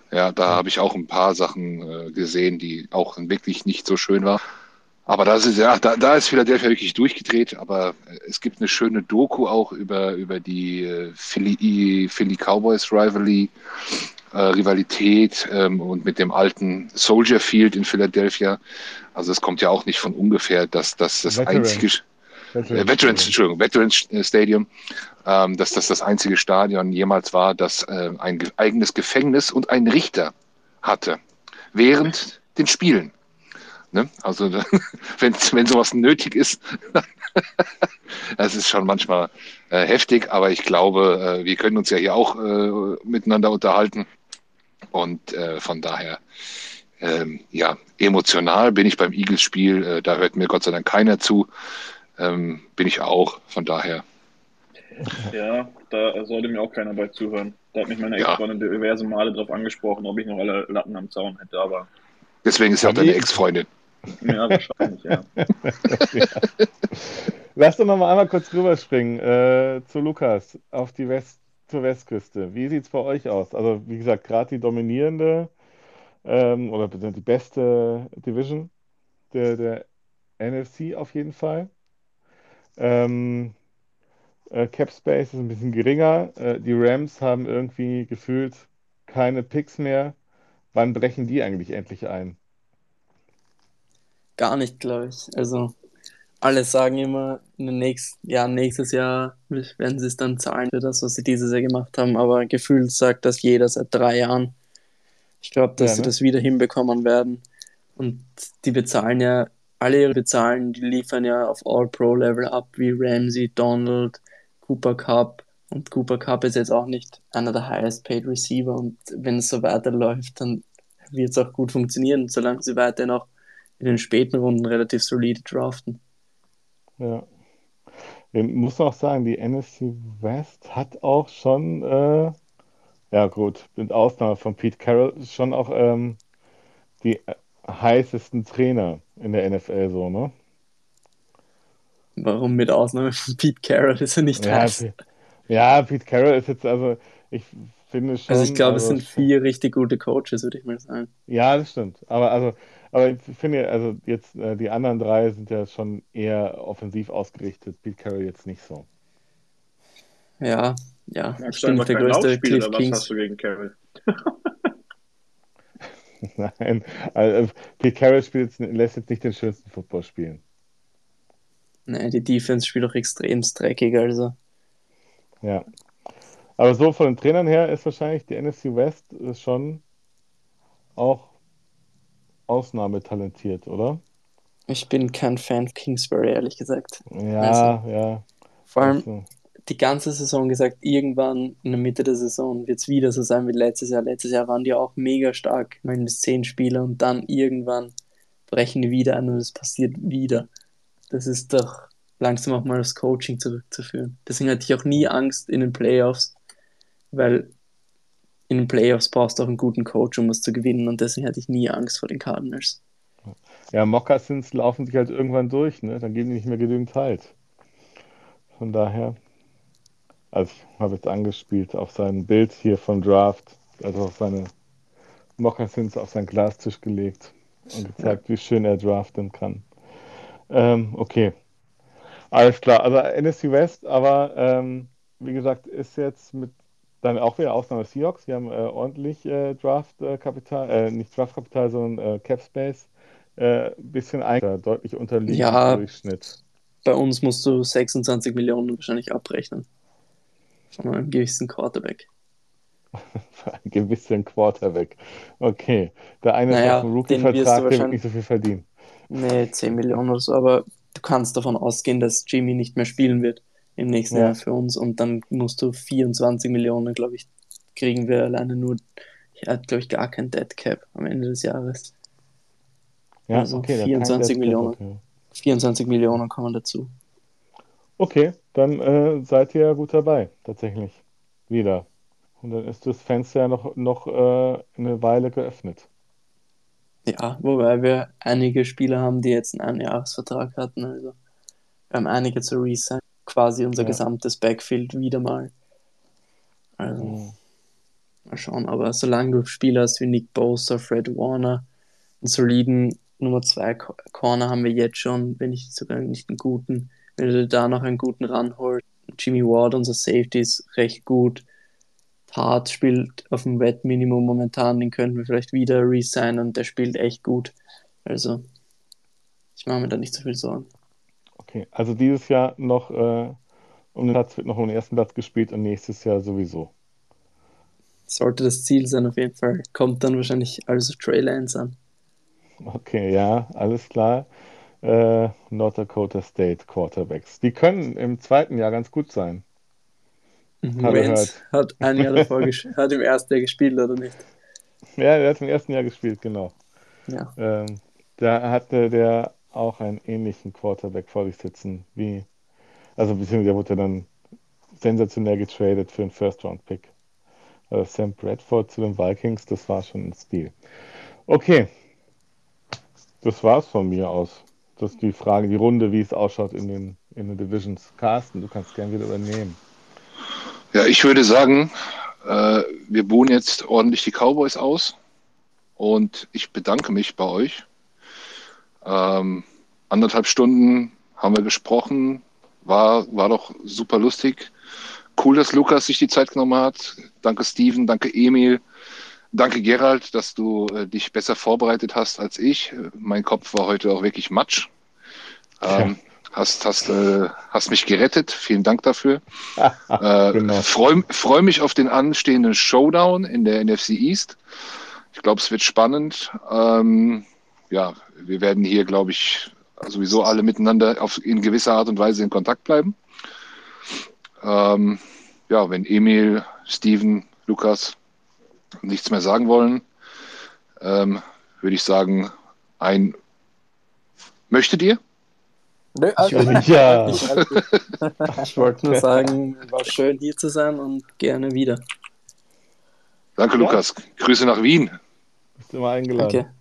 Ja, da
Ja.
habe ich auch ein paar Sachen äh, gesehen, die auch wirklich nicht so schön waren. Aber das ist ja, da, da ist Philadelphia wirklich durchgedreht. Aber äh, es gibt eine schöne Doku auch über, über die äh, Philly, Philly Cowboys Rivalry, äh, Rivalität ähm, und mit dem alten Soldier Field in Philadelphia. Also es kommt ja auch nicht von ungefähr, dass, dass das einzige
Veterans.
äh,
Veterans
Veterans,
Stadium.
Entschuldigung, Veterans Stadium, ähm, dass das das einzige Stadion jemals war, das äh, ein ge eigenes Gefängnis und einen Richter hatte während den Spielen. Ne? Also wenn, wenn sowas nötig ist, das ist schon manchmal äh, heftig, aber ich glaube, äh, wir können uns ja hier auch äh, miteinander unterhalten und äh, von daher, ähm, ja, emotional bin ich beim Eagles-Spiel, äh, da hört mir Gott sei Dank keiner zu, ähm, bin ich auch, von daher,
Ja, da sollte mir auch keiner bei zuhören. Da hat mich meine
ja,
Ex-Freundin diverse Male drauf angesprochen, ob ich noch alle Latten am Zaun hätte, aber
deswegen ist ja auch
Haben
deine
die?
Ex-Freundin.
ja, wahrscheinlich, ja.
Ja. Lass doch noch mal einmal kurz rüberspringen äh, zu Lukas auf die West, zur Westküste. Wie sieht es bei euch aus? Also, wie gesagt, gerade die dominierende ähm, oder die beste Division der, der N F C auf jeden Fall. Ähm, äh, Cap Space ist ein bisschen geringer. Äh, die Rams haben irgendwie gefühlt keine Picks mehr. Wann brechen die eigentlich endlich ein?
Gar nicht, glaube ich. Also alle sagen immer, in den nächsten Jahren, nächstes Jahr werden sie es dann zahlen für das, was sie dieses Jahr gemacht haben. Aber gefühlt sagt das jeder seit drei Jahren. Ich glaube, dass
Ja,
sie
ne?
das wieder hinbekommen werden. Und die bezahlen ja, alle ihre Bezahlen, die liefern ja auf All-Pro-Level ab, wie Ramsey, Donald, Cooper Kupp. Und Cooper Kupp ist jetzt auch nicht einer der highest-paid Receiver. Und wenn es so weiterläuft, dann wird es auch gut funktionieren, solange sie weiterhin auch in den späten Runden relativ solide draften.
Ja. Ich muss auch sagen, die N F C West hat auch schon, äh, ja gut, mit Ausnahme von Pete Carroll, schon auch ähm, die äh, heißesten Trainer in der N F L so, ne?
Warum mit Ausnahme von Pete Carroll ist er nicht
Ja,
heiß?
P- ja, Pete Carroll ist jetzt, also ich finde
Also ich
schon,
glaube, es
also
sind vier richtig gute Coaches, würde ich mal sagen.
ja, das stimmt. Aber also, aber ich finde, also jetzt äh, die anderen drei sind ja schon eher offensiv ausgerichtet. Pete Carroll jetzt nicht so.
Ja, ja, ich
Magst du
bin nicht
einfach
der
kein
größte
Laufspiel
Cliff
oder was hast
Kings.
du gegen Carroll?
Nein, also, Pete Carroll spielt jetzt, lässt jetzt nicht den schönsten Football spielen.
Nee, die Defense spielt auch extrem dreckig, also.
Ja. Aber so von den Trainern her ist wahrscheinlich die N F C West ist schon auch ausnahmetalentiert, oder?
Ich bin kein Fan von Kingsbury, ehrlich gesagt. Also,
Ja, ja.
vor allem
Also,
die ganze Saison gesagt, irgendwann in der Mitte der Saison wird es wieder so sein wie letztes Jahr. Letztes Jahr waren die auch mega stark, neun bis zehn Spieler und dann irgendwann brechen die wieder ein und es passiert wieder. Das ist doch langsam auch mal aufs Coaching zurückzuführen. Deswegen hatte ich auch nie Angst in den Playoffs, weil in den Playoffs brauchst du auch einen guten Coach, um was zu gewinnen und deswegen hatte ich nie Angst vor den Cardinals.
ja, Moccasins laufen sich halt irgendwann durch, ne? Dann geben die nicht mehr genügend Halt. Von daher, also ich habe jetzt angespielt auf sein Bild hier von Draft, also auf seine Moccasins auf seinen Glastisch gelegt und
Ja,
gezeigt, wie schön er draften kann. Ähm, okay, alles klar. Also N F C West, aber ähm, wie gesagt, ist jetzt mit dann auch wieder Ausnahme Seahawks. Die haben äh, ordentlich äh, Draft-Kapital, äh, nicht Draft-Kapital, sondern äh, Cap Space. Äh, bisschen ein, deutlich unter
ja,
Ligendurchschnitt.
bei uns musst du sechsundzwanzig Millionen wahrscheinlich abrechnen von einem gewissen Quarterback.
Für einen gewissen Quarterback. Okay, der eine ist auf dem
Naja, den wirst du
Rookie-Vertrag, der wird
wahrscheinlich,
nicht so viel verdienen.
nee, zehn Millionen oder so, aber du kannst davon ausgehen, dass Jimmy nicht mehr spielen wird im nächsten Jahr
Ja,
für uns und dann musst du vierundzwanzig Millionen, glaube ich, kriegen wir alleine nur, er hat, glaube ich, gar kein Dead Cap am Ende des Jahres.
ja,
Also
okay, der hat keinen
vierundzwanzig
Dead Cap,
Millionen.
okay.
vierundzwanzig Millionen kommen dazu.
Okay, dann äh, seid ihr ja gut dabei, tatsächlich. Wieder. Und dann ist das Fenster ja noch, noch äh, eine Weile geöffnet.
Ja, wobei wir einige Spieler haben, die jetzt einen Einjahresvertrag hatten. Also wir haben einige zu resign. Quasi unser
Ja.
gesamtes Backfield wieder mal. Also
Hm.
mal mal schauen. Aber solange du Spieler hast wie Nick Bosa, Fred Warner, einen soliden Nummer zwei Corner haben wir jetzt schon, wenn nicht sogar nicht einen guten, wenn du da noch einen guten ranholst. Jimmy Ward, unser Safety, ist recht gut. Hart spielt auf dem Wettminimum momentan, den könnten wir vielleicht wieder resignen, der spielt echt gut. Also, ich mache mir da nicht so viel Sorgen.
Okay, also dieses Jahr noch äh, um den Platz, wird noch um den ersten Platz gespielt und nächstes Jahr sowieso.
Sollte das Ziel sein, auf jeden Fall. Kommt dann wahrscheinlich alles auf Trey Lance an.
Okay, ja, alles klar. Äh, North Dakota State Quarterbacks. Die können im zweiten Jahr ganz gut sein. Habe
Wentz hat ein Jahr davor gesch- hat im ersten Jahr gespielt, oder nicht?
Ja, der hat im ersten Jahr gespielt, genau.
Ja.
Ähm, da hatte der auch einen ähnlichen Quarterback vor sich sitzen, wie, also beziehungsweise der wurde dann sensationell getradet für einen First-Round-Pick. Also Sam Bradford zu den Vikings, das war schon ein Stil. Okay, das war's von mir aus. Das ist die Frage, die Runde, wie es ausschaut in den, in den Divisions. Carsten, du kannst gerne wieder übernehmen.
Ja, ich würde sagen, äh, wir buhen jetzt ordentlich die Cowboys aus und ich bedanke mich bei euch. Ähm, anderthalb Stunden haben wir gesprochen, war, war doch super lustig. Cool, dass Lukas sich die Zeit genommen hat. Danke Steven, danke Emil, danke Gerald, dass du äh, dich besser vorbereitet hast als ich. Mein Kopf war heute auch wirklich matsch. Ähm, hast, hast, äh, hast mich gerettet. Vielen Dank dafür. äh,
Genau.
Freue freu mich auf den anstehenden Showdown in der N F C East. Ich glaube, es wird spannend. Ähm, ja, wir werden hier, glaube ich, sowieso alle miteinander auf, in gewisser Art und Weise in Kontakt bleiben. Ähm, ja, wenn Emil, Steven, Lukas nichts mehr sagen wollen, ähm, würde ich sagen, ein möchtet ihr?
Nö,
Ich,
alles
würd,
Ja.
ich, alles gut.
ich wollte nur sagen, war schön hier zu sein und gerne wieder.
Danke,
Ja.
Lukas. Grüße nach Wien.
Bist immer eingeladen.
Danke.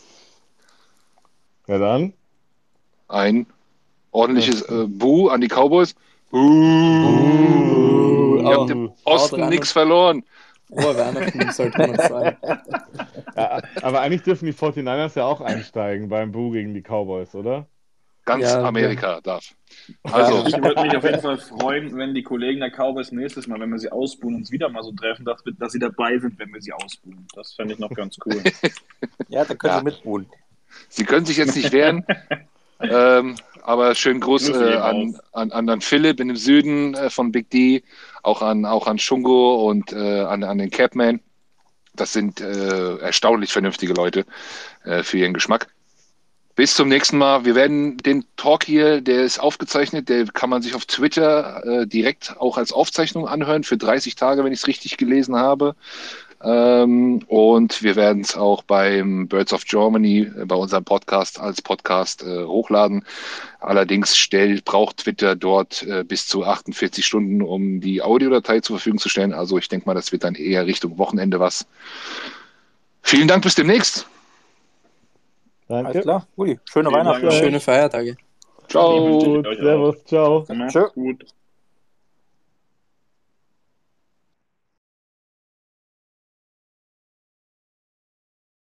Ja dann.
Ein ordentliches äh, Buh an die Cowboys. Buh.
Uh,
Ihr habt im Osten nichts verloren.
Frohe Weihnachten, sollte man noch sagen.
Ja, aber eigentlich dürfen die forty-niners ja auch einsteigen beim Boo gegen die Cowboys, oder?
Ganz
Ja,
Amerika darf. Also,
Ich würde mich auf jeden Fall freuen, wenn die Kollegen der Cowboys nächstes Mal, wenn wir sie ausbuhen, uns wieder mal so treffen, dass, wir, dass sie dabei sind, wenn wir sie ausbuhen. Das fände ich noch ganz cool.
Ja, da können
Ja.
Sie mitbuhen.
Sie können sich jetzt nicht wehren. ähm, aber schönen Gruß
Grüße
äh,
gehen
an,
raus.
an, an, an Philipp in dem Süden äh, von Big D, auch an, auch an Shungo und äh, an, an den Capman. Das sind äh, erstaunlich vernünftige Leute äh, für ihren Geschmack. Bis zum nächsten Mal. Wir werden den Talk hier, der ist aufgezeichnet, der kann man sich auf Twitter äh, direkt auch als Aufzeichnung anhören für dreißig Tage, wenn ich es richtig gelesen habe. Ähm, und wir werden es auch beim Birds of Germany, äh, bei unserem Podcast als Podcast äh, hochladen. Allerdings stellt, braucht Twitter dort äh, bis zu achtundvierzig Stunden, um die Audiodatei zur Verfügung zu stellen. Also ich denke mal, das wird dann eher Richtung Wochenende was. Vielen Dank, bis demnächst.
Danke.
Alles klar, Uli. Schöne
Vielen
Weihnachten.
Dank.
Schöne Feiertage.
Ciao.
Gut, servus, ciao.
Macht's
Tschö.
gut.